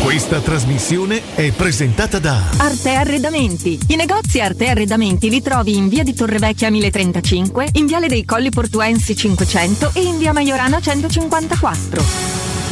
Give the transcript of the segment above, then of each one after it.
Questa trasmissione è presentata da Arte Arredamenti. I negozi Arte Arredamenti li trovi in via di Torrevecchia 1035, in viale dei Colli Portuensi 500 e in via Maiorana 154.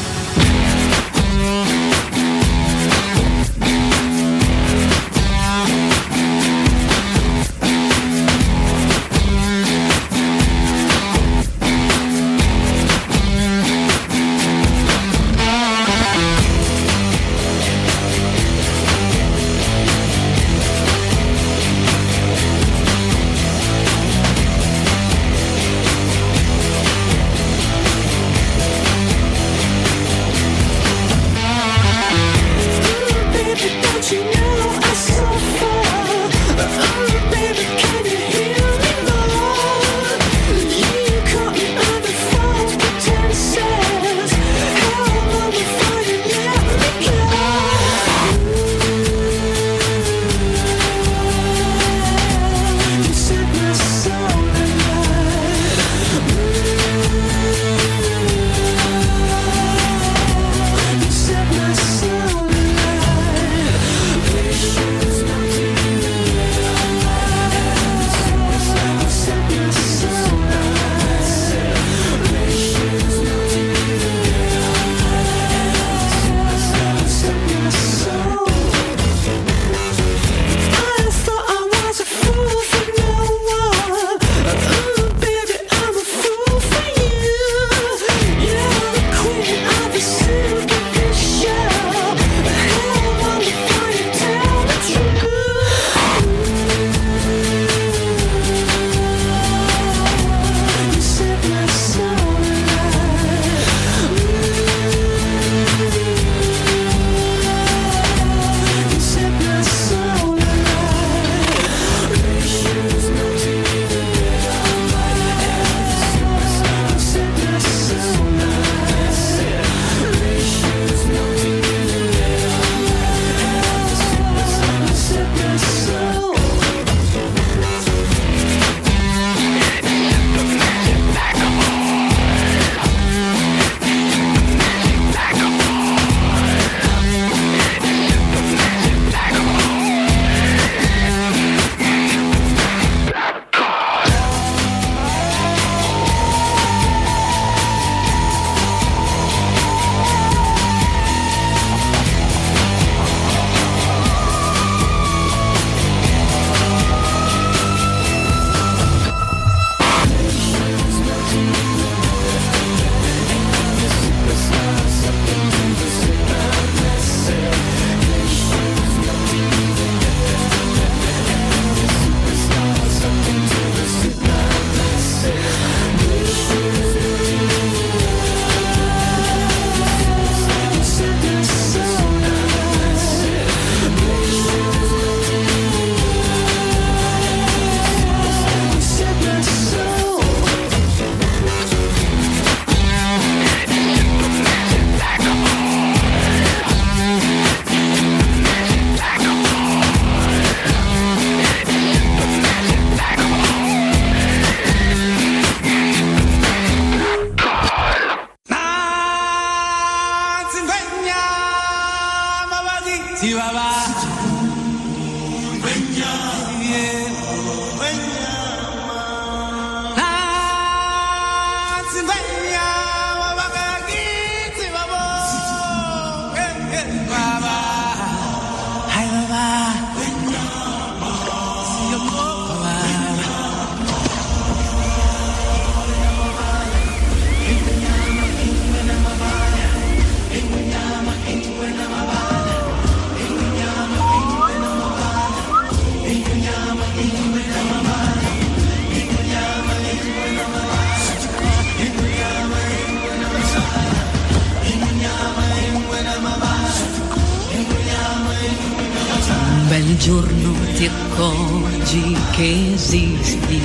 bel giorno ti accorgi che esisti,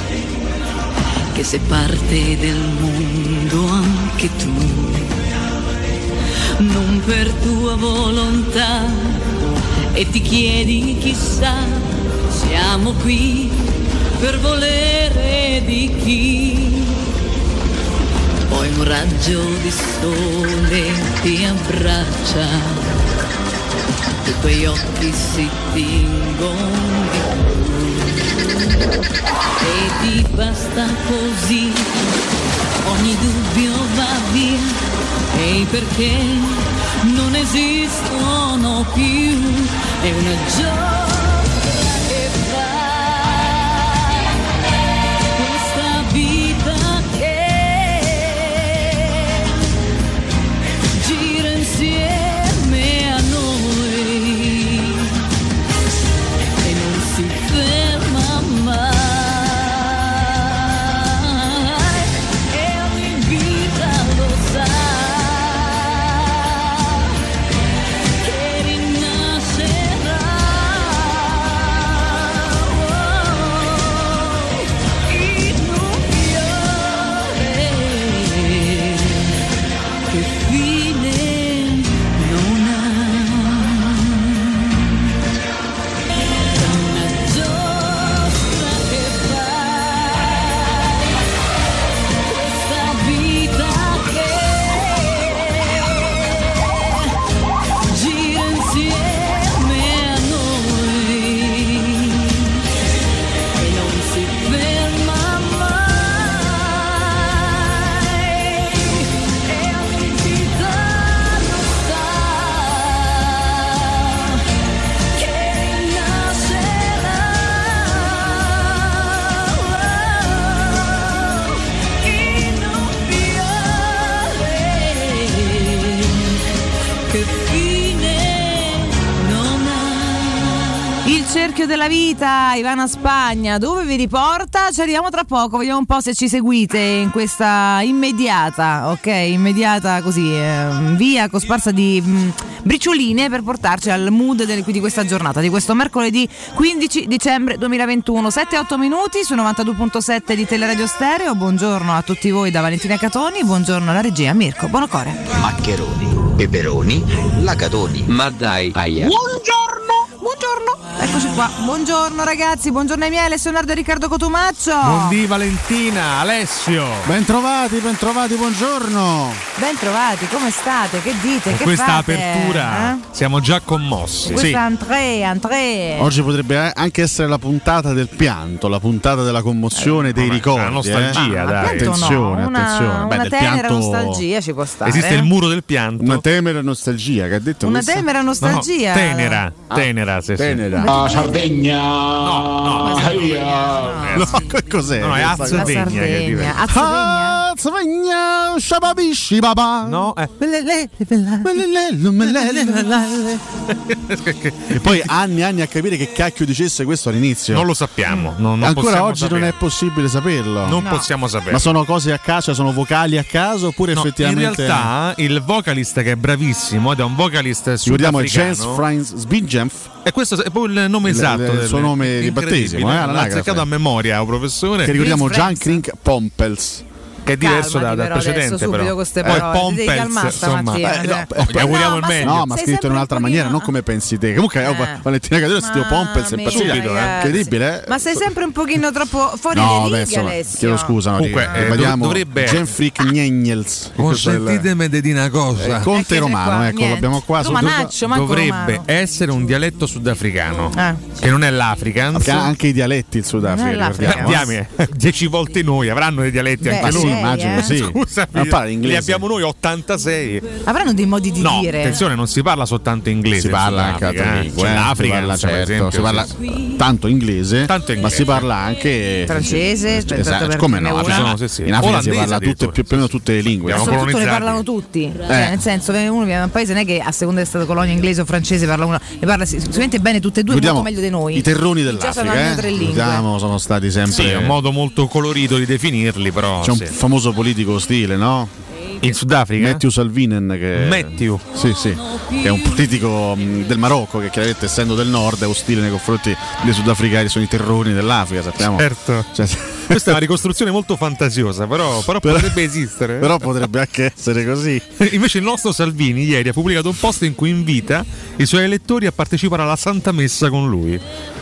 che sei parte del mondo anche tu, non per tua volontà, e ti chiedi chissà, siamo qui per volere di chi. Poi un raggio di sole ti abbraccia tuoi occhi si tingono e ti basta così, ogni dubbio va via e perché non esistono più, è una giostra che fa questa vita che gira insieme a noi e non si ferma mai. Cerchio della vita, Ivana Spagna, dove vi riporta? Ci arriviamo tra poco, vediamo un po' se ci seguite in questa immediata così, via cosparsa di bricioline per portarci al mood di questa giornata, di questo mercoledì 15 dicembre 2021, 7-8 minuti su 92.7 di Teleradio Stereo. Buongiorno a tutti voi da Valentina Catoni, buongiorno alla regia Mirko Bonocore. Maccheroni, peperoni, lacatoni. Ma dai, aia. Buongiorno, eccoci qua. Buongiorno ragazzi, buongiorno ai miei, Leonardo e Riccardo Cotumaccio. Buondì Valentina, Alessio. Bentrovati, buongiorno. Bentrovati, come state? Che dite? Con che questa fate? apertura siamo già commossi. Questa entrée. Oggi potrebbe anche essere la puntata del pianto, la puntata della commozione, dei ricordi. La nostalgia, dai. Attenzione. Una Beh, del tenera pianto... nostalgia ci può stare. Esiste il muro del pianto. Una tenera nostalgia, che ha detto una questa? tenera nostalgia. No, tenera. Tenera. Sardegna. No. Cos'è? No, è La Azzavegna. Sardegna. Azzavegna, sciababisci papà. No, E poi anni a capire che cacchio dicesse questo all'inizio. non lo sappiamo. Non Ancora oggi sapere. non è possibile saperlo. Non possiamo sapere. Ma sono cose a caso, sono vocali a caso oppure No, effettivamente... in realtà il vocalist che è bravissimo ed è un vocalist Ricordiamo sudafricano. Jens Frans Sbinjemf. E questo è proprio il nome esatto il suo nome di incredibile. battesimo, L'ha all'anagrafe. azzeccato a memoria, professore. Che ricordiamo Chris Jan Frans. Krink Pompels. Che è diverso Calmati, dal però, precedente, adesso subito però. con ste Poi parole. Ti devi Pompels, calmare insomma, stamattina. gli auguriamo il meglio. No, ma sei scritto in sempre un'altra un maniera, pochino- non come pensi te. Comunque Valentina Catone ha scritto Pompels e Mamma impazzita. mia, ragazzi. Incredibile. Ma sei sempre un pochino troppo fuori No, le beh, righe, insomma, Alessio. chiedo scusa, no, Comunque, vediamo dovrebbe- Genfrick Gneniels. Consentitemi di dire una cosa. Conte romano, ecco, l'abbiamo qua. Romanaccio, manco Dovrebbe romano. essere un dialetto sudafricano, che non è l'Afrikaans. Ha anche i dialetti il Sudafrica, Non è l'Africa. ricordiamo. 10 volte noi, avranno dei dialetti Beh, anche sì, loro. immagino, sì. Scusa, Non parla inglese. li abbiamo noi 86. Avranno dei modi di No, dire. attenzione, non si parla soltanto inglese. Si in parla anche Sudafrica, altre lingue, C'è si l'Africa, parla, per certo, esempio, si parla sì. tanto inglese, Tanto inglese. ma si parla anche Francese, aspetta, esatto, per come dirne no? una. Ci sono, sì, sì. In Africa si Olandese parla addirittura. più o meno tutte le lingue. Abbiamo Soprattutto ne colonizzati. parlano tutti, cioè, nel senso che uno viene da un paese non è che a seconda che è stata colonia inglese o francese parla una, ne parla sicuramente bene tutte e due, Ricordiamo molto meglio di noi. I terroni Già sanno dell'Africa, almeno 3 lingue. Ricordiamo, sono stati sempre. Sì, è un modo molto colorito di definirli, però. C'è un sì. famoso politico ostile, no? In Sudafrica? Matthew Salvinen, che Matthew. sì, che è un politico del Marocco che chiaramente essendo del nord è ostile nei confronti dei sudafricani, sono i terroni dell'Africa, sappiamo. Certo. Cioè, Questa è una ricostruzione molto fantasiosa, però potrebbe esistere. però potrebbe anche essere così. Invece il nostro Salvini ieri ha pubblicato un post in cui invita i suoi elettori a partecipare alla Santa Messa con lui.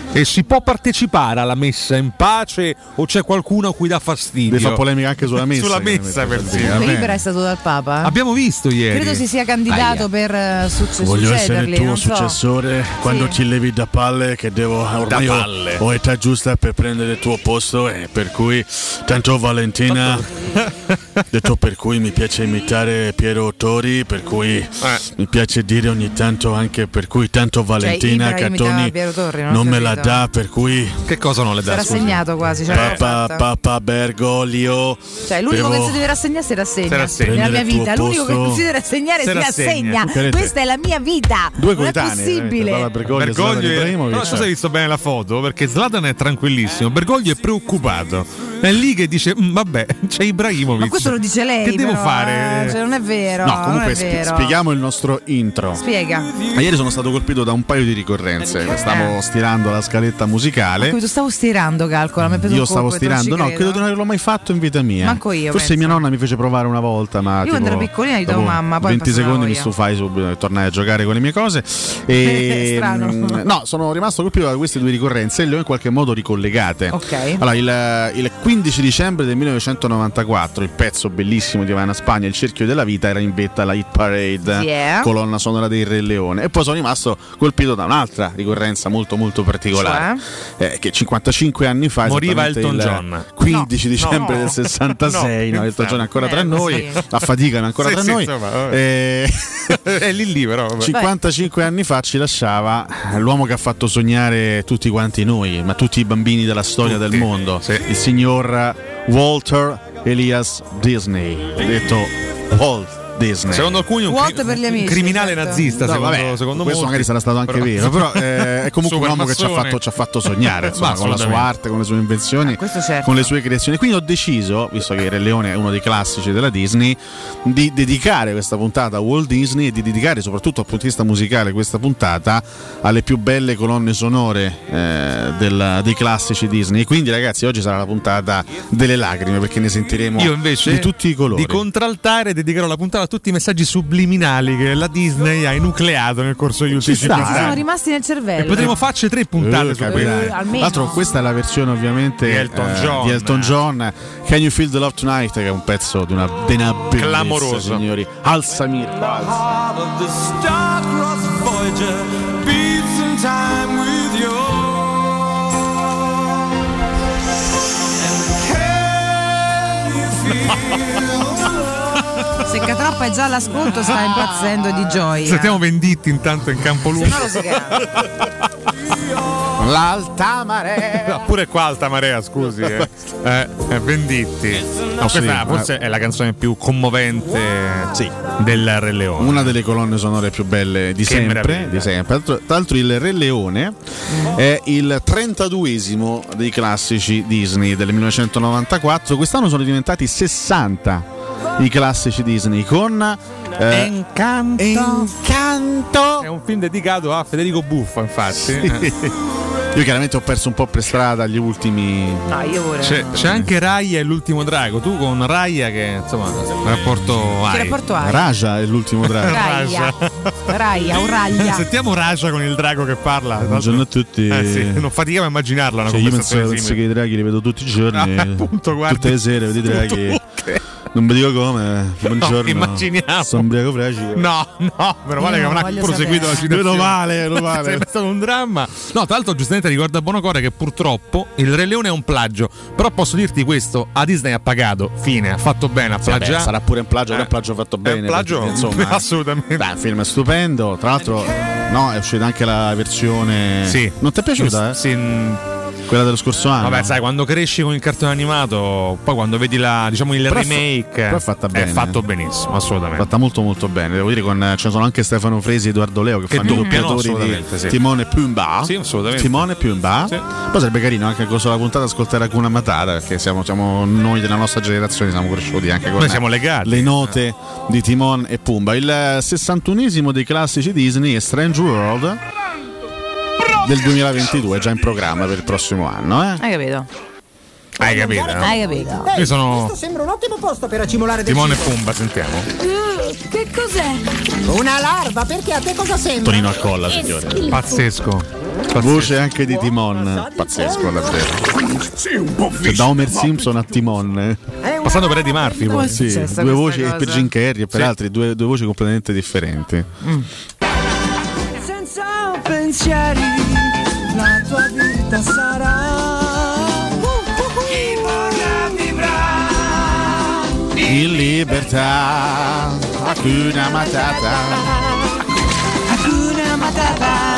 E si può partecipare alla messa in pace o c'è qualcuno a cui dà fastidio? Ne fa polemica anche sulla messa. Sulla messa, persino. Libera è stato dal Papa? Abbiamo visto ieri. Credo si sia candidato per Voglio essere il succederli, tuo non so. successore quando ti levi da palle, che devo ormai ho età giusta per prendere il tuo posto, e per cui tanto Valentina detto, per cui mi piace imitare Piero Tori, per cui mi piace dire ogni tanto anche per cui tanto Valentina Catoni non me la dà, per cui che cosa non le dà? Si era rassegnato quasi, Papa Bergoglio, cioè l'unico che si deve rassegnare si rassegna nella mia vita, l'unico che si deve rassegnare si rassegna. Questa è la mia vita, due non è coetanei, possibile. Bergoglio però tu hai visto bene la foto, perché Zlatan è tranquillissimo, Bergoglio è preoccupato, è lì che dice vabbè, c'è Ibrahimovic, ma questo lo dice lei, che devo però, fare? Cioè, non è vero. No, comunque non è vero. spieghiamo il nostro intro. Spiega. Ma ieri sono stato colpito da un paio di ricorrenze. Stavo stirando la scaletta musicale. Tu stavo stirando, calcola. Mi è preso Io un colpo, stavo stirando, no, credo di non averlo mai fatto in vita mia. Manco io. Forse penso. mia nonna mi fece provare una volta, ma io quando ero piccolina aiutavo mamma, poi 20 secondi mi stufai subito e tornai a giocare con le mie cose. E strano. No, sono rimasto colpito da queste due ricorrenze e le ho in qualche modo ricollegate. Ok. Allora, il 15 dicembre del 1994, il pezzo bellissimo di Ivana Spagna, Il cerchio della vita, era in vetta alla Hit Parade, colonna sonora dei Re Leone. E poi sono rimasto colpito da un'altra ricorrenza molto molto particolare, che 55 anni fa moriva Elton John. 15 dicembre del 66, no, Elton John è ancora tra noi, a fatica ma ancora tra noi. Insomma, è lì però. 55 anni fa ci lasciava l'uomo che ha fatto sognare tutti quanti noi, ma tutti i bambini della storia del mondo, il signor Walter Elias Disney, detto Walt Disney. Secondo alcuni un criminale nazista, secondo questo magari sarà stato anche vero, però è comunque un uomo che ci ha fatto sognare, insomma, con la sua arte, con le sue invenzioni, con le sue creazioni. Quindi ho deciso, visto che il Re Leone è uno dei classici della Disney, di dedicare questa puntata a Walt Disney e di dedicare soprattutto dal punto di vista musicale questa puntata alle più belle colonne sonore dei classici Disney. Quindi ragazzi, oggi sarà la puntata delle lacrime, perché ne sentiremo io invece di tutti i colori. Di contraltare dedicherò la puntata a tutti i messaggi subliminali che la Disney ha enucleato nel corso degli ultimi anni. Sono rimasti nel cervello. E potremo farci 3 puntate su questo. Tra l'altro questa è la versione ovviamente di Elton John. Can You Feel the Love Tonight, che è un pezzo di una bellezza, clamoroso, signori. Alzami il Secca troppo è già all'ascolto, sta impazzendo di gioia. Sentiamo Venditti intanto in campo lungo. Se no lo si canta. L'alta marea. Pure qua alta marea, scusi. Venditti. No, questa forse è la canzone più commovente del Re Leone. Una delle colonne sonore più belle di sempre. Tra l'altro il Re Leone è il 32esimo dei classici Disney del 1994. Quest'anno sono diventati 60 i classici Disney con Encanto. È un film dedicato a Federico Buffa, infatti. Io chiaramente ho perso un po' per strada gli ultimi. No, io pure. C'è anche Raya e l'ultimo drago. Tu con Raya che insomma rapporto hai. Che rapporto hai? Raja è l'ultimo drago. Raya o Raglia. Sentiamo Raja con il drago che parla. Buongiorno a tutti. Non fatichiamo a immaginarla una conversazione simile. Io penso che i draghi li vedo tutti i giorni. Appunto, guarda. Tutte le sere vedo i draghi. Non vi dico come, buongiorno. No, immaginiamo. Sono ubriaco fragico. No, meno male che non ha proseguito la citazione. Meno male. Sarebbe stato un dramma. No, tra l'altro giustamente ricorda Bonocore che purtroppo il Re Leone è un plagio. Però posso dirti questo, a Disney ha pagato, fine, ha fatto bene, ha plagiato. Sarà pure un plagio, è un plagio fatto bene. È un plagio, perché, insomma, assolutamente. Beh, il film è stupendo. Tra l'altro, no, è uscita anche la versione. Sì. Non ti è piaciuta? Sì. Quella dello scorso anno. Vabbè, sai, quando cresci con il cartone animato, poi quando vedi il remake, però è fatta bene. È fatto benissimo, assolutamente. Fatta molto molto bene. Devo dire, ci sono anche Stefano Fresi e Edoardo Leo che fanno i doppiatori di Timone e Pumba. Sì, assolutamente. Timone e Pumba. Sì. Poi sarebbe carino anche con la puntata ascoltare Hakuna Matata, perché siamo noi della nostra generazione, siamo cresciuti anche con noi siamo legati. Le note di Timon e Pumba. Il 61esimo dei classici Disney è Strange World del 2022, già in programma per il prossimo anno. Hai capito? Hai capito? Hai capito? Io sono. Questo sembra un ottimo posto per accimolare del Timone e Pumba, sentiamo. Che cos'è? Una larva, perché a te cosa sembra? Tonino al colla, signore. Pazzesco. Voce anche di Timon, pazzesco davvero. Cioè, da Homer Simpson a Timon. Passando per Eddie Murphy poi. Sì, due voci per Jim Carrey e per altri due voci completamente differenti. Senza pensieri la tua vita sarà chi vorrà vivrà in libertà. Hakuna Matata. Hakuna Matata.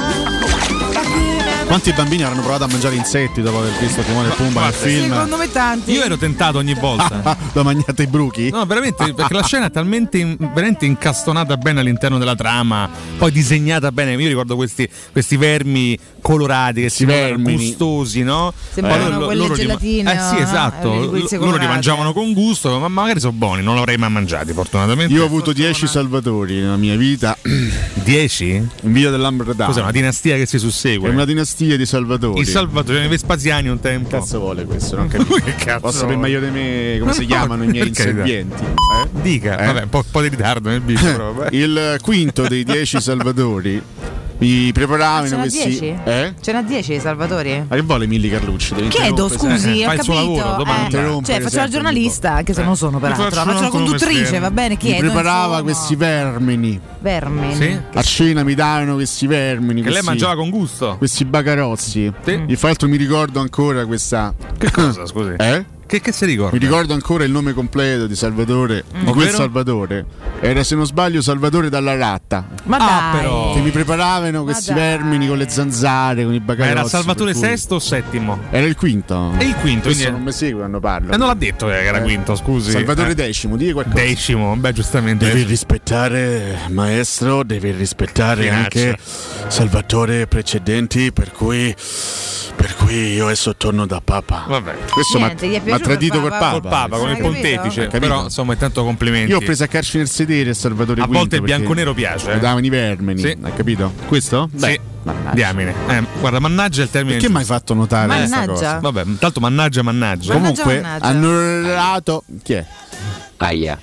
Quanti bambini avranno provato a mangiare insetti dopo aver visto Timone e Pumba nel film? Secondo me tanti. Io ero tentato ogni volta. Da mangiate i bruchi? No, veramente, perché la scena è talmente veramente incastonata bene all'interno della trama, poi disegnata bene. Io ricordo questi vermi colorati che si muovono gustosi, no? Sembrano quelle gelatine. Sì, esatto. Loro li mangiavano con gusto, ma magari sono buoni, non l'avrei mai mangiati, fortunatamente. Io ho avuto 10 salvatori nella mia vita. 10? In via dell'Ambredano. Cos'è una dinastia che si sussegue? È una dinastia di salvatori. I salvatori, i Vespasiani un tempo. Che cazzo vuole questo? Non capisco. Che cazzo posso sapere meglio di me come si chiamano i miei inservienti? Dica, vabbè, un po' di ritardo nel bici però. Il quinto dei 10 salvatori mi preparavano questi. Ce n'ha 10 salvatori? Ma che vuole Milli Carlucci? Chiedo, scusi, ho fa il suo capito. lavoro, domanda. Cioè, faccio la giornalista, anche se non sono peraltro. Faccio la conduttrice, va bene, chiedo. Mi preparava questi vermini. Vermini? A cena mi davano questi vermini. Che lei mangiava con gusto. Questi bagarozzi. Infatti mi ricordo ancora questa. Che cosa, scusi? Che si ricorda? Mi ricordo ancora il nome completo di Salvatore, di quel Salvatore. Era, se non sbaglio, Salvatore dalla Ratta. Ma dai, però. Che mi preparavano questi vermini con le zanzare, con i bagarozzi. Era Salvatore sesto o settimo? Era il quinto. E il quinto? Questo non mi segue quando parlo. E non l'ha detto che era quinto, scusi. Salvatore decimo, di qualcosa. Decimo, beh, giustamente. Devi rispettare, maestro, devi rispettare anche Salvatore precedenti, per cui io adesso torno da Papa. Vabbè. Questo mi ha tradito col Papa. Col Papa, con il pontefice. Però insomma, intanto complimenti. Io ho preso a calci nel sedere il Salvatore a Quinto. A volte il bianconero piace. Mi davano i vermini, hai capito? Questo? Sì. Diamine. Guarda, mannaggia è il termine. Perché mi hai fatto notare questa cosa? Vabbè, tanto mannaggia. Comunque hanno relato. Chi è? Aia.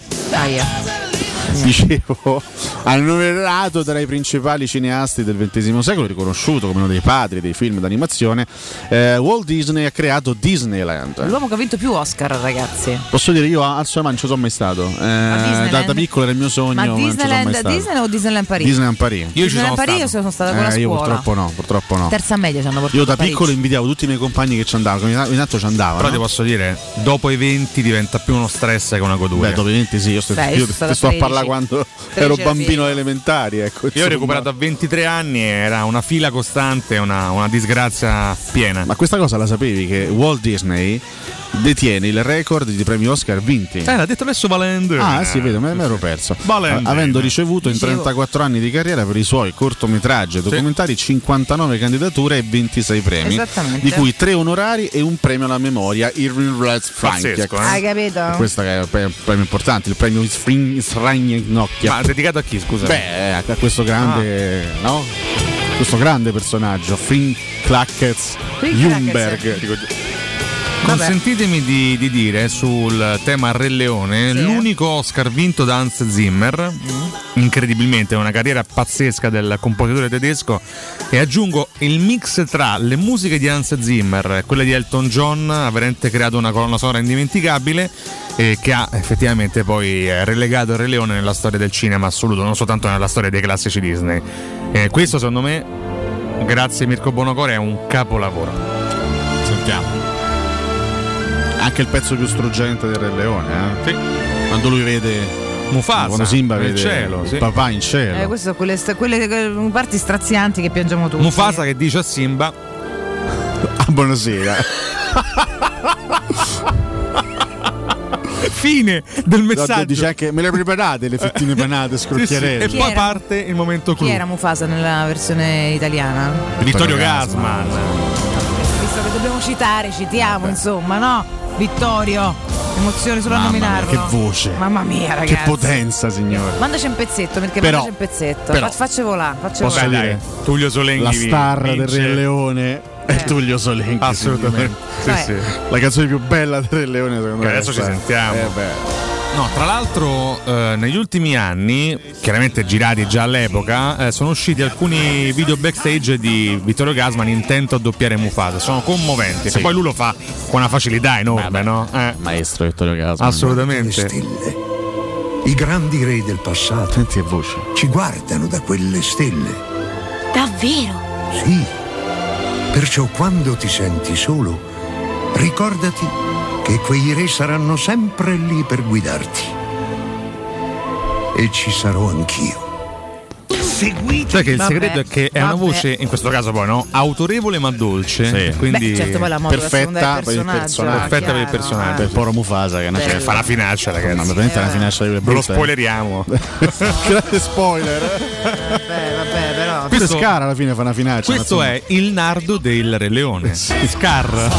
Dicevo, hanno narrato tra i principali cineasti del XX secolo, riconosciuto come uno dei padri dei film d'animazione. Walt Disney ha creato Disneyland. L'uomo che ha vinto più Oscar, ragazzi. Posso dire, io al suo non ci sono mai stato. Da piccolo era il mio sogno. Ma Disneyland o Disneyland Paris? Disneyland Paris. Io Disneyland Paris sono stata con la scuola. Io purtroppo no. Terza media ci hanno portato. Io da piccolo invidiavo tutti i miei compagni che ci andavano, ogni tanto ci andavano. Però ti posso dire, dopo i 20 diventa più uno stress che una goduria. Dopo i 20 sì, io sto a parlare quando ero bambino elementari, ecco. Io ho recuperato a 23 anni e era una fila costante, una disgrazia piena. Ma questa cosa la sapevi che Walt Disney detiene il record di premi Oscar vinti? L'ha detto adesso Valente. Ah sì, vedo, me l'ero perso. Avendo ricevuto in 34 anni di carriera per i suoi cortometraggi e documentari 59 candidature e 26 premi, di cui 3 onorari e un premio alla memoria, Irving Ralph Frank. Hai capito? Questo è un premio importante, il premio Sragnocchia. Ma dedicato a chi, scusa? Beh, a questo grande, no? Questo grande personaggio, Frank Clackett Ljungberg. Consentitemi di dire sul tema Re Leone, l'unico Oscar vinto da Hans Zimmer, incredibilmente, è una carriera pazzesca del compositore tedesco, e aggiungo il mix tra le musiche di Hans Zimmer e quelle di Elton John, ha veramente creato una colonna sonora indimenticabile che ha effettivamente poi relegato il Re Leone nella storia del cinema assoluto, non soltanto nella storia dei classici Disney. Questo secondo me, grazie Mirko Bonocore, è un capolavoro. Sentiamo. Anche il pezzo più struggente del Re Leone, Sì. Quando lui vede Mufasa, quando Simba vede cielo, il papà in cielo. Queste sono quelle parti strazianti che piangiamo tutti. Mufasa che dice a Simba: buonasera. Fine del messaggio. Dice anche: me le preparate le fettine panate scrocchiarelle? E poi parte il momento clou. Chi era Mufasa nella versione italiana? Vittorio Gassman. Visto che dobbiamo citiamo, insomma, no? Vittorio, emozione solo a nominarlo. Che voce, mamma mia, ragazzi, che potenza, signore. Mandaci un pezzetto, perché però, mandaci un pezzetto. Però, faccio volare. Posso dire, Tullio Solenghi, la star del Re Leone è Tullio Solenghi. Assolutamente. Sì. La canzone più bella del Re Leone, secondo me. Adesso ci sentiamo. No, tra l'altro negli ultimi anni, chiaramente girati già all'epoca, sono usciti alcuni video backstage di Vittorio Gassman intento a doppiare Mufasa. Sono commoventi. Sì. E poi lui lo fa con una facilità enorme, no? Maestro Vittorio Gassman. Assolutamente. Le stelle, i grandi re del passato. Senti che voce. Ci guardano da quelle stelle. Davvero? Sì. Perciò quando ti senti solo, ricordati che quei re saranno sempre lì per guidarti. E ci sarò anch'io. Seguite. Cioè che il segreto è che è una voce, in questo caso poi no, autorevole ma dolce. Sì. Quindi certo, poi la modo perfetta per il personaggio. Perfetta per il personaggio. Per Poro Mufasa che è una fa la finaccia, ragazzi. Ma veramente una finaccia di quelle Ve lo brutte. spoileriamo. Grande spoiler. Vabbè, però. Questo Scar alla fine fa una finaccia. Questo è il nardo del Re Leone. Scar.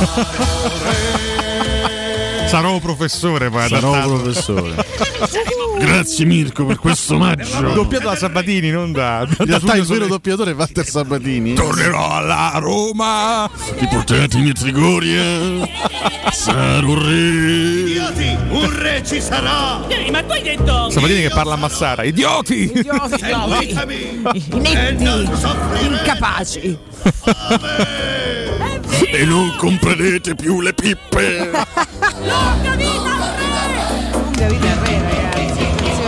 Sarò professore poi. Sarò professore. Grazie Mirko per questo omaggio. Doppiato da Sabatini, non da in realtà il vero doppiatore è Walter Sabatini. Tornerò alla Roma. Ti portatemi a Trigoria. Sarò re. Idioti, un re ci sarà. Ma tu hai detto Sabatini che parla a Massara. Idioti. Inetti, incapaci. E non comprerete più le pippe. lunga vita al re, ragazzi.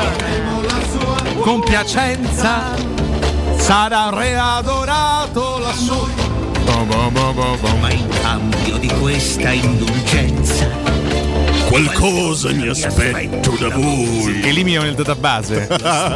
Con piacenza sarà re adorato lassù. Ma in cambio di questa indulgenza qualcosa mi aspetto da voi. Eliminano il database.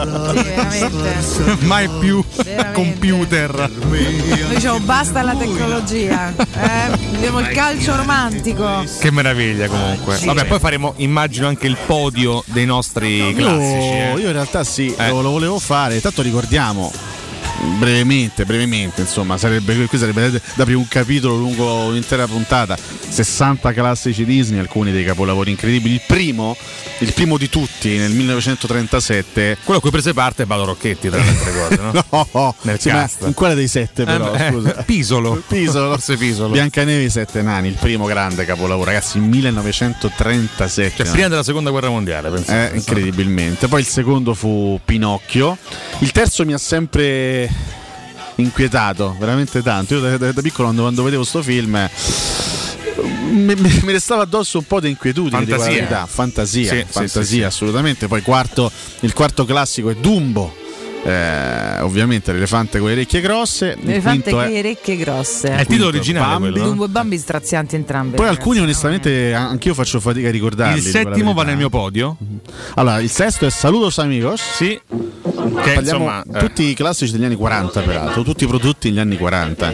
Veramente. Mai più Veramente. computer. Noi diciamo basta la tecnologia. Abbiamo il calcio romantico. Che meraviglia comunque. Vabbè, poi faremo, immagino, anche il podio dei nostri classici. Io in realtà sì, lo volevo fare. Tanto ricordiamo brevemente, insomma, qui sarebbe da aprire un capitolo lungo un'intera puntata. 60 classici Disney, alcuni dei capolavori incredibili. Il primo di tutti nel 1937, quello a cui prese parte Paolo Rocchetti, tra le altre cose, no? No, nel sì, cast. in quella dei 7 però, scusa. Pisolo. Forse Pisolo. Biancaneve e i 7 nani, il primo grande capolavoro, ragazzi, 1937. Cioè prima della seconda guerra mondiale, pensate. Incredibilmente. Poi il secondo fu Pinocchio. Il terzo mi ha sempre inquietato, veramente tanto. Io da piccolo quando vedevo sto film mi restava addosso un po' di inquietudine, fantasia, sì. Assolutamente. Poi il quarto classico è Dumbo. Ovviamente l'elefante con le orecchie grosse. L'elefante con le orecchie grosse. È il titolo originale, quello. Dumbo e Bambi strazianti entrambi. Poi alcuni onestamente anch'io faccio fatica a ricordarli. Il settimo va nel mio podio. Allora, il sesto è Saludos Amigos. Sì. Che parliamo tutti i classici degli anni 40, peraltro, tutti prodotti negli anni 40.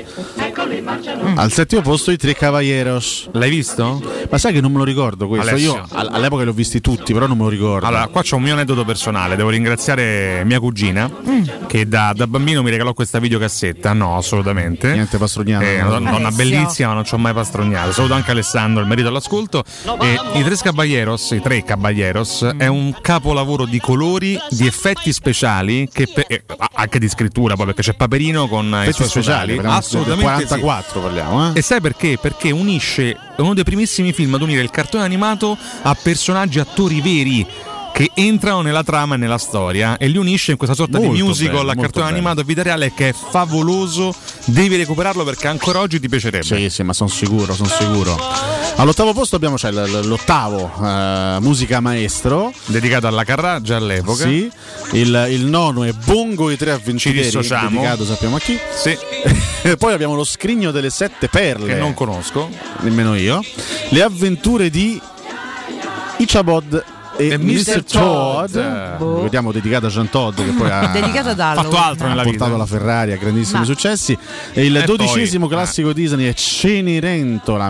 Al settimo posto i Tre Caballeros. L'hai visto? Ma sai che non me lo ricordo questo? Alessio. Io all'epoca li ho visti tutti, però non me lo ricordo. Allora, qua c'è un mio aneddoto personale. Devo ringraziare mia cugina che da bambino mi regalò questa videocassetta. No, assolutamente. Niente pastrognato. Una donna bellissima, ma non ci ho mai pastrognato. Saluto anche Alessandro, il marito all'ascolto. I Tre Caballeros è un capolavoro di colori, di effetti speciali, anche di scrittura, poi perché c'è Paperino con i suoi speciali. Assolutamente 44 sì. parliamo. E sai perché? Perché unisce, è uno dei primissimi film ad unire il cartone animato a personaggi, attori veri che entrano nella trama e nella storia, e li unisce in questa sorta molto di musical bello, a cartone animato a vita reale, che è favoloso. Devi recuperarlo perché ancora oggi ti piacerebbe. Sì, ma sono sicuro. All'ottavo posto abbiamo l'ottavo, musica maestro, dedicato alla Carraggia all'epoca. Sì. Il nono è Bongo e i Tre Avventurieri, dedicato sappiamo a chi. Sì. Poi abbiamo lo Scrigno delle Sette Perle, che non conosco nemmeno io. Le avventure di Ichabod e Mr. Todd, ricordiamo, dedicato a Jean Todd, che poi ha fatto altro nella vita, portato la Ferrari a grandissimi successi. E il 12° classico Disney è Cenerentola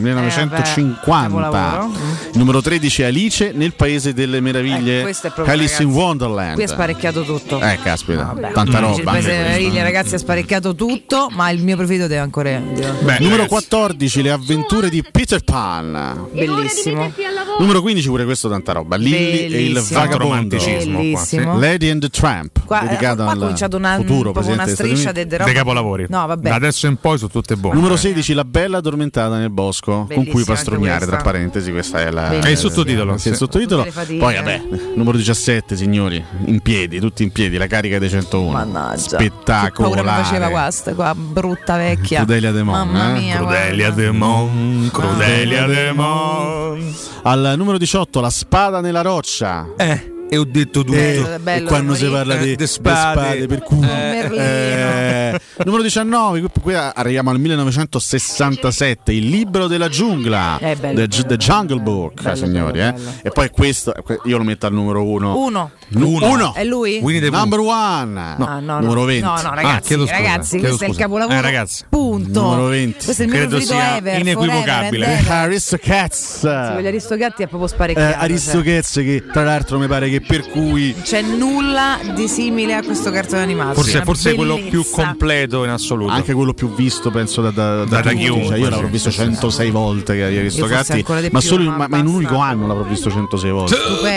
1950. Numero 13 è Alice nel Paese delle Meraviglie, Alice in Wonderland. Qui è sparecchiato tutto. Caspita, tanta roba. Il Paese delle Meraviglie, ragazzi, ha sparecchiato tutto, ma il mio preferito deve ancora. Numero 14, Le avventure di Peter Pan. Bellissimo. Numero 15, pure questo tanta roba. Lilla Lolli e il Vagabondo. Bellissimo. Lady and the Tramp, dedicato al cominciato futuro presidente degli Stati Uniti. Dei capolavori. No, vabbè. Da adesso in poi sono tutte buone. Numero 16, La bella addormentata nel bosco, bellissima, con cui pastrugnare, tra parentesi, questa è il sottotitolo. Sì, il sottotitolo. Poi vabbè, numero 17, signori, in piedi, tutti in piedi, la carica dei 101. Mannaggia. Spettacolo. Che paura mi faceva questa qua brutta vecchia. Crudelia De Mon. Mamma mia, Crudelia De Mon, Crudelia De Mon. Al numero 18, La spada nella roccia. E ho detto tutto. E quando si parla di spade per culo. Numero 19, qui arriviamo al 1967, Il libro della giungla, The Jungle Book, signori. E poi questo, io lo metto al numero 1. Uno. È lui? Number 1. No. Numero 20. No, ragazzi, questo è il capolavoro. Ragazzi. Punto. Numero 20. Questo è il mio preferito ever. Inequivocabile. Aristocats. Gli Aristocats è proprio sparecchiato. Aristocats, che tra l'altro mi pare che per cui c'è nulla di simile a questo cartone animato. Forse è quello più completo in assoluto. Anche quello più visto, penso, da chiunque. Cioè, io l'avrò visto 106 volte che Aristocats, ma in un unico anno l'avrò visto 106 volte.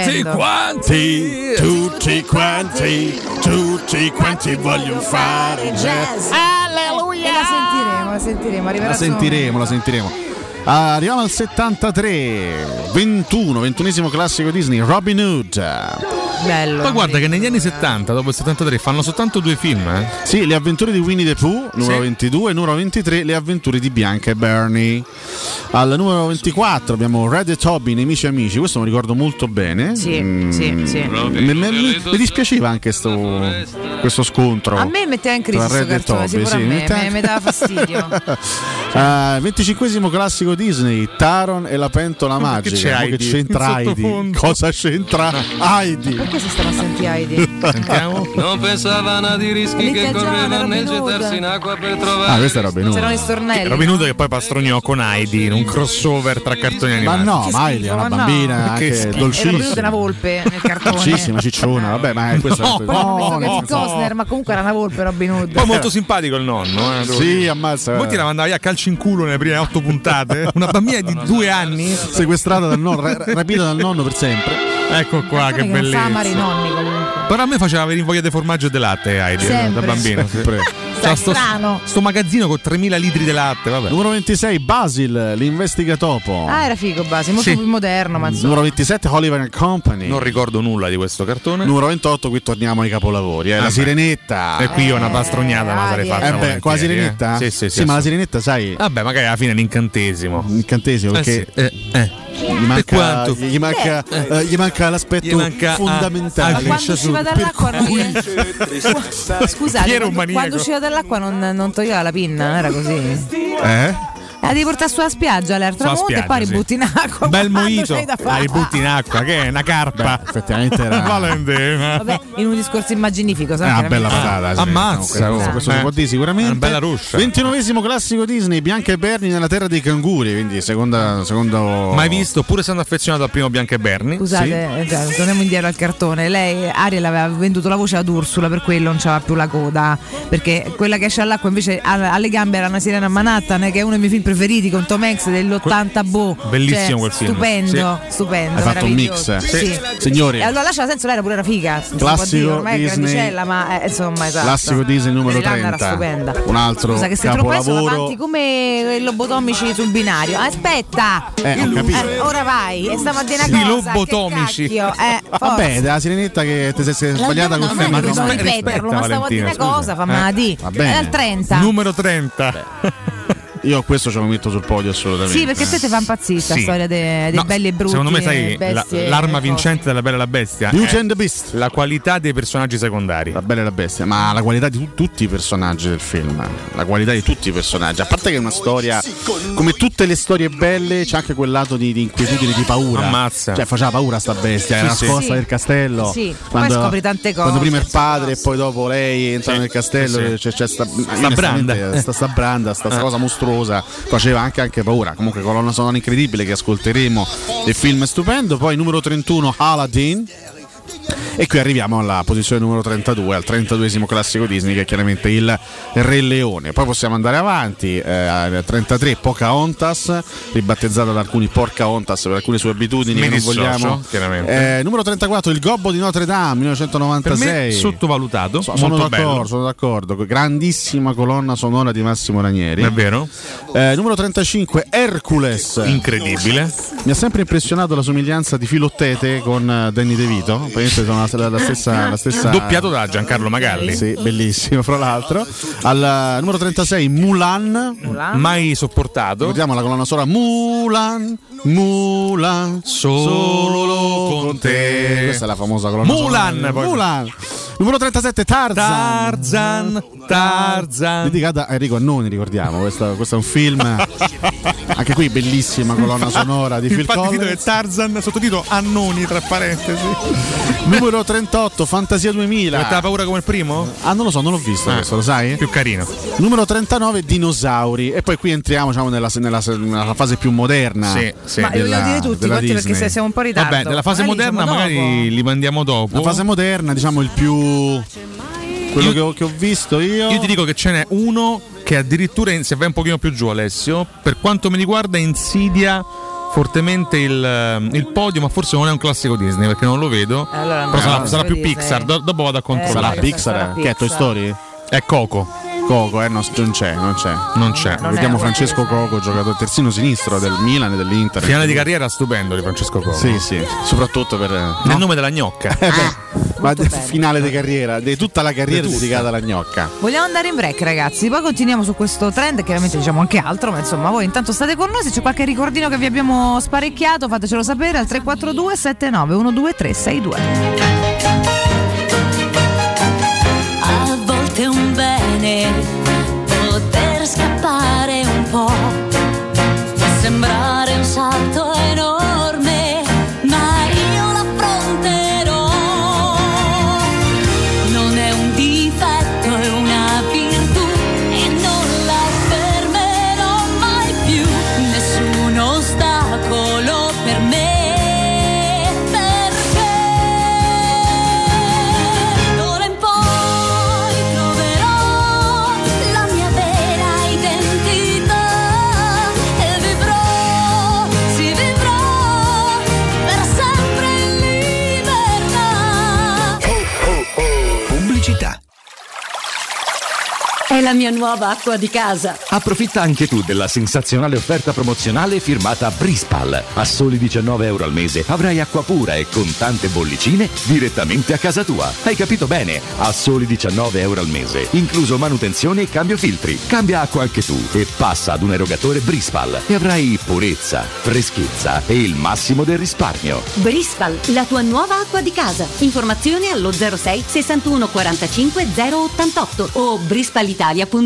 Tutti quanti vogliono fare jazz. Alleluia! La sentiremo. Arriviamo al 73, 21esimo classico Disney, Robin Hood. Bello. Ma guarda che negli anni 70, dopo il 73, fanno soltanto 2 film. Sì, Le avventure di Winnie the Pooh, numero 22, e numero 23, Le avventure di Bianca e Bernie. Al numero 24 abbiamo Red e Toby, Nemici Amici, questo mi ricordo molto bene. Sì. Mi dispiaceva anche questo scontro. A me metteva in crisi questo cartone, sicuramente, mi dava fastidio. 25esimo classico Disney, Taron e la pentola magica. Che c'entra Heidi? Cosa c'entra Heidi? Perché si stanno a sentire Heidi? Sentiamo. Non pensavano a di rischi che correvano nel gettarsi in acqua per trovare. Questa è Robin Hood. C'erano i stornelli. Robin Hood che poi pastroniò con Heidi in un crossover tra cartoni animati. Ma no, ma Heidi è una bambina anche dolcissima. Robin Hood è una volpe nel cartone. Dolcissima, cicciona. Vabbè, ma è questo. No, Costner, ma comunque era una volpe Robin Hood. Poi molto simpatico il nonno. Sì, ammazza. Molti la mandava via a calci in culo nelle prime 8 puntate. Una bambina di 2 anni sequestrata dal nonno, rapita dal nonno per sempre. Ecco qua, che bellezza. Non fa amare i nonni comunque. Però a me faceva venire voglia di formaggio e di latte Heidi da bambino. Strano. Sto magazzino con 3000 litri di latte, vabbè. Numero 26, Basil, l'investigatopo. Era figo Basil, molto più moderno, ma numero 27, Oliver and Company. Non ricordo nulla di questo cartone. Numero 28, qui torniamo ai capolavori, La Sirenetta. E qui una pastrugnata me la sarei fatta. Qua la Sirenetta? Sì, ma la Sirenetta, sai. Vabbè, magari alla fine l'incantesimo. Perché gli manca l'aspetto fondamentale. Quando usciva dall'acqua scusate, quando usciva dall'acqua non toglieva la pinna, era così. La devi portare sulla spiaggia al tramonto e poi ributti in acqua. Bel mojito, la ributti in acqua, che è una carpa. Effettivamente era vabbè, in un discorso immaginifico. Una bella patata. Ammazza, questo si può dire sicuramente. Una bella ruscia. 29esimo classico Disney, Bianca e Bernie nella terra dei canguri, quindi secondo. Mai visto, pure essendo affezionato al primo Bianca e Bernie. Scusate, torniamo indietro al cartone. Lei, Ariel, aveva venduto la voce ad Ursula, per quello non c'aveva più la coda, perché quella che esce all'acqua invece alle gambe era una sirena a Manhattan, che è uno dei miei film preferiti, con Tom Hanks dell'80. Bellissimo quel film. Stupendo. Hai fatto un mix, sì. Signori. E allora lascia senso, lei era pure figa. Classico ormai Disney, è grandicella, ma insomma, esatto. Classico Disney numero 30. Era stupenda. Un altro Scusa, che capolavoro. sono avanti come i lobotomici sul binario. Aspetta. Ho capito. Ora vai. E stiamo a dire una cosa. I lobotomici. Vabbè, della Sirenetta che ti sei sbagliata con me. Non ripeterlo, ma stavo a dire una cosa, fammela di. È al 30. Numero 30. Io questo ce lo metto sul podio assolutamente. Sì, perché te fa impazzire la storia dei belli e brutti. Secondo me, sai, l'arma vincente della Bella e la Bestia Beauty and the Beast. La qualità dei personaggi secondari. La Bella e la Bestia, ma la qualità di tutti i personaggi del film. La qualità di tutti i personaggi. A parte che è una storia, come tutte le storie belle, c'è anche quel lato di inquietudine, di paura. Ammazza. Cioè faceva paura sta bestia, era nascosta nel castello. Sì, poi scopri tante cose. Quando prima il padre e poi dopo lei entrano nel castello, c'è sta branda, sta cosa mostruosa. Faceva anche paura. Comunque colonna sonora incredibile che ascolteremo. Il film è stupendo. Poi numero 31 Aladdin. E qui arriviamo alla posizione numero 32, al 32esimo classico Disney, che è chiaramente il Re Leone. Poi possiamo andare avanti, al 33 Pocahontas, ribattezzata da alcuni Porcahontas per alcune sue abitudini che non vogliamo. Numero 34 Il Gobbo di Notre Dame, 1996. Per me sottovalutato, sono d'accordo, grandissima colonna sonora di Massimo Ranieri. È vero. Numero 35 Hercules, incredibile. Mi ha sempre impressionato la somiglianza di Filottete con Danny DeVito, sono la stessa doppiato da Giancarlo Magalli. Sì, bellissimo fra l'altro. Al numero 36 Mulan. Mai sopportato. Vediamo la colonna sonora Mulan solo con te. Questa è la famosa colonna sonora Mulan. Numero 37 Tarzan. Dedicata a Enrico Annoni, ricordiamo. Questo è un film anche qui bellissima colonna sonora di Phil Collins. Il titolo è Tarzan, sottotitolo Annoni tra parentesi. Numero 38 Fantasia 2000. Avete paura come il primo? Non lo so, non l'ho visto questo, lo sai? Più carino. Numero 39 Dinosauri. E poi qui entriamo, diciamo, nella fase più moderna. Sì. Ma voglio dire tutti, perché se siamo un po' in ritardo. Vabbè, nella fase moderna magari li mandiamo dopo. La fase moderna, diciamo, il più quello che ho visto io. Io ti dico che ce n'è uno che addirittura, se vai un pochino più giù, Alessio, per quanto mi riguarda insidia fortemente il podio, ma forse non è un classico Disney perché non lo vedo. Però sarà più Disney. Pixar, dopo vado a controllare. Sarà Pixar. Che è Toy Story? È Coco, non c'è. Vediamo Francesco Coco, giocatore terzino sinistro del Milan e dell'Inter. Finale di carriera stupendo di Francesco Coco. Sì, soprattutto per nel nome della gnocca. Ma finale di carriera, di tutta la carriera dedicata alla gnocca. Vogliamo andare in break, ragazzi, poi continuiamo su questo trend, chiaramente diciamo anche altro, ma insomma voi intanto state con noi. Se c'è qualche ricordino che vi abbiamo sparecchiato, fatecelo sapere al 342 79 123 62. A volte è un bene poter scappare un po', può sembrare un salto enorme, ma io l'affronterò. Non è un difetto, è una virtù e non la fermerò mai più. Nessun ostacolo per me. È la mia nuova acqua di casa. Approfitta anche tu della sensazionale offerta promozionale firmata Brispal. A soli €19 al mese avrai acqua pura e con tante bollicine direttamente a casa tua. Hai capito bene? A soli €19 al mese, incluso manutenzione e cambio filtri. Cambia acqua anche tu e passa ad un erogatore Brispal e avrai purezza, freschezza e il massimo del risparmio. Brispal, la tua nuova acqua di casa. Informazioni allo 06 61 45 088 o brispalitalia.it.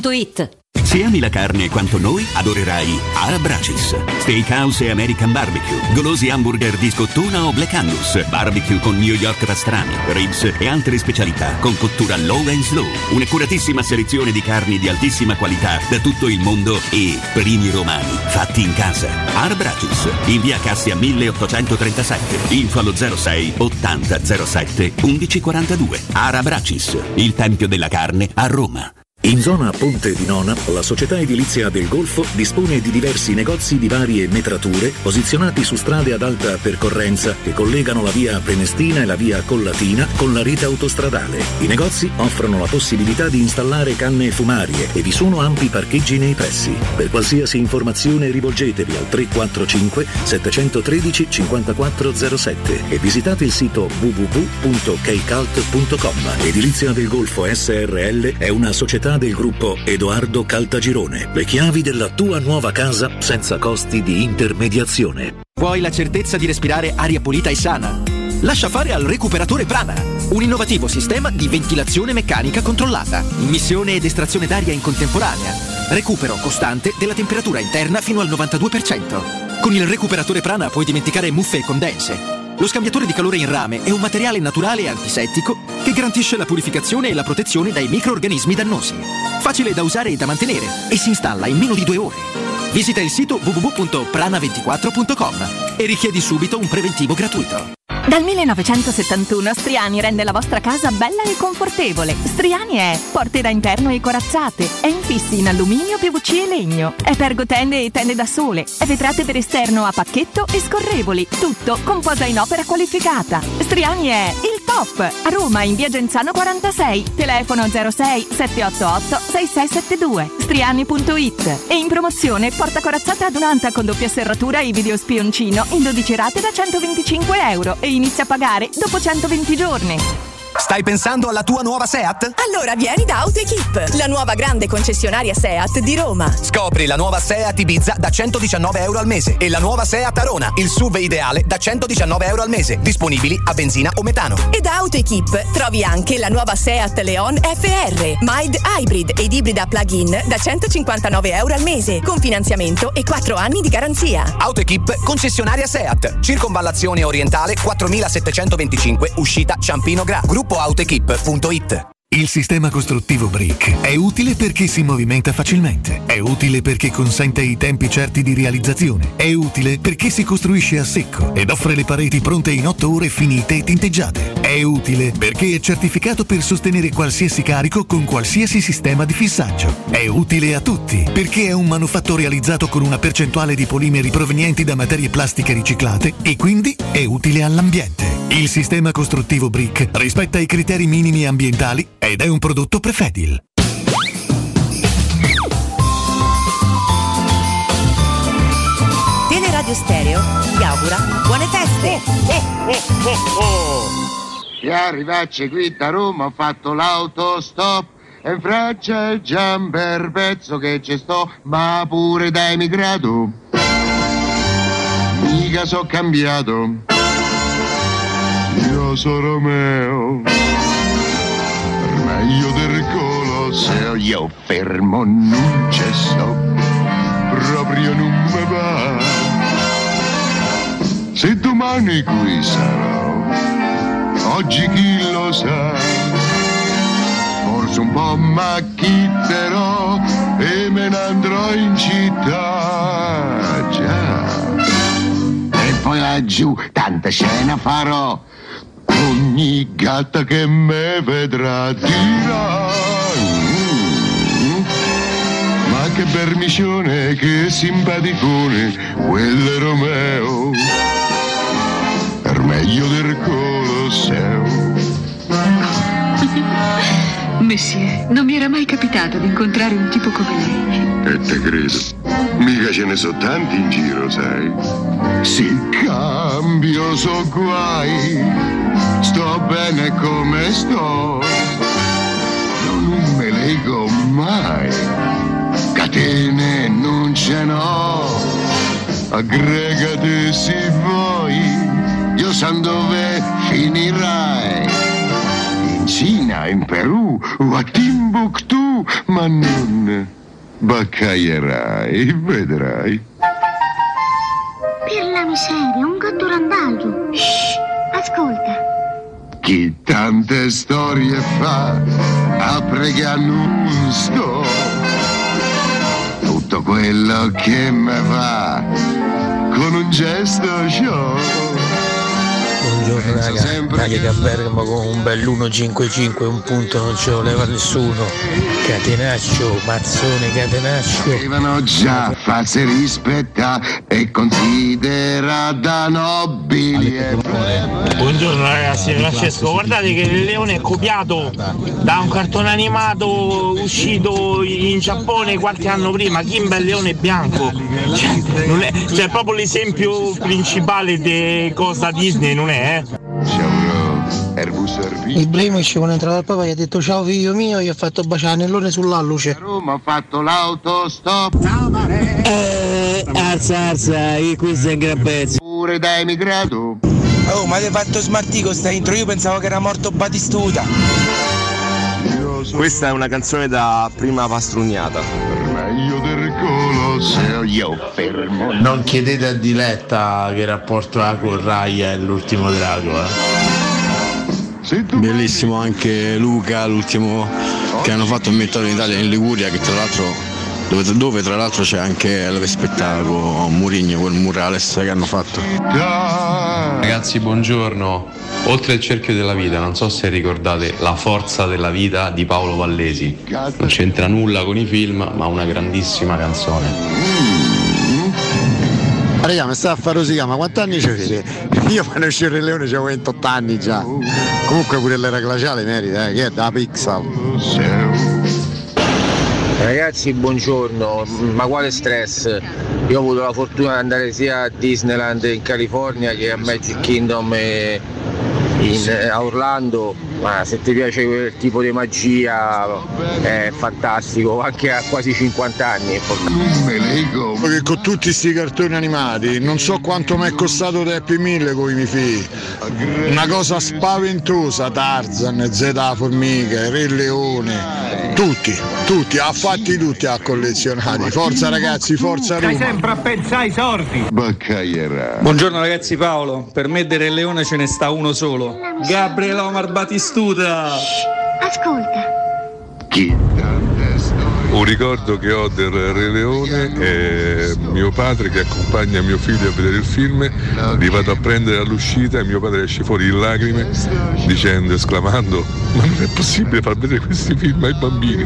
Se ami la carne quanto noi, adorerai Arabracis. Steakhouse e American Barbecue, golosi hamburger di scottuna o Black Angus, barbecue con New York pastrami, ribs e altre specialità con cottura low and slow. Un'accuratissima selezione di carni di altissima qualità da tutto il mondo e primi romani fatti in casa. Arabracis, in via Cassia 1837, info allo 06 80 07 1142. Arabracis, il tempio della carne a Roma. In zona Ponte di Nona, la società edilizia del Golfo dispone di diversi negozi di varie metrature posizionati su strade ad alta percorrenza che collegano la via Prenestina e la via Collatina con la rete autostradale. I negozi offrono la possibilità di installare canne fumarie e vi sono ampi parcheggi nei pressi. Per qualsiasi informazione rivolgetevi al 345 713 5407 e visitate il sito www.keicalt.com. Edilizia del Golfo SRL è una società del gruppo Edoardo Caltagirone. Le chiavi della tua nuova casa senza costi di intermediazione. Vuoi la certezza di respirare aria pulita e sana? Lascia fare al Recuperatore Prana, un innovativo sistema di ventilazione meccanica controllata, immissione ed estrazione d'aria in contemporanea, recupero costante della temperatura interna fino al 92%. Con il Recuperatore Prana puoi dimenticare muffe e condense. Lo scambiatore di calore in rame è un materiale naturale e antisettico che garantisce la purificazione e la protezione dai microrganismi dannosi. Facile da usare e da mantenere e si installa in meno di 2 ore. Visita il sito www.prana24.com e richiedi subito un preventivo gratuito. Dal 1971 Striani rende la vostra casa bella e confortevole. Striani è porte da interno e corazzate, è infissi in alluminio, PVC e legno, è pergotende e tende da sole, è vetrate per esterno a pacchetto e scorrevoli, tutto con posa in opera qualificata. Striani è il top! A Roma in via Genzano 46, telefono 06 788 6672, striani.it. E in promozione porta corazzata adunata con doppia serratura e video spioncino in 12 rate da €125 e inizia a pagare dopo 120 giorni. Stai pensando alla tua nuova Seat? Allora vieni da AutoEquip, la nuova grande concessionaria Seat di Roma. Scopri la nuova Seat Ibiza da €119 al mese e la nuova Seat Arona, il SUV ideale da €119 al mese, disponibili a benzina o metano. E da AutoEquip trovi anche la nuova Seat Leon FR, mild hybrid ed ibrida plug-in da €159 al mese, con finanziamento e 4 anni di garanzia. AutoEquip, concessionaria Seat, Circonvallazione Orientale 4725, uscita Ciampino Gra. GruppoAutoEquip.it. Il sistema costruttivo Brick è utile perché si movimenta facilmente, è utile perché consente i tempi certi di realizzazione, è utile perché si costruisce a secco ed offre le pareti pronte in 8 ore finite e tinteggiate, è utile perché è certificato per sostenere qualsiasi carico con qualsiasi sistema di fissaggio, è utile a tutti perché è un manufatto realizzato con una percentuale di polimeri provenienti da materie plastiche riciclate e quindi è utile all'ambiente. Il sistema costruttivo Brick rispetta i criteri minimi ambientali ed è un prodotto Prefedil. Teleradio Stereo vi augura buone feste. E arrivacci qui da Roma, ho fatto l'autostop e in Francia è già un bel pezzo che ci sto, ma pure da emigrato mica so cambiato. Io sono Romeo, meglio del Colosseo, io fermo non ci sto, proprio non mi va. Se domani qui sarò, oggi chi lo sa, forse un po' macchitterò e me ne andrò in città, già. E poi laggiù tanta scena farò, ogni gatta che me vedrà dirà ma che bermicione, che simpaticone, quel è Romeo, per meglio del Colosseo. Monsieur, non mi era mai capitato di incontrare un tipo come lei. E te credo, mica ce ne so tanti in giro, sai. Sì, cambio, so guai, sto bene come sto, non me lego mai, catene non ce n'ho, aggregate se vuoi, io san dove finirai, in Cina, in Perù o a Timbuktu, ma non baccaierai, vedrai. Per la miseria, un gatto randaggio. Shh, ascolta. Chi tante storie fa, a pregare non sto. Tutto quello che me va, con un gesto ciò. Buongiorno raga, dai che a Bergamo con un bell'155, un punto non ce lo leva nessuno. Catenaccio, mazzone catenaccio. Devono già farsi rispettare e considerata nobile. Buongiorno ragazzi, Francesco, guardate che il leone è copiato da un cartone animato uscito in Giappone qualche anno prima, Kimba il leone bianco. Cioè proprio l'esempio principale di cosa Disney non è, Ibrahimovic quando è entrato al papà gli ha detto ciao figlio mio, gli ha fatto baciare l'anellone sull'alluce. Roma ha fatto l'autostop. Alza, questo è un gran pezzo. Pure da emigrato. Oh, ma hai fatto smartico sta intro, io pensavo che era morto Batistuta. Questa è una canzone da prima pastrugnata. Meglio del Colosseo, io fermo. Non chiedete a Diletta che rapporto ha con Raya e l'ultimo drago, Bellissimo anche Luca, l'ultimo che hanno fatto in Metro in Italia in Liguria, che tra l'altro dove tra l'altro c'è anche il spettacolo Mourinho, quel murales che hanno fatto. Ragazzi, buongiorno. Oltre il cerchio della vita, non so se ricordate La forza della vita di Paolo Vallesi. Non c'entra nulla con i film, ma una grandissima canzone. Raga, mi sta a fare rosicare, ma quanti anni c'avete? Io quando uscire il Leone c'avevo 28 anni già. Comunque pure l'era glaciale merita, che è da Pixar. Ragazzi, buongiorno, ma quale stress? Io ho avuto la fortuna di andare sia a Disneyland in California che a Magic Kingdom a Orlando, ma se ti piace quel tipo di magia è fantastico, anche a quasi 50 anni. Perché con tutti questi cartoni animati non so quanto mi è costato da Happy Meal con i miei figli, una cosa spaventosa. Tarzan, Zeta Formica, Re Leone, tutti, ha fatti tutti, ha collezionati. Forza ragazzi, forza Roma. Stai sempre a pensare ai sordi. Buongiorno ragazzi, Paolo, per me del Re Leone ce ne sta uno solo, Gabriele Omar Batistuta. Ascolta. Un ricordo che ho del Re Leone è mio padre che accompagna mio figlio a vedere il film, li vado a prendere all'uscita e mio padre esce fuori in lacrime dicendo, esclamando: ma non è possibile far vedere questi film ai bambini.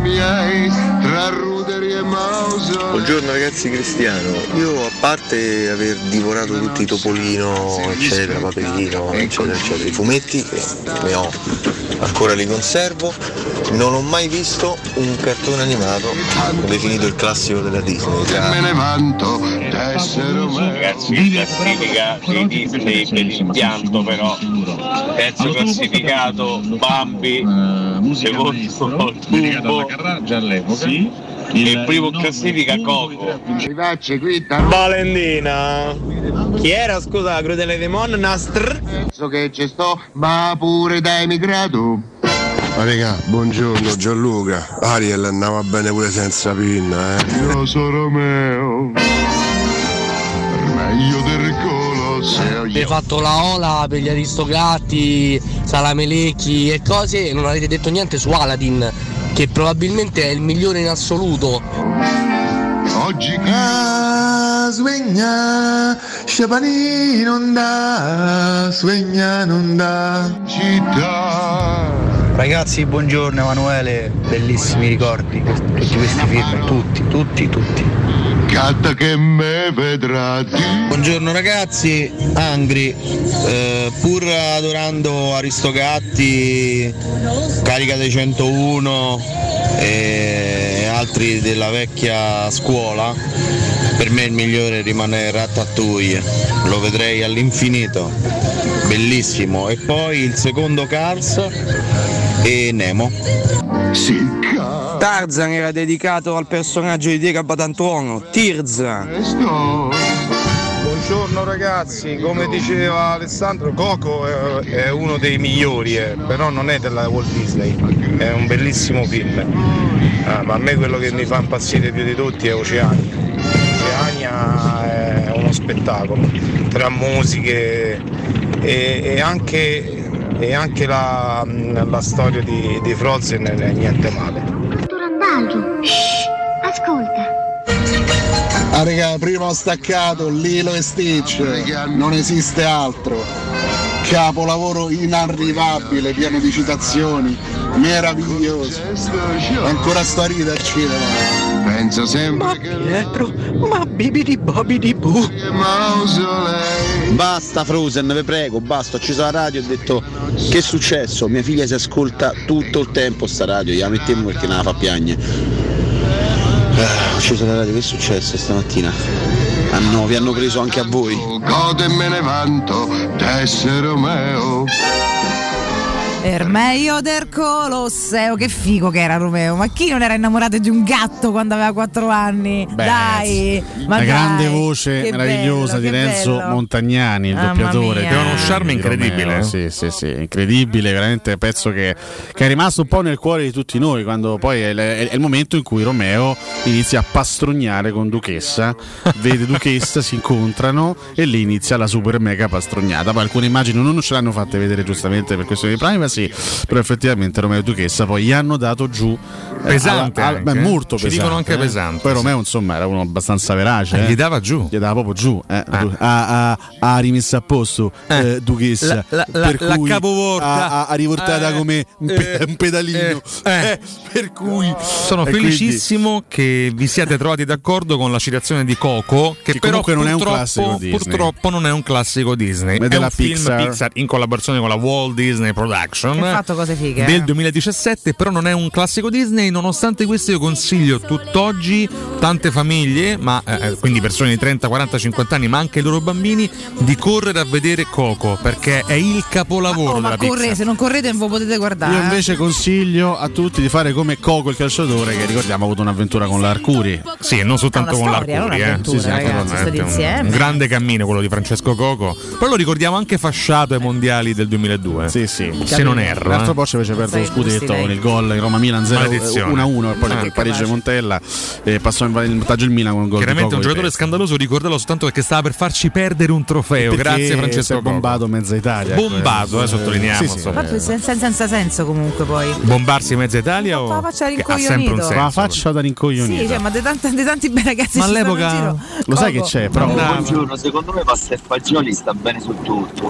Buongiorno ragazzi, Cristiano. Io, a parte aver divorato tutti i Topolino, eccetera, Paperino, eccetera, eccetera, i fumetti che ne ho, ancora li conservo, non ho mai visto un cartone animato definito il classico della Disney. Me ne vanto ragazzi, classifica di Disney per l'impianto, però terzo classificato Bambi, secondo Dumbo, il primo classifica Coco. Valentina, chi era, scusa, Crudele Demon Nastr? So che ci sto, ma pure da emigrato. Ma raga, buongiorno Gianluca. Ariel andava bene pure senza pinna, Io sono Romeo, meglio del Colosseo. Avete fatto la ola per gli Aristocrati, Salamelecchi e cose, e non avete detto niente su Aladdin, che probabilmente è il migliore in assoluto. Oggi Suegna, Sciapani non da, Suegna non da città. Ragazzi, buongiorno Emanuele, bellissimi ricordi, tutti questi film, tutti. Gatta che me vedrà di. Buongiorno ragazzi, Angri, pur adorando Aristogatti, Carica dei 101 e altri della vecchia scuola, per me il migliore rimane Ratatouille, lo vedrei all'infinito, bellissimo. E poi il secondo Cars e Nemo. Tarzan era dedicato al personaggio di Diego Batantuono, Tirzan. Buongiorno ragazzi, come diceva Alessandro, Coco è uno dei migliori, però non è della Walt Disney, è un bellissimo film. Ma a me quello che mi fa impazzire più di tutti è Oceania. Oceania è uno spettacolo, tra musiche e anche la storia di Frozen non è niente male. Ascolta. Ah raga, prima ho staccato Lilo e Stitch, non esiste altro. Capolavoro inarrivabile, pieno di citazioni, meraviglioso. Ancora sto a ridere al cinema. Penso sempre ma Pietro, ma bibidi bobidi bu. Basta Frozen, vi prego, basta. Ho acceso la radio e ho detto: che è successo? Mia figlia si ascolta tutto il tempo sta radio, gliela mettiamo perché non la fa piangere. Ho acceso la radio, che è successo stamattina? Ah no, vi hanno preso anche a voi. Godo e me ne vanto d'essere Romeo. Ermeio del Colosseo, che figo che era Romeo. Ma chi non era innamorato di un gatto quando aveva 4 anni? Beh, dai, ma la dai, grande voce che meravigliosa bello, di Renzo bello. Montagnani, il Mamma doppiatore. mia. Che ha uno charme incredibile. Sì, incredibile, veramente pezzo che è rimasto un po' nel cuore di tutti noi, quando poi è il momento in cui Romeo inizia a pastrugnare con Duchessa, vede Duchessa, si incontrano e lì inizia la super mega pastrugnata. Poi alcune immagini non ce l'hanno fatte vedere giustamente per questioni di privacy, sì, però effettivamente Romeo e Duchessa poi gli hanno dato giù pesante, molto ci pesante. Dicono anche pesante. Poi Romeo insomma era uno abbastanza verace. Gli dava giù. Gli dava proprio giù. Ha rimesso a posto Duchessa. Per cui la capovolta ha riportata come un pedalino. Per cui sono felicissimo che vi siate trovati d'accordo con la citazione di Coco, che però non è un classico Disney. Purtroppo non è un classico Disney, è un film Pixar in collaborazione con la Walt Disney Production, che ha fatto cose fighe, del 2017, però non è un classico Disney. Nonostante questo io consiglio tutt'oggi tante famiglie, ma quindi persone di 30, 40, 50 anni, ma anche i loro bambini, di correre a vedere Coco, perché è il capolavoro della Pixar. Se non correte non potete guardare. Io invece consiglio a tutti di fare come Coco il calciatore, che ricordiamo ha avuto un'avventura con l'Arcuri. Sì, non soltanto con l'Arcuri, un grande cammino quello di Francesco Coco. Però lo ricordiamo anche fasciato ai mondiali del 2002. Sì. Se non erro. L'altro po' ci fece perdere lo scudetto con il gol in Roma-Milan 1-1 e poi il Parigi Montella e passò in vantaggio il Milan con un gol. Chiaramente un giocatore scandaloso, ricordatelo soltanto perché stava per farci perdere un trofeo. Grazie Francesco Coco. Bombato mezza Italia. Bombato, sottolineiamo. Senza senso comunque poi. Bombarsi mezza Italia o la faccia ha sempre un senso? La faccia da rincoglionito. Sì, ma dei tanti bei ragazzi. Ma all'epoca lo sai che c'è, però. Buongiorno, secondo me pasta e fagioli sta bene su tutto.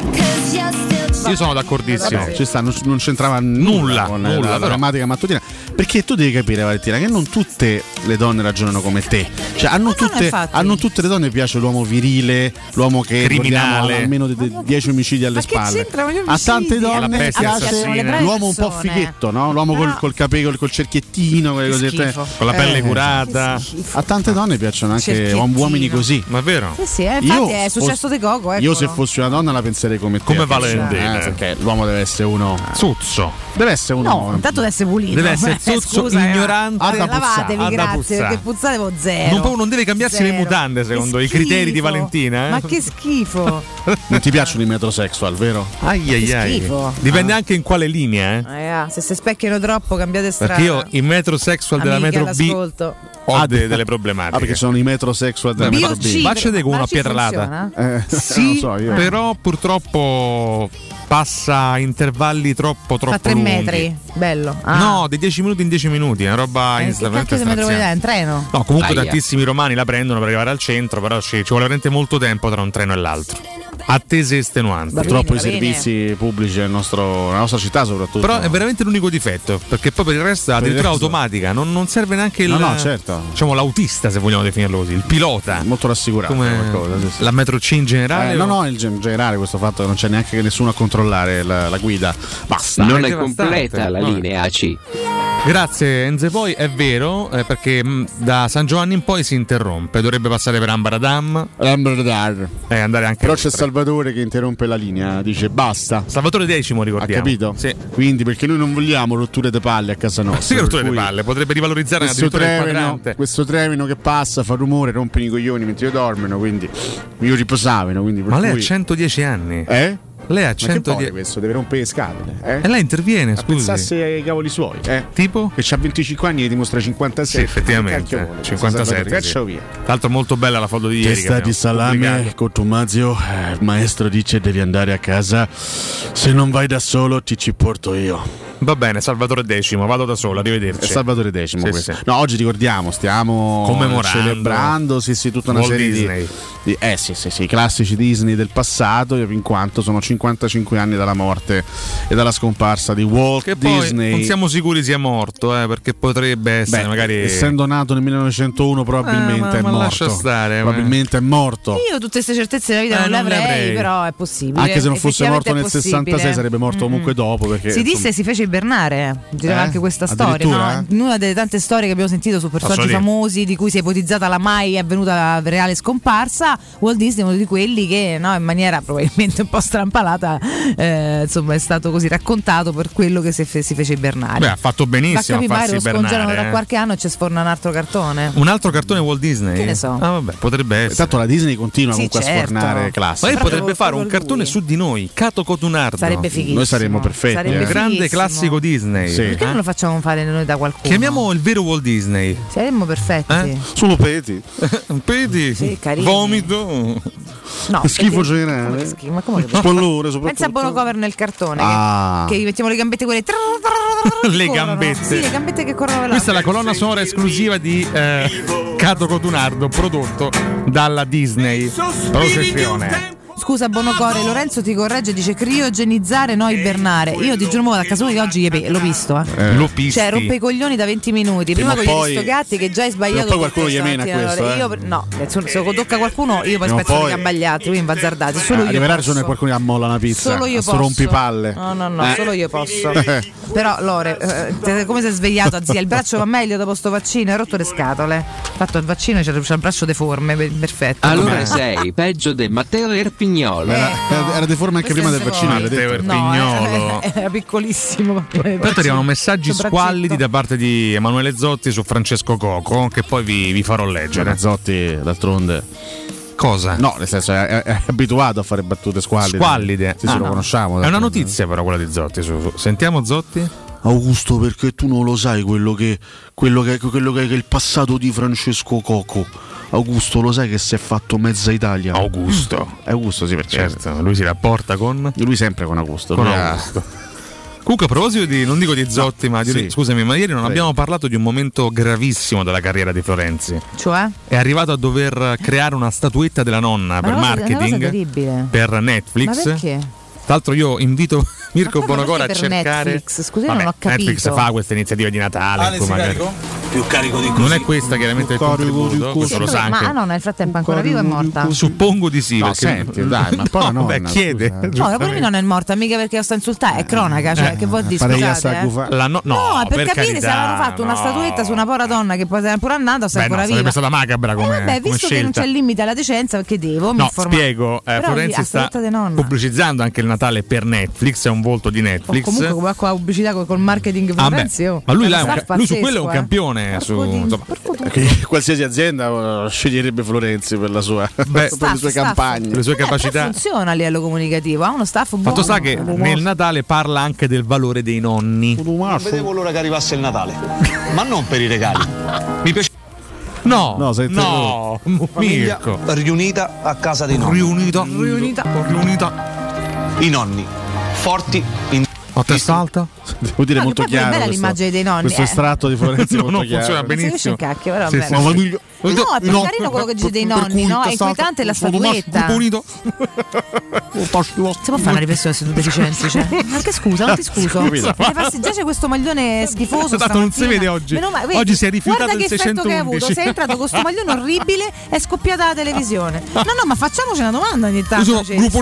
Io sono d'accordissimo. Vabbè, ci sta, non c'entrava nulla con la grammatica mattutina. Perché tu devi capire, Valentina, che non tutte le donne ragionano come te. Cioè, hanno tutte le donne piace l'uomo virile, l'uomo che criminale, almeno 10 omicidi alle spalle. A tante donne piace l'uomo un po' fighetto, no? L'uomo col capello, col cerchiettino, quelle cosette, con la pelle curata. A tante donne piacciono anche uomini così. Ma è vero? Sì, infatti è successo di Coco. Io se fossi una donna la penserei come te. Come Valentina. Perché l'uomo deve essere uno zuzzo. Deve essere uno. No, intanto deve essere pulito. Deve essere zuzzo, ignorante. Lavatevi, grazie, perché puzzatevo zero. Non deve cambiarsi le mutande secondo i criteri di Valentina. Ma che schifo. Non ti piacciono i metrosexual, vero? Schifo. Dipende anche in quale linea. Se si specchiano troppo cambiate strada. Perché io i metrosexual della metro B ho delle problematiche. Perché sono i metrosexual della metro B. Vaccede con una pietralata. Sì, però purtroppo passa a intervalli troppo fa 3 lunghi. metri, bello. No, di 10 minuti in 10 minuti, è una roba in treno. No, comunque tantissimi romani la prendono per arrivare al centro, però ci vuole veramente molto tempo tra un treno e l'altro. Attese estenuanti. Purtroppo i servizi pubblici nella nostra città soprattutto. Però è veramente l'unico difetto, perché poi per il resto è addirittura automatica, non serve neanche certo. Diciamo l'autista, se vogliamo definirlo così, il pilota. Molto rassicurato qualcosa, sì. La metro C in generale? No, in generale questo fatto che non c'è neanche nessuno a controllare la guida. Basta. Non è completa la linea C. Grazie Enze, poi è vero, perché da San Giovanni in poi si interrompe, dovrebbe passare per Ambaradam e andare anche. Però c'è Salvatore che interrompe la linea, dice basta. Salvatore X, ricordiamo. Ha capito? Sì. Quindi perché noi non vogliamo rotture de palle a casa nostra. Sì, rotture di palle, potrebbe rivalorizzare addirittura il quadrante. Questo treno che passa, fa rumore, rompe i coglioni mentre io dormono, quindi io riposavano. Ma lei ha 110 anni. Lei ha 110. Questo deve rompere le scatole. E lei interviene, scusi. Pensasse ai cavoli suoi. Tipo? Che c'ha 25 anni e dimostra 56. Sì, effettivamente. 57. Sì. Tra l'altro molto bella la foto di ieri. Testa di salame, Cottumazio. Il maestro dice devi andare a casa. Se non vai da solo ti ci porto io. Va bene, Salvatore X, vado da solo, arrivederci. È Salvatore X questo. Sì. No, oggi ricordiamo, stiamo commemorando, celebrando tutta una Walt serie Disney. di i classici Disney del passato, in quanto sono 55 anni dalla morte e dalla scomparsa di Walt Disney. Non siamo sicuri sia morto, perché potrebbe essere magari. Essendo nato nel 1901 probabilmente è morto. Lascia stare. Probabilmente è morto. Io tutte queste certezze della vita non le avrei, però è possibile. Anche se non fosse morto nel 66 sarebbe morto comunque dopo, perché si disse si fece ibernare, girava anche questa storia, no? In una delle tante storie che abbiamo sentito su personaggi famosi di cui si è ipotizzata la mai avvenuta reale scomparsa, Walt Disney è uno di quelli che, no, in maniera probabilmente un po' strampalata, insomma è stato così raccontato per quello che si fece ibernare. Beh, ha fatto benissimo a farsi ibernare. Lo scongelano tra qualche anno e ci sforna un altro cartone. Un altro cartone Walt Disney? Che ne so. Vabbè, potrebbe essere. Tanto la Disney continua comunque a sfornare classici. Ma lei potrebbe fare un cartone su di noi, Cato Cotunardo. Sarebbe fighissimo. Noi saremmo perfetti. Sarebbe grande classico Disney. Sì. Perché non lo facciamo fare noi da qualcuno? Chiamiamo il vero Walt Disney. Saremmo perfetti. Solo peti. Peti. Sì, carini. Vomito. No, schifo generale. Ma come che Spollore, pensa a Bonocover nel cartone che gli mettiamo le gambette quelle le gambette. Sì, le gambette che corrono. Questa è la colonna sonora esclusiva di Cato Cotunardo, prodotto dalla Disney. Processione. Scusa Bonocore, Lorenzo ti corregge, dice criogenizzare, no ibernare. Io ti giuro, da casa che oggi l'ho visto. L'ho visto. Cioè rompe i coglioni da 20 minuti. Prima con gli Aristogatti che già hai sbagliato. Poi qualcuno gli mena questo. Io, no, se tocca qualcuno io poi aspetto che abbagliati, voi invazzardate. Solo io arriverà ragione qualcuno che ammolla una pizza. Solo io posso. Rompipalle. No, solo io posso. Però Lore, come sei svegliato a zia? Il braccio va meglio dopo sto vaccino? Hai rotto le scatole. Fatto il vaccino c'è il braccio deforme, perfetto. Allora sei peggio di Matteo Erpignolo. Era deforme anche prima del vaccino. Matteo Erpignolo. Era piccolissimo. Tanto arrivano messaggi squallidi da parte di Emanuele Zotti su Francesco Coco, che poi vi farò leggere. Zotti, d'altronde. Cosa? No, nel senso è abituato a fare battute squallide. Squallide? Sì, lo conosciamo. È una notizia però quella di Zotti. Sentiamo Zotti. Augusto, perché tu non lo sai quello che è il passato di Francesco Coco. Augusto, lo sai che si è fatto mezza Italia? Augusto, sì, perché certo. Lui si rapporta con? Lui sempre con Augusto. Comunque, a proposito di, non dico di Zotti, ma scusami, ma ieri non abbiamo parlato di un momento gravissimo della carriera di Florenzi. Cioè? È arrivato a dover creare una statuetta della nonna per marketing per Netflix. Ma perché? Tra l'altro io invito Mirko Bonocore a cercare Netflix. Scusi, non ho capito. Netflix fa questa iniziativa di Natale, più carico di così. Non è questa chiaramente il contributo, questo lo sa anche. Ma nel frattempo è ancora viva o è morta? Suppongo di sì. No, senti, dai, ma poi no. Chiede. No, pure non è morta, mica perché lo sta insultando, è cronaca, cioè che vuol dire, scusate. No, per capire se avevano fatto una statuetta su una povera donna che poi era pure andata, sta ancora viva. Sarebbe stata macabra come visto che non c'è limite alla decenza, perché devo mi informare. Spiego, Florenzi sta pubblicizzando anche il Natale per Netflix, è un volto di Netflix. Comunque con la pubblicità col marketing Florenzi. Ma lui su quello è un campione, qualsiasi azienda sceglierebbe Florenzi per la sua per le sue campagne, per le sue capacità. Funziona a livello comunicativo, ha uno staff buono. Fatto sta che nel Natale parla anche del valore dei nonni. Non vedevo l'ora che arrivasse il Natale, ma non per i regali. Mi piace. No, Mirko. Riunita a casa dei nonni. Riunita. I nonni forti in a testa alta? Devo dire molto chiaro. È bella l'immagine dei nonni. Questo estratto di Florenzi non funziona benissimo. Cacchio, però no, è più carino quello che dice dei nonni, no? È inquietante la statuetta. Si può fare una riflessione su deficienze, cioè? Anche scusa, non ti scuso. Già c'è questo maglione schifoso. Tanto non si vede oggi. Oggi si è rifiutato il 611. Guarda che effetto che hai avuto. Sei entrato con questo maglione orribile, è scoppiata la televisione. No, ma facciamoci una domanda ogni tanto.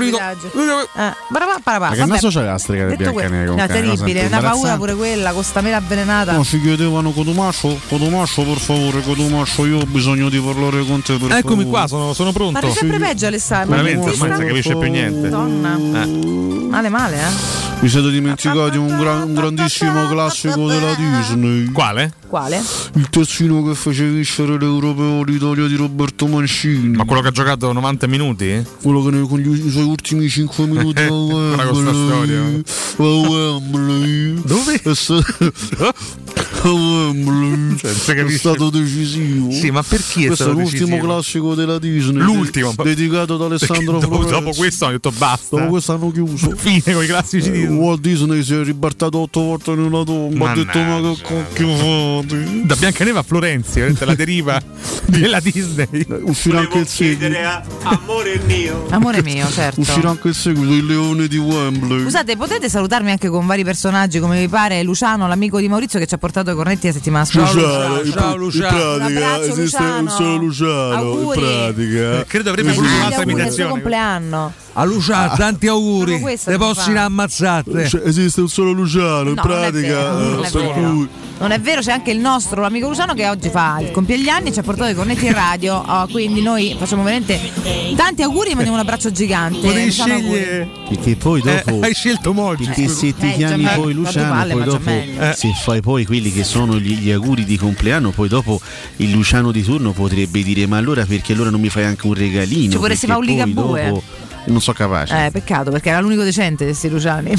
Ma che naso c'è la strega del Biancaneve? No, terribile, una paura pure quella, con sta mela avvelenata. No, ci chiedevano Cotomascio, per favore, Cotomascio, io ho bisogno di parlare con te, per Eccomi favore. Qua, sono pronto. Ma è sempre peggio, Alessandro. Veramente, ormai non si capisce più niente. Donna. Male, Vi siete dimenticati un grandissimo classico della Disney. Quale? Il terzino che fece vincere l'Europeo d'Italia di Roberto Mancini. Ma quello che ha giocato 90 minuti? Quello che con i suoi ultimi 5 minuti a Wembley. Dove? A Wembley. È stato decisivo. Sì, ma perché questo è l'ultimo classico della Disney. L'ultimo dedicato ad Alessandro Florenzi. Dopo questo hanno detto basta. Dopo questo hanno chiuso. Fine con i classici di Walt Disney si è ribaltato 8 volte in una tomba. Ha detto ma che cacchio fate? Da Biancaneve a Florenzi, la deriva della Disney. Uscirà anche il seguito. Amore mio, certo. Uscirà anche il seguito, il leone di Wembley. Scusate, potete salutarmi anche con vari personaggi come vi pare? Luciano, l'amico di Maurizio che ci ha portato i cornetti la settimana scorsa. Ciao Luciano. In pratica esiste un solo Luciano. Auguri. In pratica credo avrebbe avuto un'altra imitazione. Compleanno. A Luciano, tanti auguri. Le possono ammazzate. Esiste un solo Luciano, in pratica. Non è vero, c'è anche il nostro amico Luciano che oggi compie gli anni e ci ha portato i cornetti in radio. Quindi noi facciamo veramente tanti auguri e mandiamo un abbraccio gigante. Potevi scegliere. Che poi dopo hai scelto Moggi. Che se ti chiami poi Luciano, poi dopo se fai poi quelli che sono gli auguri di compleanno, poi dopo il Luciano di turno potrebbe dire ma allora perché allora non mi fai anche un regalino? Ci vorresti fare un Ligabue. Non so capace. Peccato perché era l'unico decente di questi Luciani.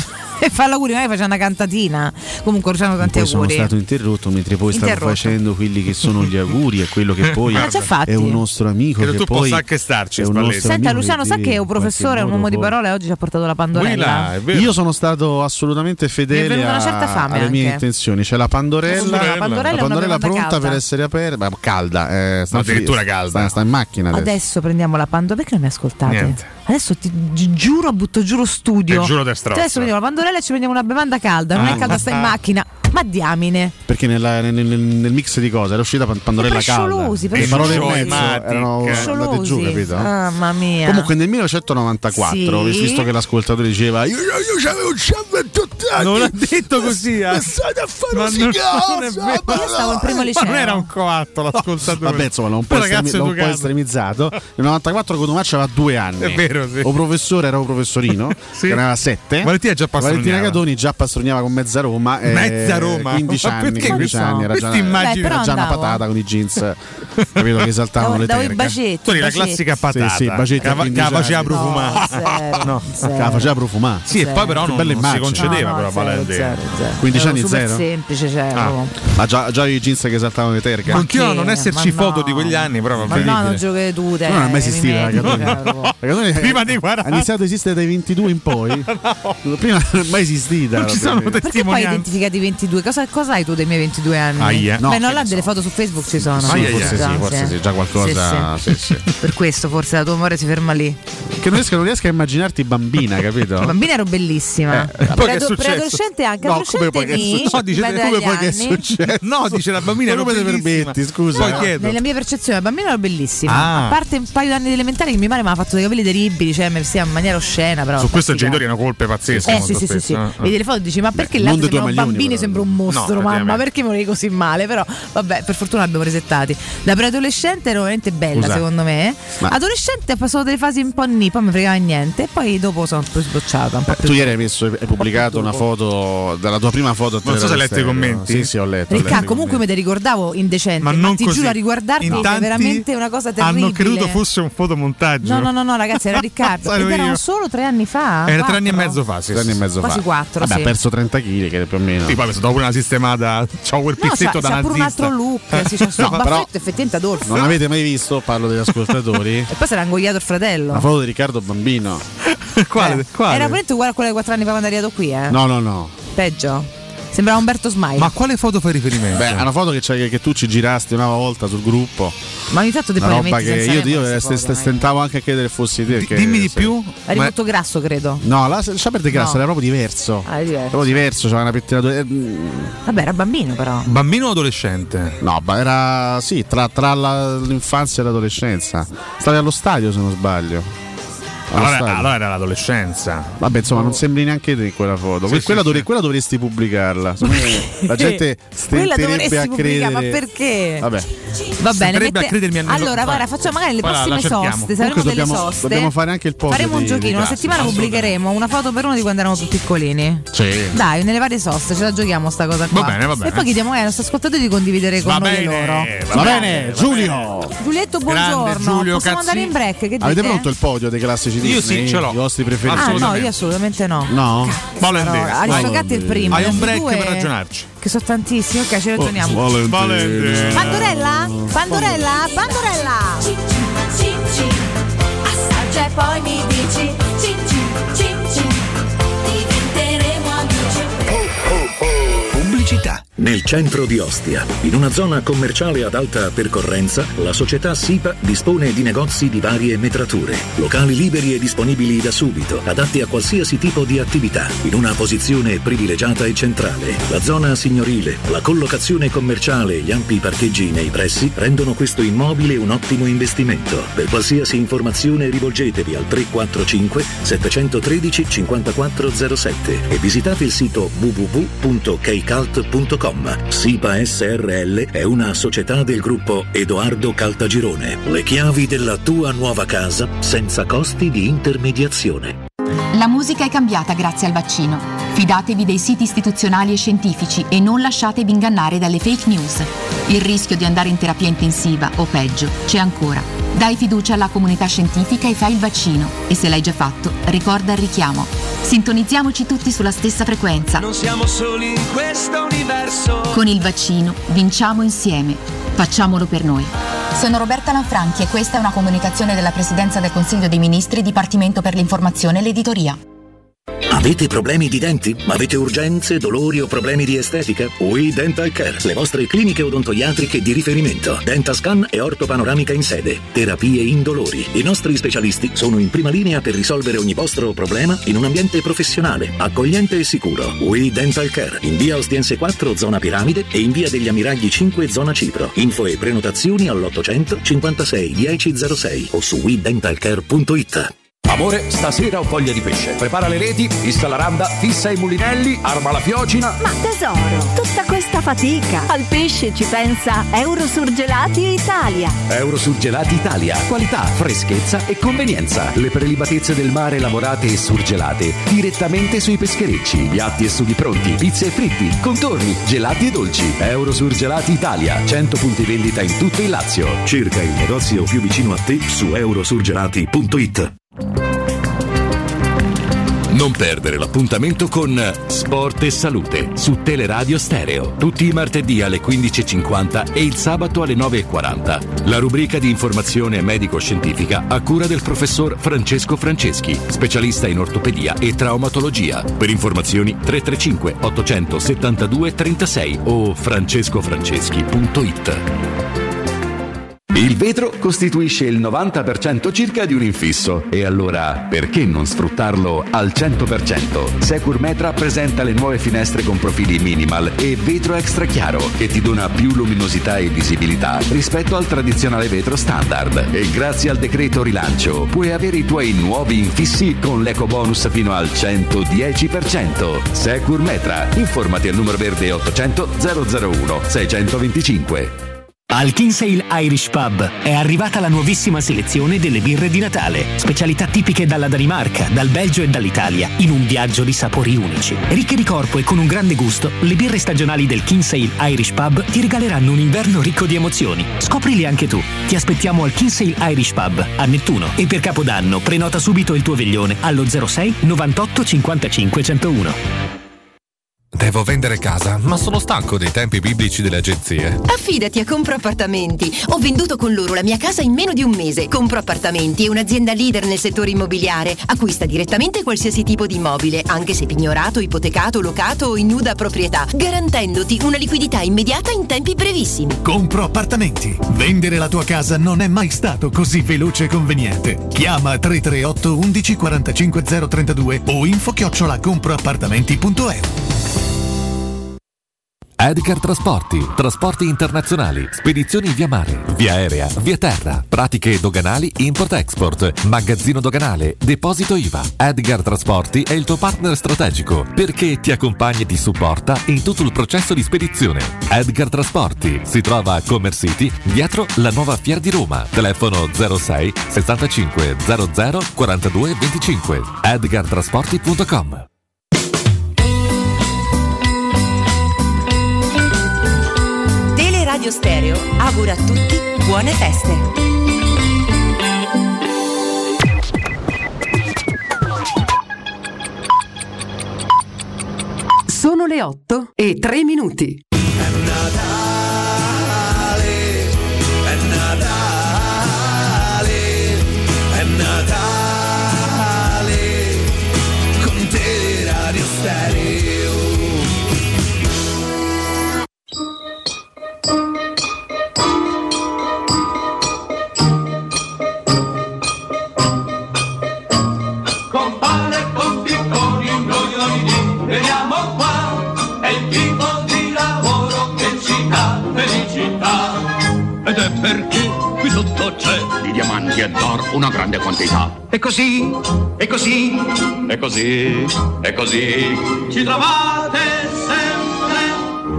E fa l'auguri, magari faceva una cantatina. Comunque facciamo tanti auguri. Sono stato interrotto mentre poi stavo facendo quelli che sono gli auguri e quello che poi è un nostro amico. Credo che tu poi possa anche starci. Senta Luciano, sa che è un professore, un uomo di parole, oggi ci ha portato la pandorella. Io sono stato assolutamente fedele alle mie intenzioni. C'è la pandorella pronta per essere aperta, calda. Addirittura calda. Sta in macchina adesso prendiamo la pandorella. Perché non mi ascoltate? Niente. Adesso ti giuro, butto giuro studio. Ti giuro adesso prendiamo la pandorella e ci prendiamo una bevanda calda. Non è calda, sta in macchina. Ma diamine. Perché nel mix di cose era uscita pandorella calda. Le parole in mezzo erano andate giù, capito? Mamma mia. Comunque nel 1994, visto che l'ascoltatore diceva io c'avevo un 28 anni. Non l'ha detto così, state a fare un io stavo in primo liceo. Non era un coatto l'ascoltatore. Vabbè, insomma, l'ho un po' estremizzato. Nel 94 Cotumaccio aveva 2 anni. È vero, sì. O professore era un professorino, che ne aveva 7. Valentina Catoni già pastroniava con mezza Roma. Mezza Roma? 15 anni, 15 anni era già una patata con i jeans, capito, che esaltavano le terre. Bacetti, la classica patata. Sì, bacetti che la faceva profumare. Che la faceva profumare. Sì, e poi però non si concedeva però Valente. 15 anni super zero. Semplice, ma già i jeans che esaltavano le terre. Continuano a non esserci foto di quegli anni, però ma no, non giochi tu, non è mai esistita la Catoni. Prima dei 40 ha iniziato a esistere dai 22 in poi. Prima non è mai esistita. Non ci sono testimonianze. Perché poi identificati i 22? Cosa hai tu dei miei 22 anni? Beh, non là delle foto su Facebook ci sono. Forse sì, già qualcosa. Sì. Per questo forse la tua amore si ferma lì. Che non riesco a immaginarti bambina, capito? Bambina ero bellissima. Preadolescente anche. No, come poi che è successo? No, dice la bambina ero bellissima. Come te permetti, scusa? Nella mia percezione la bambina ero bellissima. A parte un paio di anni elementari che mia madre mi ha fatto dei capelli terribili, cioè mi vestiva in maniera oscena, però su questo i genitori hanno colpe pazzesche. Sì. Vedi le foto e dici ma perché là sembrano bambini, sembra un mostro, mamma, perché mi volevi così male? Però vabbè, per fortuna abbiamo resettati. Da preadolescente ero veramente bella, secondo me. Adolescente ho passato delle fasi un po' poi mi fregava niente e poi dopo sono più sbocciata un po' più. Tu ieri hai pubblicato una foto della tua prima foto. Non so se hai letto i commenti. Sì, ho letto. Riccardo, comunque mi te ricordavo indecente, ma ti giuro a riguardarti è veramente una cosa terribile. Hanno creduto fosse un fotomontaggio. No, ragazzi, era Riccardo. Ed erano solo 3 anni fa. Era 3 anni e mezzo fa, sì. 3 anni e mezzo quasi fa. 4. Vabbè, ha perso 30 kg, che più o meno. Sì, poi dopo una sistemata, c'ho quel pizzetto da nazista. C'ha pure un altro look, c'ha il baffetto effettivamente Adolfo. Non avete mai visto, parlo degli ascoltatori. E poi si era ingoiato il fratello. La foto di Riccardo bambino. Quale? Era veramente uguale a quella di 4 anni fa quando è arrivato qui, No. Peggio. Sembrava Umberto Smile. Ma quale foto fai riferimento? Beh, una foto che tu ci girasti una volta sul gruppo. Ma ogni tanto una roba che io stentavo anche a credere fossi te. Dimmi di più. Eri molto grasso, credo. No, la perde grasso era proprio diverso. È diverso. Proprio diverso, c'era una pettinatura. Vabbè, era bambino però. Bambino o adolescente? No, era sì, tra l'infanzia e l'adolescenza. Stavi allo stadio, se non sbaglio. Allora era l'adolescenza. Vabbè, insomma, non sembri neanche te in quella foto. Quella dovresti pubblicarla. La gente stenterebbe a credere. Ma perché? Vabbè. Va bene. A credermi a allora, guarda, facciamo magari le prossime soste. Saremo delle soste. Dobbiamo fare anche il podio. Faremo un giochino. Una settimana pubblicheremo una foto per uno di quando eravamo più piccolini. Sì. Dai, nelle varie soste ce la giochiamo sta cosa qua. Va bene. E poi chiediamo ai nostri ascoltatori di condividere con noi loro. Va bene, Giulio. Giulietto, buongiorno. Possiamo andare in break? Che dite? Avete pronto il podio dei classici Disney? Io sì, ce l'ho. I vostri preferiti? No, io assolutamente no. No? Aristocratico è il primo. Hai un break per ragionarci. Che sono tantissimi, ok, ci ragioniamo. Valentino. Pandorella? Assaggia e poi mi dici diventeremo amici. Pubblicità. Nel centro di Ostia, in una zona commerciale ad alta percorrenza, la società SIPA dispone di negozi di varie metrature, locali liberi e disponibili da subito, adatti a qualsiasi tipo di attività, in una posizione privilegiata e centrale. La zona signorile, la collocazione commerciale e gli ampi parcheggi nei pressi rendono questo immobile un ottimo investimento. Per qualsiasi informazione rivolgetevi al 345 713 5407 e visitate il sito www.kcult.com. SIPA SRL è una società del gruppo Edoardo Caltagirone. Le chiavi della tua nuova casa senza costi di intermediazione. La musica è cambiata grazie al vaccino. Fidatevi dei siti istituzionali e scientifici e non lasciatevi ingannare dalle fake news. Il rischio di andare in terapia intensiva o peggio c'è ancora. Dai fiducia alla comunità scientifica e fai il vaccino. E se l'hai già fatto, ricorda il richiamo. Sintonizziamoci tutti sulla stessa frequenza. Non siamo soli in questo universo. Con il vaccino vinciamo insieme. Facciamolo per noi. Sono Roberta Lanfranchi e questa è una comunicazione della Presidenza del Consiglio dei Ministri, Dipartimento per l'Informazione e l'Editoria. Avete problemi di denti? Avete urgenze, dolori o problemi di estetica? We Dental Care, le vostre cliniche odontoiatriche di riferimento. Dentascan e ortopanoramica in sede. Terapie indolori. I nostri specialisti sono in prima linea per risolvere ogni vostro problema in un ambiente professionale, accogliente e sicuro. We Dental Care, in via Ostiense 4, zona Piramide, e in via degli Ammiragli 5, zona Cipro. Info e prenotazioni all'800 56 1006 o su wedentalcare.it. Amore, stasera ho voglia di pesce. Prepara le reti, fissa la randa, fissa i mulinelli, arma la fiocina. Ma tesoro, tutta questa fatica. Al pesce ci pensa Eurosurgelati Italia. Eurosurgelati Italia. Qualità, freschezza e convenienza. Le prelibatezze del mare lavorate e surgelate direttamente sui pescherecci. Piatti e sughi pronti, pizze e fritti, contorni, gelati e dolci. Eurosurgelati Italia. 100 punti vendita in tutto il Lazio. Cerca il negozio più vicino a te su eurosurgelati.it. Non perdere l'appuntamento con Sport e Salute su Teleradio Stereo, tutti i martedì alle 15.50 e il sabato alle 9.40. La rubrica di informazione medico-scientifica a cura del professor Francesco Franceschi, specialista in ortopedia e traumatologia. Per informazioni 335 872 36 o francescofranceschi.it. Il vetro costituisce il 90% circa di un infisso e allora perché non sfruttarlo al 100%? Securmetra presenta le nuove finestre con profili minimal e vetro extra chiaro che ti dona più luminosità e visibilità rispetto al tradizionale vetro standard, e grazie al decreto rilancio puoi avere i tuoi nuovi infissi con l'eco bonus fino al 110%. Securmetra, informati al numero verde 800 001 625. Al Kinsale Irish Pub è arrivata la nuovissima selezione delle birre di Natale, specialità tipiche dalla Danimarca, dal Belgio e dall'Italia, in un viaggio di sapori unici. Ricche di corpo e con un grande gusto, le birre stagionali del Kinsale Irish Pub ti regaleranno un inverno ricco di emozioni. Scoprili anche tu. Ti aspettiamo al Kinsale Irish Pub a Nettuno, e per Capodanno prenota subito il tuo veglione allo 06 98 55 101. Devo vendere casa, ma sono stanco dei tempi biblici delle agenzie. Affidati a Compro Appartamenti. Ho venduto con loro la mia casa in meno di un mese. Compro Appartamenti è un'azienda leader nel settore immobiliare. Acquista direttamente qualsiasi tipo di immobile, anche se pignorato, ipotecato, locato o in nuda proprietà, garantendoti una liquidità immediata in tempi brevissimi. Compro Appartamenti. Vendere la tua casa non è mai stato così veloce e conveniente. Chiama 338 11 45 032 o info@comproappartamenti.eu. Edgar Trasporti, trasporti internazionali, spedizioni via mare, via aerea, via terra, pratiche doganali import-export, magazzino doganale, deposito IVA. Edgar Trasporti è il tuo partner strategico perché ti accompagna e ti supporta in tutto il processo di spedizione. Edgar Trasporti si trova a Commerce City, dietro la nuova Fiera di Roma. Telefono 06 65 00 42 25. edgartrasporti.com. Radio Stereo augura a tutti buone feste. Sono le 8:03. È Natale, è Natale, è Natale, con te Radio Stereo. Ed è perché qui sotto c'è di diamanti e d'oro una grande quantità. E così, e così, e così, e così ci trovate sempre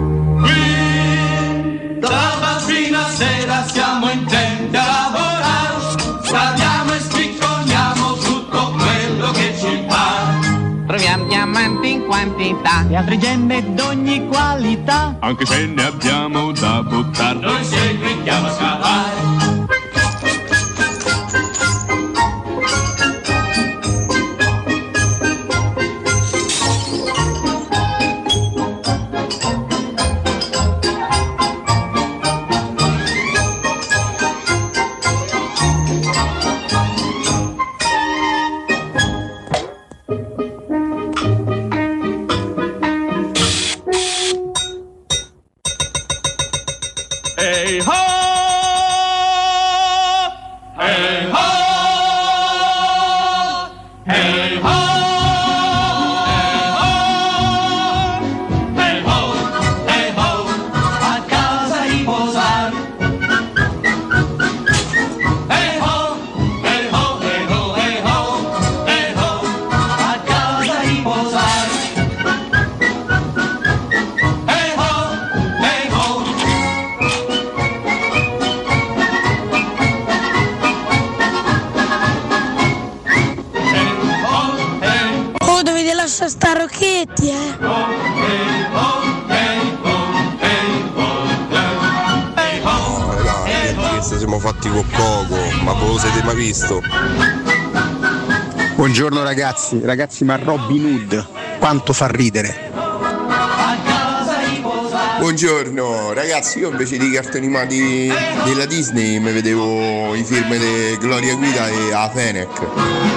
qui. Dalla mattina a sera siamo intenti a lavorare, scadiamo e spiccoliamo tutto quello che ci fa. Troviamo diamanti in quantità e altre gemme d'ogni qualità. Anche se ne abbiamo da buttare, noi seguiamo a scavare. so sta Rocchetti, Ragazzi, siamo fatti con Coco, ma ve lo siete mai visto? Buongiorno ragazzi, ma Robin Hood quanto fa ridere. Buongiorno ragazzi, io invece di cartoni animati della Disney mi vedevo i film di Gloria Guida e a Fenech.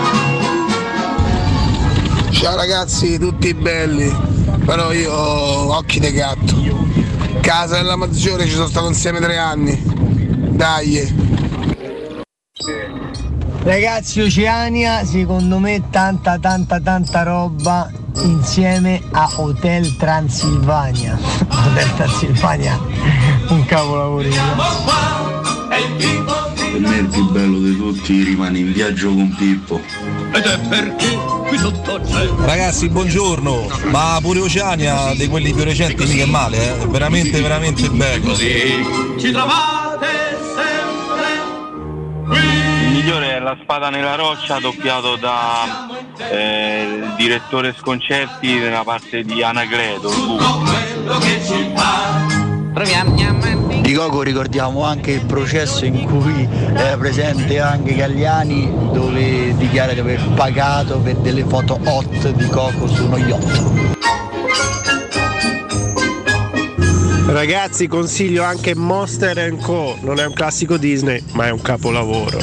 Ciao ragazzi, tutti belli, però io ho occhi di gatto. Casa della Maggiore, ci sono stato insieme 3 anni. Dai. Ragazzi, Oceania secondo me tanta roba insieme a Hotel Transilvania. Hotel Transilvania, un capolavoro. Per me il più bello di tutti rimane In viaggio con Pippo. Ed è perché qui sotto c'è. Ragazzi, buongiorno, ma pure Oceania di quelli più recenti mica è male, è veramente bello. Così ci trovate sempre. Il migliore è La spada nella roccia, doppiato da il direttore Sconcerti nella parte di Anacleto. Di Coco ricordiamo anche il processo in cui era presente anche Galliani, dove dichiara di aver pagato per delle foto hot di Coco su uno yacht. Ragazzi, consiglio anche Monster & Co. Non è un classico Disney, ma è un capolavoro.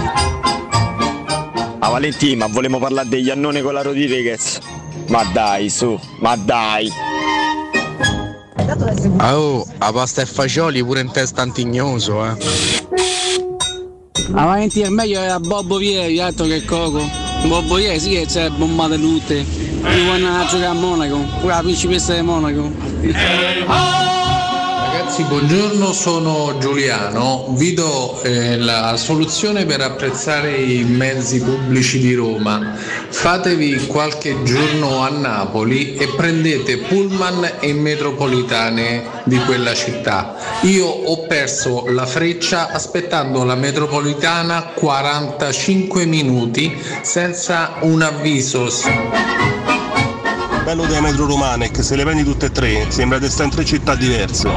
Ah Valentì, ma volevamo parlare degli annoni con la Rodriguez. Ma dai, su, ma dai. Oh, la pasta e fagioli pure in testa antignoso, Avanti al meglio era Bobbo Vieri, altro che Coco. Bobbo Vieri sì che c'è bombate tutte. Io vanno a giocare a Monaco, pure la principessa di Monaco. Ragazzi, buongiorno, sono Giuliano. Vi do la soluzione per apprezzare i mezzi pubblici di Roma. Fatevi qualche giorno a Napoli e prendete pullman e metropolitane di quella città. Io ho perso la Freccia aspettando la metropolitana 45 minuti senza un avviso. Bello delle metro romane, che se le prendi tutte e tre sembra di stare in 3 città diverse.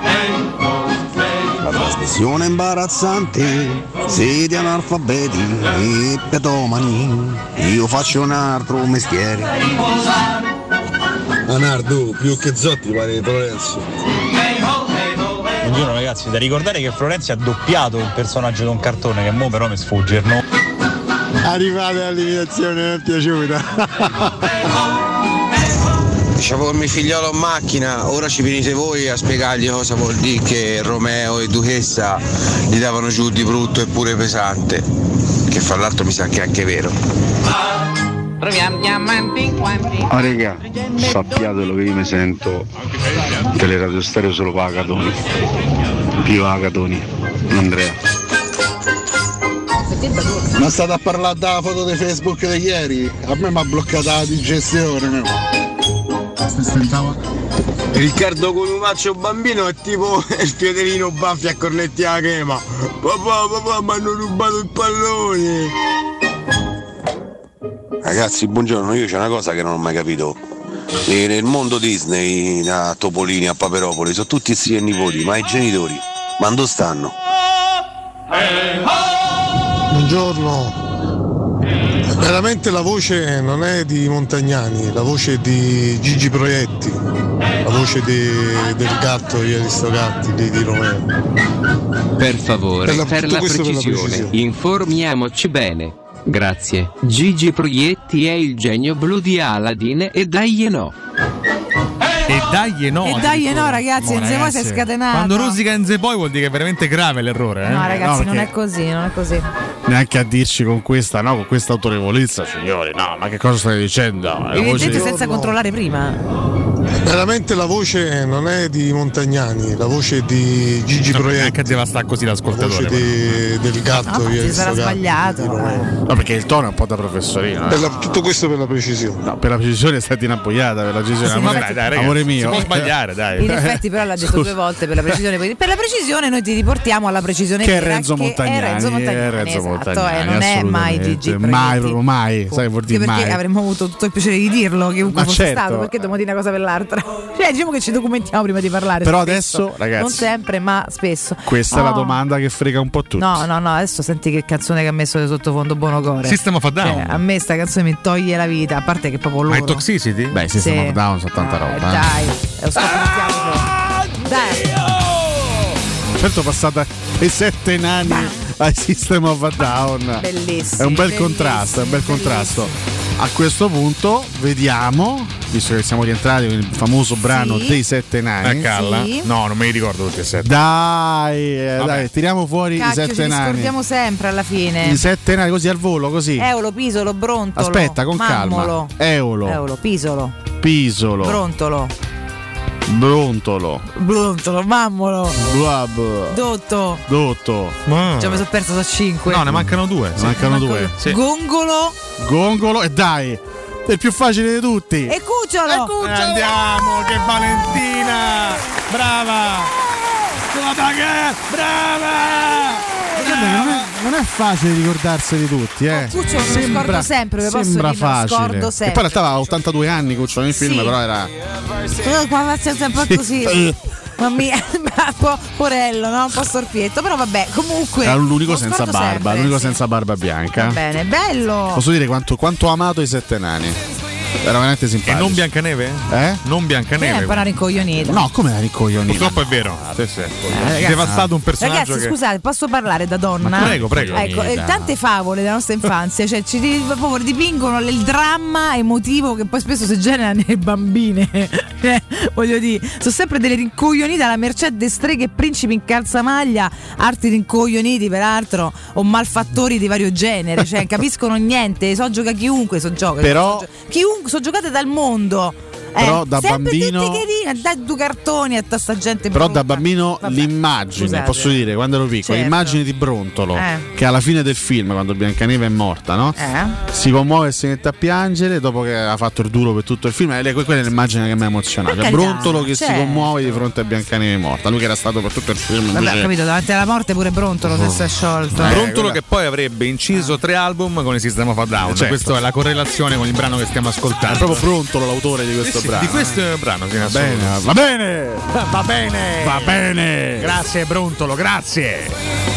La trasmissione imbarazzante, siete analfabeti e pedomani, io faccio un altro mestiere. Anardo, più che Zotti pare di Florenzo. Buongiorno ragazzi, da ricordare che Florenzi ha doppiato un personaggio di un cartone che mo però mi sfugge, no? Arrivate all'imitazione, mi è piaciuta. Dicevo con mio figliolo in macchina, ora ci venite voi a spiegargli cosa vuol dire che Romeo e Duchessa gli davano giù di brutto e pure pesante, che fra l'altro mi sa che è anche vero. Oh raga, sappiatelo che io mi sento Teleradio Stereo solo per Agatoni, più Agatoni, Andrea. Ma state a parlare della foto di Facebook di ieri? A me mi ha bloccata la digestione, no? Riccardo con un maccio bambino è tipo il Pietrino Baffi a cornetti alla crema. Papà, mi hanno rubato il pallone. Ragazzi, buongiorno, io c'è una cosa che non ho mai capito. Nel mondo Disney, a Topolini, a Paperopoli, sono tutti zii e nipoti, ma i genitori, ma dove stanno? Buongiorno. Veramente la voce non è di Montagnani, la voce è di Gigi Proietti, la voce del gatto di Aristogatti, di Romeo. Per favore, per la precisione, informiamoci bene. Grazie. Gigi Proietti è il genio blu di Aladdin e dai no. E dai no, ragazzi, Enze poi si è scatenato. Quando rosica Enze poi vuol dire che è veramente grave l'errore. No, ragazzi, non è così. Neanche a dirci con questa autorevolezza, signori. No, ma che cosa stai dicendo? Evidentemente senza controllare prima. Veramente la voce non è di Montagnani, la voce è di Gigi Proietti. Anche deve stare così l'ascoltatore. La voce del gatto. Si sarà sbagliato. No, perché il tono è un po' da professorino. Tutto questo per la precisione. No, per la precisione è stata inappoiata, per la precisione. Dai, amore mio. Si può sbagliare, dai. In effetti però l'ha detto 2 volte per la precisione. Per la precisione noi ti riportiamo alla precisione che vera, è Renzo Montagnani. È Renzo Montagnani, esatto, non è mai Gigi Proietti. Mai, proprio mai. Sai che vuol dire mai? Perché avremmo avuto tutto il piacere di dirlo, chiunque fosse certo. stato, perché dobbiamo dire una cosa per l'altra. Cioè, diciamo che ci documentiamo prima di parlare. Però spesso. adesso, ragazzi, non sempre, ma spesso. Questa è la domanda che frega un po' tutti. No, adesso senti che canzone che ha messo sottofondo Bonocore. System of a Down. Cioè, a me sta canzone mi toglie la vita, a parte che proprio loro. Ma è Toxicity? Beh, System of a Down sono tanta roba. Dai, lo scoppiamo. Dai. Certo, passata i 7 nani ai System of a Down. Bellissimo. È un bel contrasto, è un bel contrasto. A questo punto vediamo, visto che siamo rientrati con il famoso brano dei 7 nani. Calla? No, non me li ricordo tutti e 7. Dai, tiriamo fuori i 7 nani. Ci scordiamo sempre alla fine. I 7 nani così al volo, così. Eolo, Pisolo, Brontolo. Aspetta, con Mammolo. calma. Eolo, Pisolo. Brontolo, Mammolo. Dotto. Già mi sono perso, sono 5. No, ne mancano 2. Mancano 2. Sì. Gongolo e dai. È il più facile di tutti. E Cucciolo. Andiamo, che Valentina. Brava. Non è facile ricordarsi di tutti, Cucciolo lo scordo sempre, sembra facile. E poi stava a 82 anni Cucciolo nel film, però era qua sempre così. Mamma mia, porello, no? Un po' storpietto, però vabbè, comunque era l'unico senza barba, senza barba bianca. Va bene, bello. Posso dire quanto ho amato i 7 nani? Era veramente simpatico. E non Biancaneve? Non Biancaneve. È una rincoglionita. No, come una rincoglionita? Purtroppo è vero. Devastato un personaggio. Ragazzi, scusate, posso parlare da donna? Ma prego. Ecco, tante favole della nostra infanzia, cioè ci dipingono il dramma emotivo che poi spesso si genera nelle bambine. Voglio dire, sono sempre delle rincoglionite alla mercé de streghe e principi in calzamaglia, altri rincoglioniti peraltro, o malfattori di vario genere, cioè capiscono niente, so gioca chiunque, però chiunque sono giocate dal mondo. Però da bambino dai 2 cartoni a sta gente. Però brutta. da bambino l'immagine, Scusate. posso dire, quando ero piccolo, l'immagine di Brontolo che alla fine del film, quando Biancaneve è morta, no? Si commuove e si mette a piangere dopo che ha fatto il duro per tutto il film. Quella è l'immagine che mi ha emozionato. Brontolo che si commuove di fronte a Biancaneve morta. Lui che era stato per tutto il film. Vabbè, ho capito, davanti alla morte pure Brontolo si è sciolto. Brontolo che poi avrebbe inciso 3 album con il System of a Down. Questa è la correlazione con il brano che stiamo ascoltando. È proprio Brontolo l'autore di questo brano. Di questo brano, va bene. Grazie Brontolo, grazie.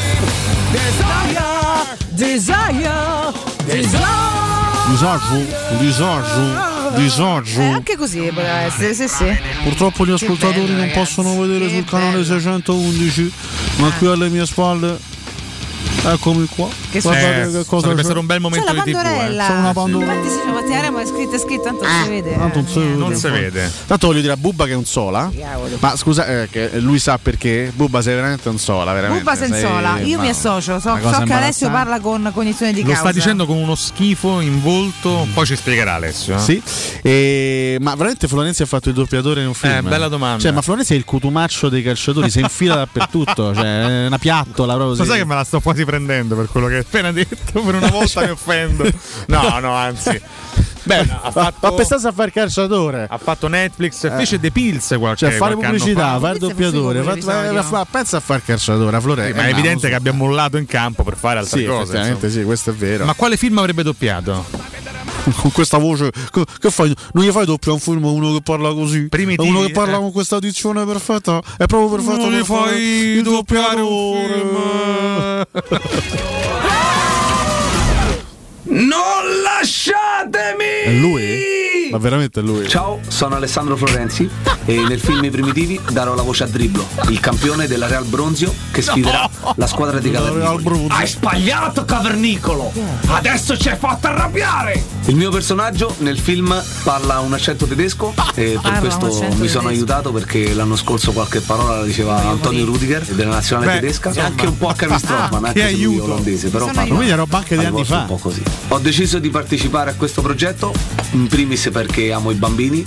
Disagio. Anche così poteva essere, sì. Purtroppo gli ascoltatori non possono vedere sul canale 611, ma qui alle mie spalle. Eccomi qua. Guardate che cosa sarebbe stato un bel momento c'è la di pandorella. C'è una pandorella. Infatti è scritto, tanto non si vede. Non si vede. Tanto voglio dire a Bubba che è un sola. Ma scusa, che lui sa perché. Bubba sei veramente un sola, veramente. Bubba sei un sola. Io mi associo. So che Alessio parla con cognizione di causa. Lo sta dicendo con uno schifo in volto. Poi ci spiegherà Alessio. Sì. Ma veramente Florenzi ha fatto il doppiatore in un film? Bella domanda. Cioè, ma Florenzi è il cutumaccio dei calciatori, si infila dappertutto. Cioè, è una piattola proprio. Lo sai che me la sto quasi prendendo per quello che hai appena detto, per una volta mi offendo. No, anzi. Beh, ma pensate a fare il calciatore. Ha fatto Netflix, fece The Pills qualche fare pubblicità, fare il doppiatore. Pensa a fare il calciatore a Florenzi. Ma è evidente che abbia mollato in campo per fare altre cose. Effettivamente sì, questo è vero. Ma quale film avrebbe doppiato? Con questa voce che fai? Non gli fai doppio a un film uno che parla così? Primitivi, uno che parla con questa dizione perfetta? È proprio perfetto. Non gli fai doppiare un film. Non lasciatemi! È lui? Ma veramente è lui? Ciao, sono Alessandro Florenzi e nel film I Primitivi darò la voce a Dribblo, il campione della Real Bronzio che sfiderà la squadra di Cavernicolo. Hai sbagliato, Cavernicolo! Adesso ci hai fatto arrabbiare! Il mio personaggio nel film parla un accento tedesco e per questo mi sono aiutato perché l'anno scorso qualche parola la diceva Antonio Rudiger della nazionale tedesca e anche un po' a Kevin Strootman, anche se lui è olandese, però parla anche di anni fa. Un po' così. Ho deciso di partecipare a questo progetto in primis perché amo i bambini